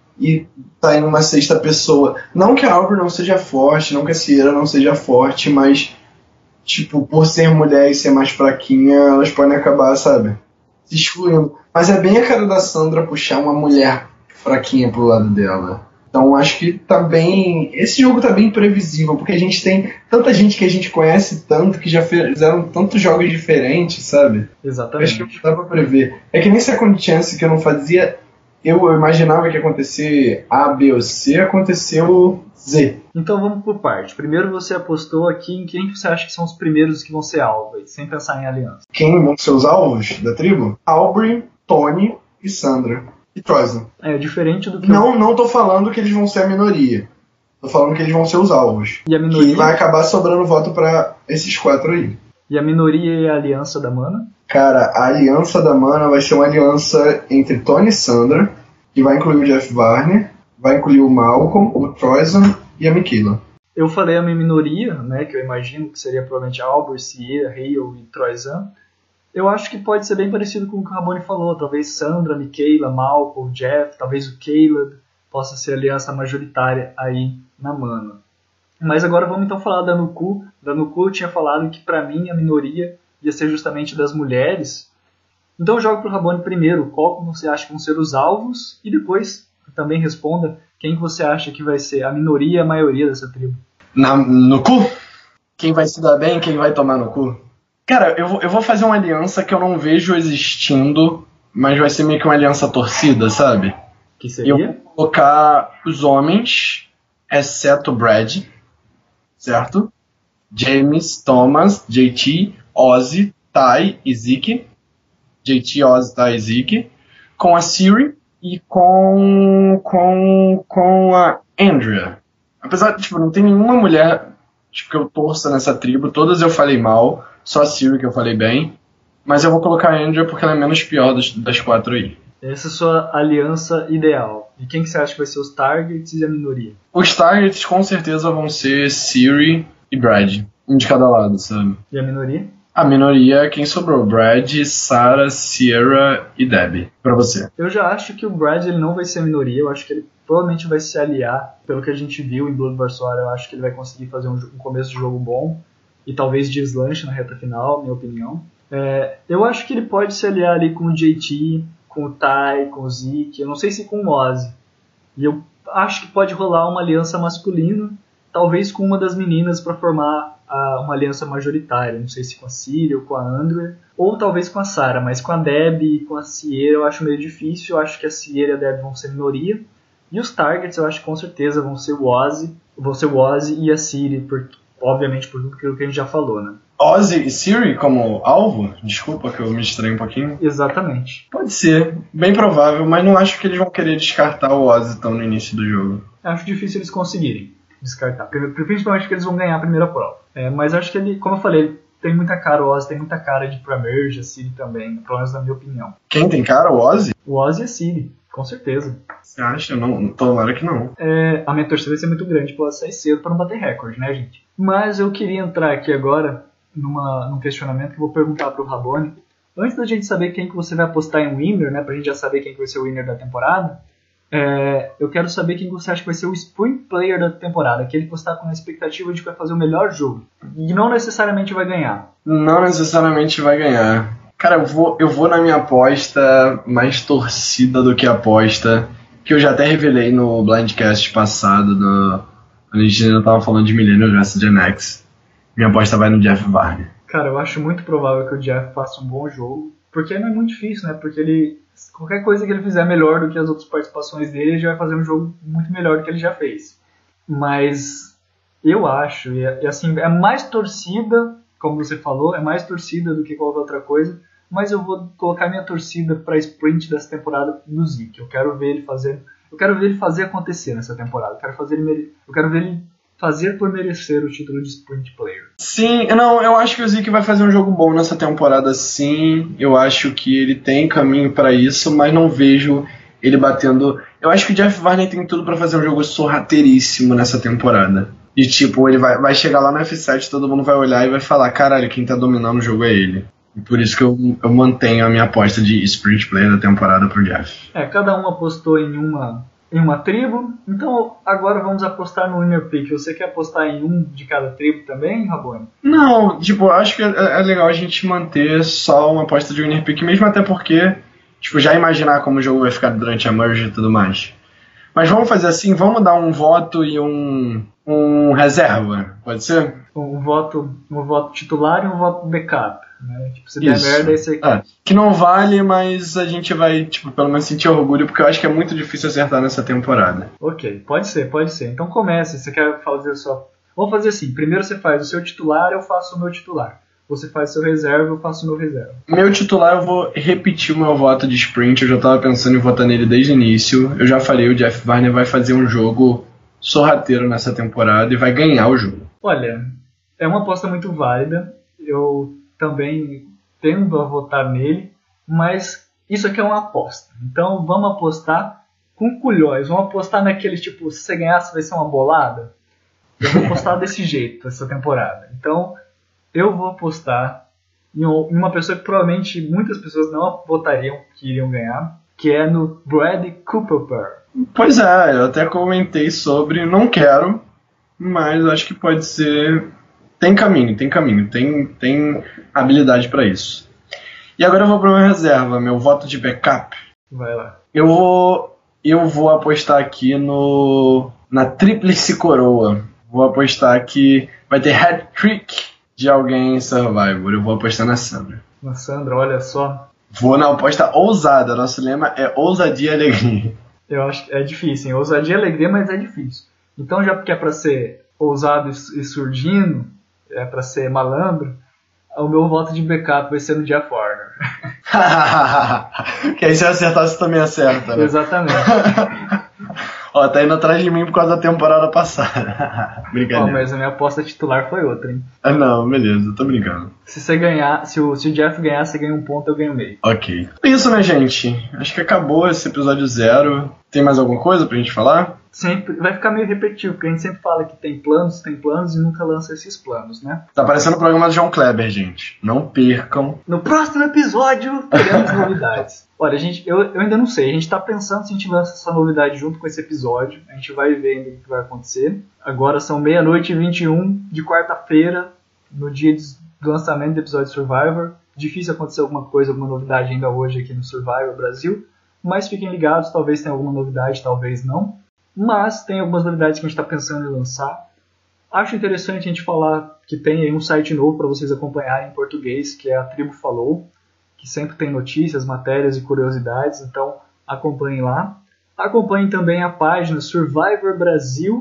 e tá em uma 6ª pessoa. Não que a Aubrey não seja forte, não que a Sierra não seja forte, mas, tipo, por ser mulher e ser mais fraquinha, elas podem acabar, sabe, se excluindo. Mas é bem a cara da Sandra puxar uma mulher fraquinha pro lado dela. Então acho que tá bem... Esse jogo tá bem previsível, porque a gente tem tanta gente que a gente conhece tanto, que já fizeram tantos jogos diferentes, sabe? Exatamente. Acho que dá pra prever. É que nem Second Chance que eu não fazia... Eu imaginava que ia acontecer A, B ou C, aconteceu Z. Então vamos por parte. Primeiro você apostou aqui em quem você acha que são os primeiros que vão ser alvos, sem pensar em aliança. Quem vão ser os alvos da tribo? Aubrey, Tony e Sandra. E Troyzan. Diferente do que... Não tô falando que eles vão ser a minoria. Tô falando que eles vão ser os alvos. E a minoria? Que vai acabar sobrando voto pra esses 4 aí. E a minoria e a aliança da Mana? Cara, a aliança da Mana vai ser uma aliança entre Tony e Sandra, que vai incluir o Jeff Varner, vai incluir o Malcolm, o Troyzan e a Michaela. Eu falei a minha minoria, né, que eu imagino que seria provavelmente a Aubrey, Sierra, Hale e Troyzan. Eu acho que pode ser bem parecido com o que o Rabone falou. Talvez Sandra, Michaela, Malcolm, Jeff, talvez o Caleb possa ser a aliança majoritária aí na Mana. Mas agora vamos então falar da Nuku. Da Nuku eu tinha falado que pra mim a minoria ia ser justamente das mulheres. Então eu jogo pro Rabone primeiro. Qual você acha que vão ser os alvos? E depois também responda quem que você acha que vai ser a minoria e a maioria dessa tribo. No cu? Quem vai se dar bem, quem vai tomar no cu? Cara, eu vou fazer uma aliança que eu não vejo existindo, mas vai ser meio que uma aliança torcida, sabe? Que seria? Eu vou colocar os homens, exceto Brad, certo? James, Thomas, JT, Ozzy, Ty e Zeke. JT, Ozzy, Ty e Zeke. Com a Siri e com a Andrea. Apesar de, tipo, não tem nenhuma mulher que eu torça nessa tribo, todas eu falei mal, só a Siri que eu falei bem, mas eu vou colocar a Andrea porque ela é menos pior das 4 aí. Essa é a sua aliança ideal. E quem que você acha que vai ser os targets e a minoria? Os targets com certeza vão ser Siri e Brad, um de cada lado, sabe? E a minoria? A minoria, quem sobrou? Brad, Sarah, Sierra e Debbie. Pra você. Eu já acho que o Brad ele não vai ser a minoria. Eu acho que ele provavelmente vai se aliar. Pelo que a gente viu em Blood vs. War, eu acho que ele vai conseguir fazer um começo de jogo bom. E talvez deslanche na reta final, minha opinião. Eu acho que ele pode se aliar ali com o JT, com o Ty, com o Zeke. Eu não sei se com o Ozzy. E eu acho que pode rolar uma aliança masculina. Talvez com uma das meninas para formar uma aliança majoritária. Não sei se com a Siri ou com a Andrea. Ou talvez com a Sarah. Mas com a Debbie e com a Sierra eu acho meio difícil. Eu acho que a Sierra e a Debbie vão ser minoria. E os targets eu acho que com certeza vão ser o Ozzy e a Siri. obviamente por tudo aquilo que a gente já falou, né? Ozzy e Siri como alvo? Desculpa que eu me distraí um pouquinho. Exatamente. Pode ser, bem provável, mas não acho que eles vão querer descartar o Ozzy tão no início do jogo. Acho difícil eles conseguirem descartar, principalmente porque eles vão ganhar a primeira prova. Mas acho que ele, como eu falei, ele tem muita cara, o Ozzy tem muita cara de Pre-Merge, a Siri também, pelo menos na minha opinião. Quem tem cara? O Ozzy? O Ozzy e a Siri, com certeza. Você acha? Não, tomara que não. A minha torcida vai ser muito grande pra sair cedo pra não bater recorde, né, gente? Mas eu queria entrar aqui agora num questionamento que eu vou perguntar pro Rabone. Antes da gente saber quem que você vai apostar em winner, né, pra gente já saber quem que vai ser o winner da temporada, eu quero saber quem você acha que vai ser o Sprint Player da temporada, aquele que você está com a expectativa de que vai fazer o melhor jogo. E não necessariamente vai ganhar. Não necessariamente vai ganhar. Cara, eu vou na minha aposta mais torcida do que aposta, que eu já até revelei no Blindcast passado, quando a gente ainda estava falando de Millennium vs Gen X. Minha aposta vai no Jeff Varner. Cara, eu acho muito provável que o Jeff faça um bom jogo, porque não é muito difícil, né? Porque qualquer coisa que ele fizer melhor do que as outras participações dele, ele já vai fazer um jogo muito melhor do que ele já fez. Mas eu acho, e assim, é mais torcida, como você falou, é mais torcida do que qualquer outra coisa, mas eu vou colocar minha torcida para sprint dessa temporada no Zeke. Eu quero ver ele fazer acontecer nessa temporada. Eu quero ver ele fazer por merecer o título de Sprint Player. Sim, não, eu acho que o Zeke vai fazer um jogo bom nessa temporada, sim. Eu acho que ele tem caminho para isso, mas não vejo ele batendo. Eu acho que o Jeff Varney tem tudo para fazer um jogo sorrateiríssimo nessa temporada. E tipo, ele vai chegar lá no F7, todo mundo vai olhar e vai falar, caralho, quem tá dominando o jogo é ele. E por isso que eu mantenho a minha aposta de Sprint Player da temporada pro Jeff. Cada um apostou em uma tribo, então agora vamos apostar no winner pick. Você quer apostar em um de cada tribo também, Rabone? Não, tipo, acho que é legal a gente manter só uma aposta de winner pick, mesmo até porque, tipo, já imaginar como o jogo vai ficar durante a merge e tudo mais. Mas vamos fazer assim, vamos dar um voto e um reserva, pode ser? Um voto titular e um voto backup, né? Tipo, se der merda, esse aqui. Que não vale, mas a gente vai, tipo, pelo menos sentir orgulho, porque eu acho que é muito difícil acertar nessa temporada. Ok, pode ser. Então comece, você quer fazer só... Vamos fazer assim, primeiro você faz o seu titular, eu faço o meu titular. Você faz o seu reserva, eu faço o meu reserva. Meu titular, eu vou repetir o meu voto de sprint, eu já tava pensando em votar nele desde o início. Eu já falei, o Jeff Varner vai fazer um jogo sorrateiro nessa temporada e vai ganhar o jogo. Olha, é uma aposta muito válida, eu também tendo a votar nele, mas isso aqui é uma aposta. Então vamos apostar com culhões, vamos apostar naquele tipo, se você ganhar, vai ser uma bolada. Eu vou apostar desse jeito essa temporada. Então eu vou apostar em uma pessoa que provavelmente muitas pessoas não votariam que iriam ganhar, que é no Brad Cooper. Pois é, eu até comentei sobre, não quero, mas acho que pode ser. Tem caminho, tem habilidade para isso. E agora eu vou para minha reserva, meu voto de backup. Vai lá. Eu vou apostar aqui na tríplice coroa. Vou apostar que vai ter hat-trick de alguém em Survivor. Eu vou apostar na Sandra. Na Sandra, olha só. Vou na aposta ousada. Nosso lema é ousadia e alegria. Eu acho que é difícil, hein? Ousadia e alegria, mas é difícil. Então, já porque é para ser ousado e surdino, é para ser malandro, o meu voto de backup vai ser no Jeff Warner. Que aí se eu acertar, você também acerta, né? Exatamente. Ó, tá indo atrás de mim por causa da temporada passada. Brincadeira. Mas a minha aposta titular foi outra, hein? Não, beleza, tô brincando. Se você ganhar, se o Jeff ganhar, você ganha um ponto, eu ganho meio. Ok. É isso, né, gente? Acho que acabou esse episódio 0. Tem mais alguma coisa pra gente falar? Sempre vai ficar meio repetitivo, porque a gente sempre fala que tem planos e nunca lança esses planos, né? Tá parecendo o programa do João Kleber, gente. Não percam. No próximo episódio, teremos novidades. Olha, eu ainda não sei. A gente tá pensando se a gente lança essa novidade junto com esse episódio. A gente vai ver ainda o que vai acontecer. Agora são 00:21 de quarta-feira, no dia do lançamento do episódio Survivor. Difícil acontecer alguma coisa, alguma novidade ainda hoje aqui no Survivor Brasil. Mas fiquem ligados, talvez tenha alguma novidade, talvez não. Mas tem algumas novidades que a gente está pensando em lançar. Acho interessante a gente falar que tem aí um site novo para vocês acompanharem em português, que é a Tribo Falou, que sempre tem notícias, matérias e curiosidades, então acompanhem lá. Acompanhem também a página Survivor Brasil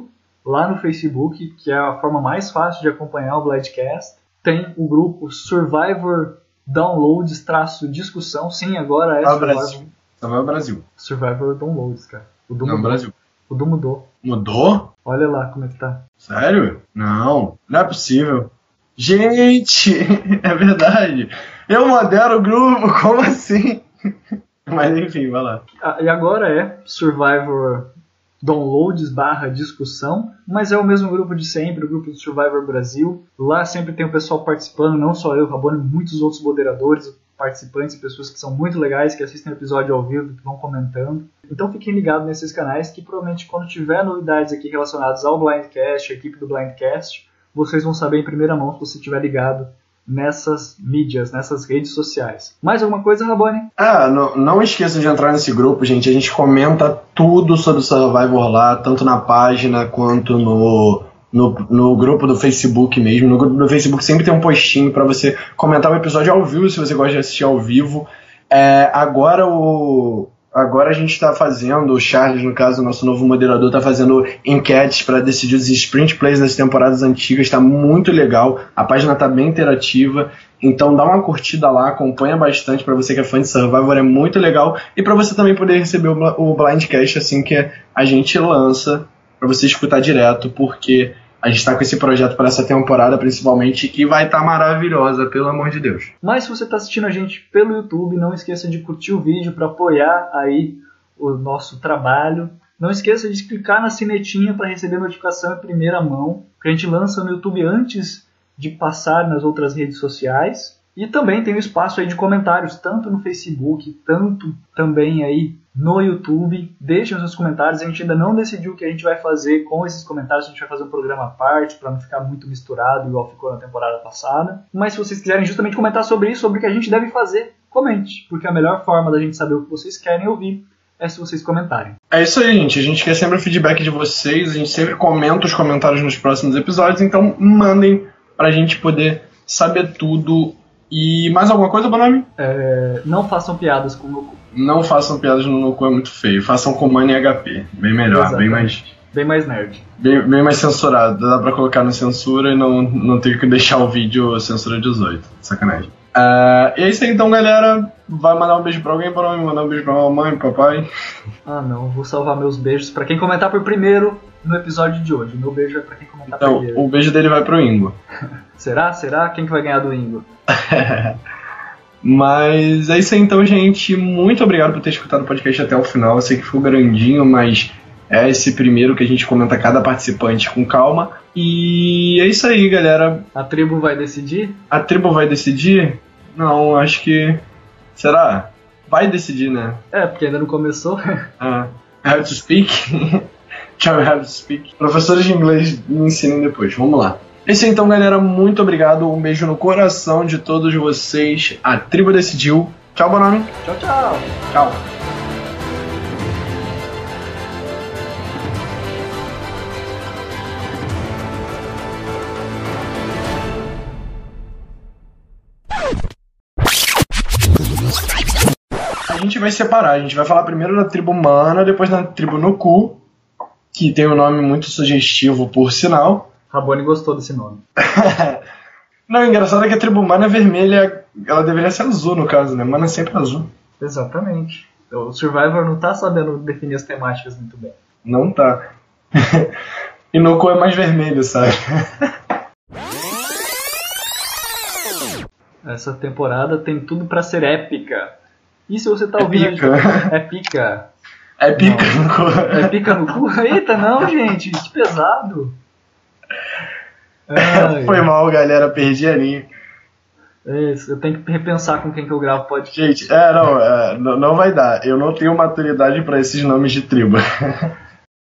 lá no Facebook, que é a forma mais fácil de acompanhar o Blindcast. Tem o grupo Survivor Downloads-discussão. Sim, agora é Survivor Downloads, cara. O Du mudou. Brasil. O Du mudou. Mudou? Olha lá como é que tá. Sério? Não é possível. Gente, é verdade. Eu modero o grupo, como assim? Mas enfim, vai lá. E agora é Survivor Downloads/discussão, mas é o mesmo grupo de sempre, o grupo do Survivor Brasil. Lá sempre tem o pessoal participando, não só eu, Rabone, muitos outros moderadores, participantes e pessoas que são muito legais, que assistem o episódio ao vivo, que vão comentando. Então fiquem ligados nesses canais, que provavelmente quando tiver novidades aqui relacionadas ao Blindcast, a equipe do Blindcast, vocês vão saber em primeira mão se você estiver ligado nessas mídias, nessas redes sociais. Mais alguma coisa, Rabone? Não esqueça de entrar nesse grupo, gente. A gente comenta tudo sobre o Survivor lá, tanto na página quanto no grupo do Facebook mesmo. No grupo do Facebook sempre tem um postinho para você comentar o episódio ao vivo, se você gosta de assistir ao vivo. Agora a gente está fazendo, o Charles, no caso, o nosso novo moderador, está fazendo enquetes para decidir os sprint plays das temporadas antigas, está muito legal, a página está bem interativa, então dá uma curtida lá, acompanha bastante para você que é fã de Survivor, é muito legal, e para você também poder receber o Blindcast assim que a gente lança, para você escutar direto, porque a gente está com esse projeto para essa temporada, principalmente, que vai estar maravilhosa, pelo amor de Deus. Mas se você está assistindo a gente pelo YouTube, não esqueça de curtir o vídeo para apoiar aí o nosso trabalho. Não esqueça de clicar na sinetinha para receber notificação em primeira mão, que a gente lança no YouTube antes de passar nas outras redes sociais. E também tem o espaço aí de comentários, tanto no Facebook, tanto também aí no YouTube. Deixem os seus comentários, a gente ainda não decidiu o que a gente vai fazer com esses comentários, a gente vai fazer um programa à parte para não ficar muito misturado, igual ficou na temporada passada. Mas se vocês quiserem justamente comentar sobre isso, sobre o que a gente deve fazer, comente, porque a melhor forma da gente saber o que vocês querem ouvir é se vocês comentarem. É isso aí, gente. A gente quer sempre o feedback de vocês, a gente sempre comenta os comentários nos próximos episódios, então mandem pra gente poder saber tudo. E mais alguma coisa, Bonami? Não façam piadas com o Nuku. Não façam piadas no Nuku, é muito feio. Façam com Money HP. Bem melhor, exatamente. Bem mais nerd. Bem mais censurado. Dá pra colocar na censura e não ter que deixar o vídeo censura 18. Sacanagem. E é isso aí então, galera. Vai mandar um beijo pra alguém, Bonami? Mandar um beijo pra mamãe, papai? Não. Vou salvar meus beijos pra quem comentar por primeiro no episódio de hoje. O meu beijo é pra quem comentar primeiro. O beijo dele vai pro Ingo. Será? Quem que vai ganhar do Ingo? Mas é isso aí então, gente. Muito obrigado por ter escutado o podcast até o final. Eu sei que ficou grandinho, mas é esse primeiro que a gente comenta cada participante com calma. E é isso aí, galera. A tribo vai decidir? A tribo vai decidir? Não, acho que... Será? Vai decidir, né? Porque ainda não começou. Have to speak? Tchau, have to speak. Professores de inglês me ensinem depois. Vamos lá. É isso aí então, galera. Muito obrigado. Um beijo no coração de todos vocês. A tribo decidiu. Tchau, Bonami. Tchau, tchau. Tchau. A gente vai separar. A gente vai falar primeiro da tribo Mana, depois da tribo Nuku, que tem um nome muito sugestivo, por sinal. Rabone gostou desse nome. Não, o engraçado é que a tribo Mana é vermelha, ela deveria ser azul no caso, né? Mana é sempre azul. Exatamente. O Survivor não tá sabendo definir as temáticas muito bem. Não tá. E Nuku é mais vermelho, sabe? Essa temporada tem tudo pra ser épica. E se você tá ouvindo... É pica. É pica no cu. É pica no cu? Eita, não, gente. Que pesado. Foi mal, galera. Perdi a linha. Eu tenho que repensar com quem que eu gravo podcast. Gente, não vai dar. Eu não tenho maturidade pra esses nomes de tribo.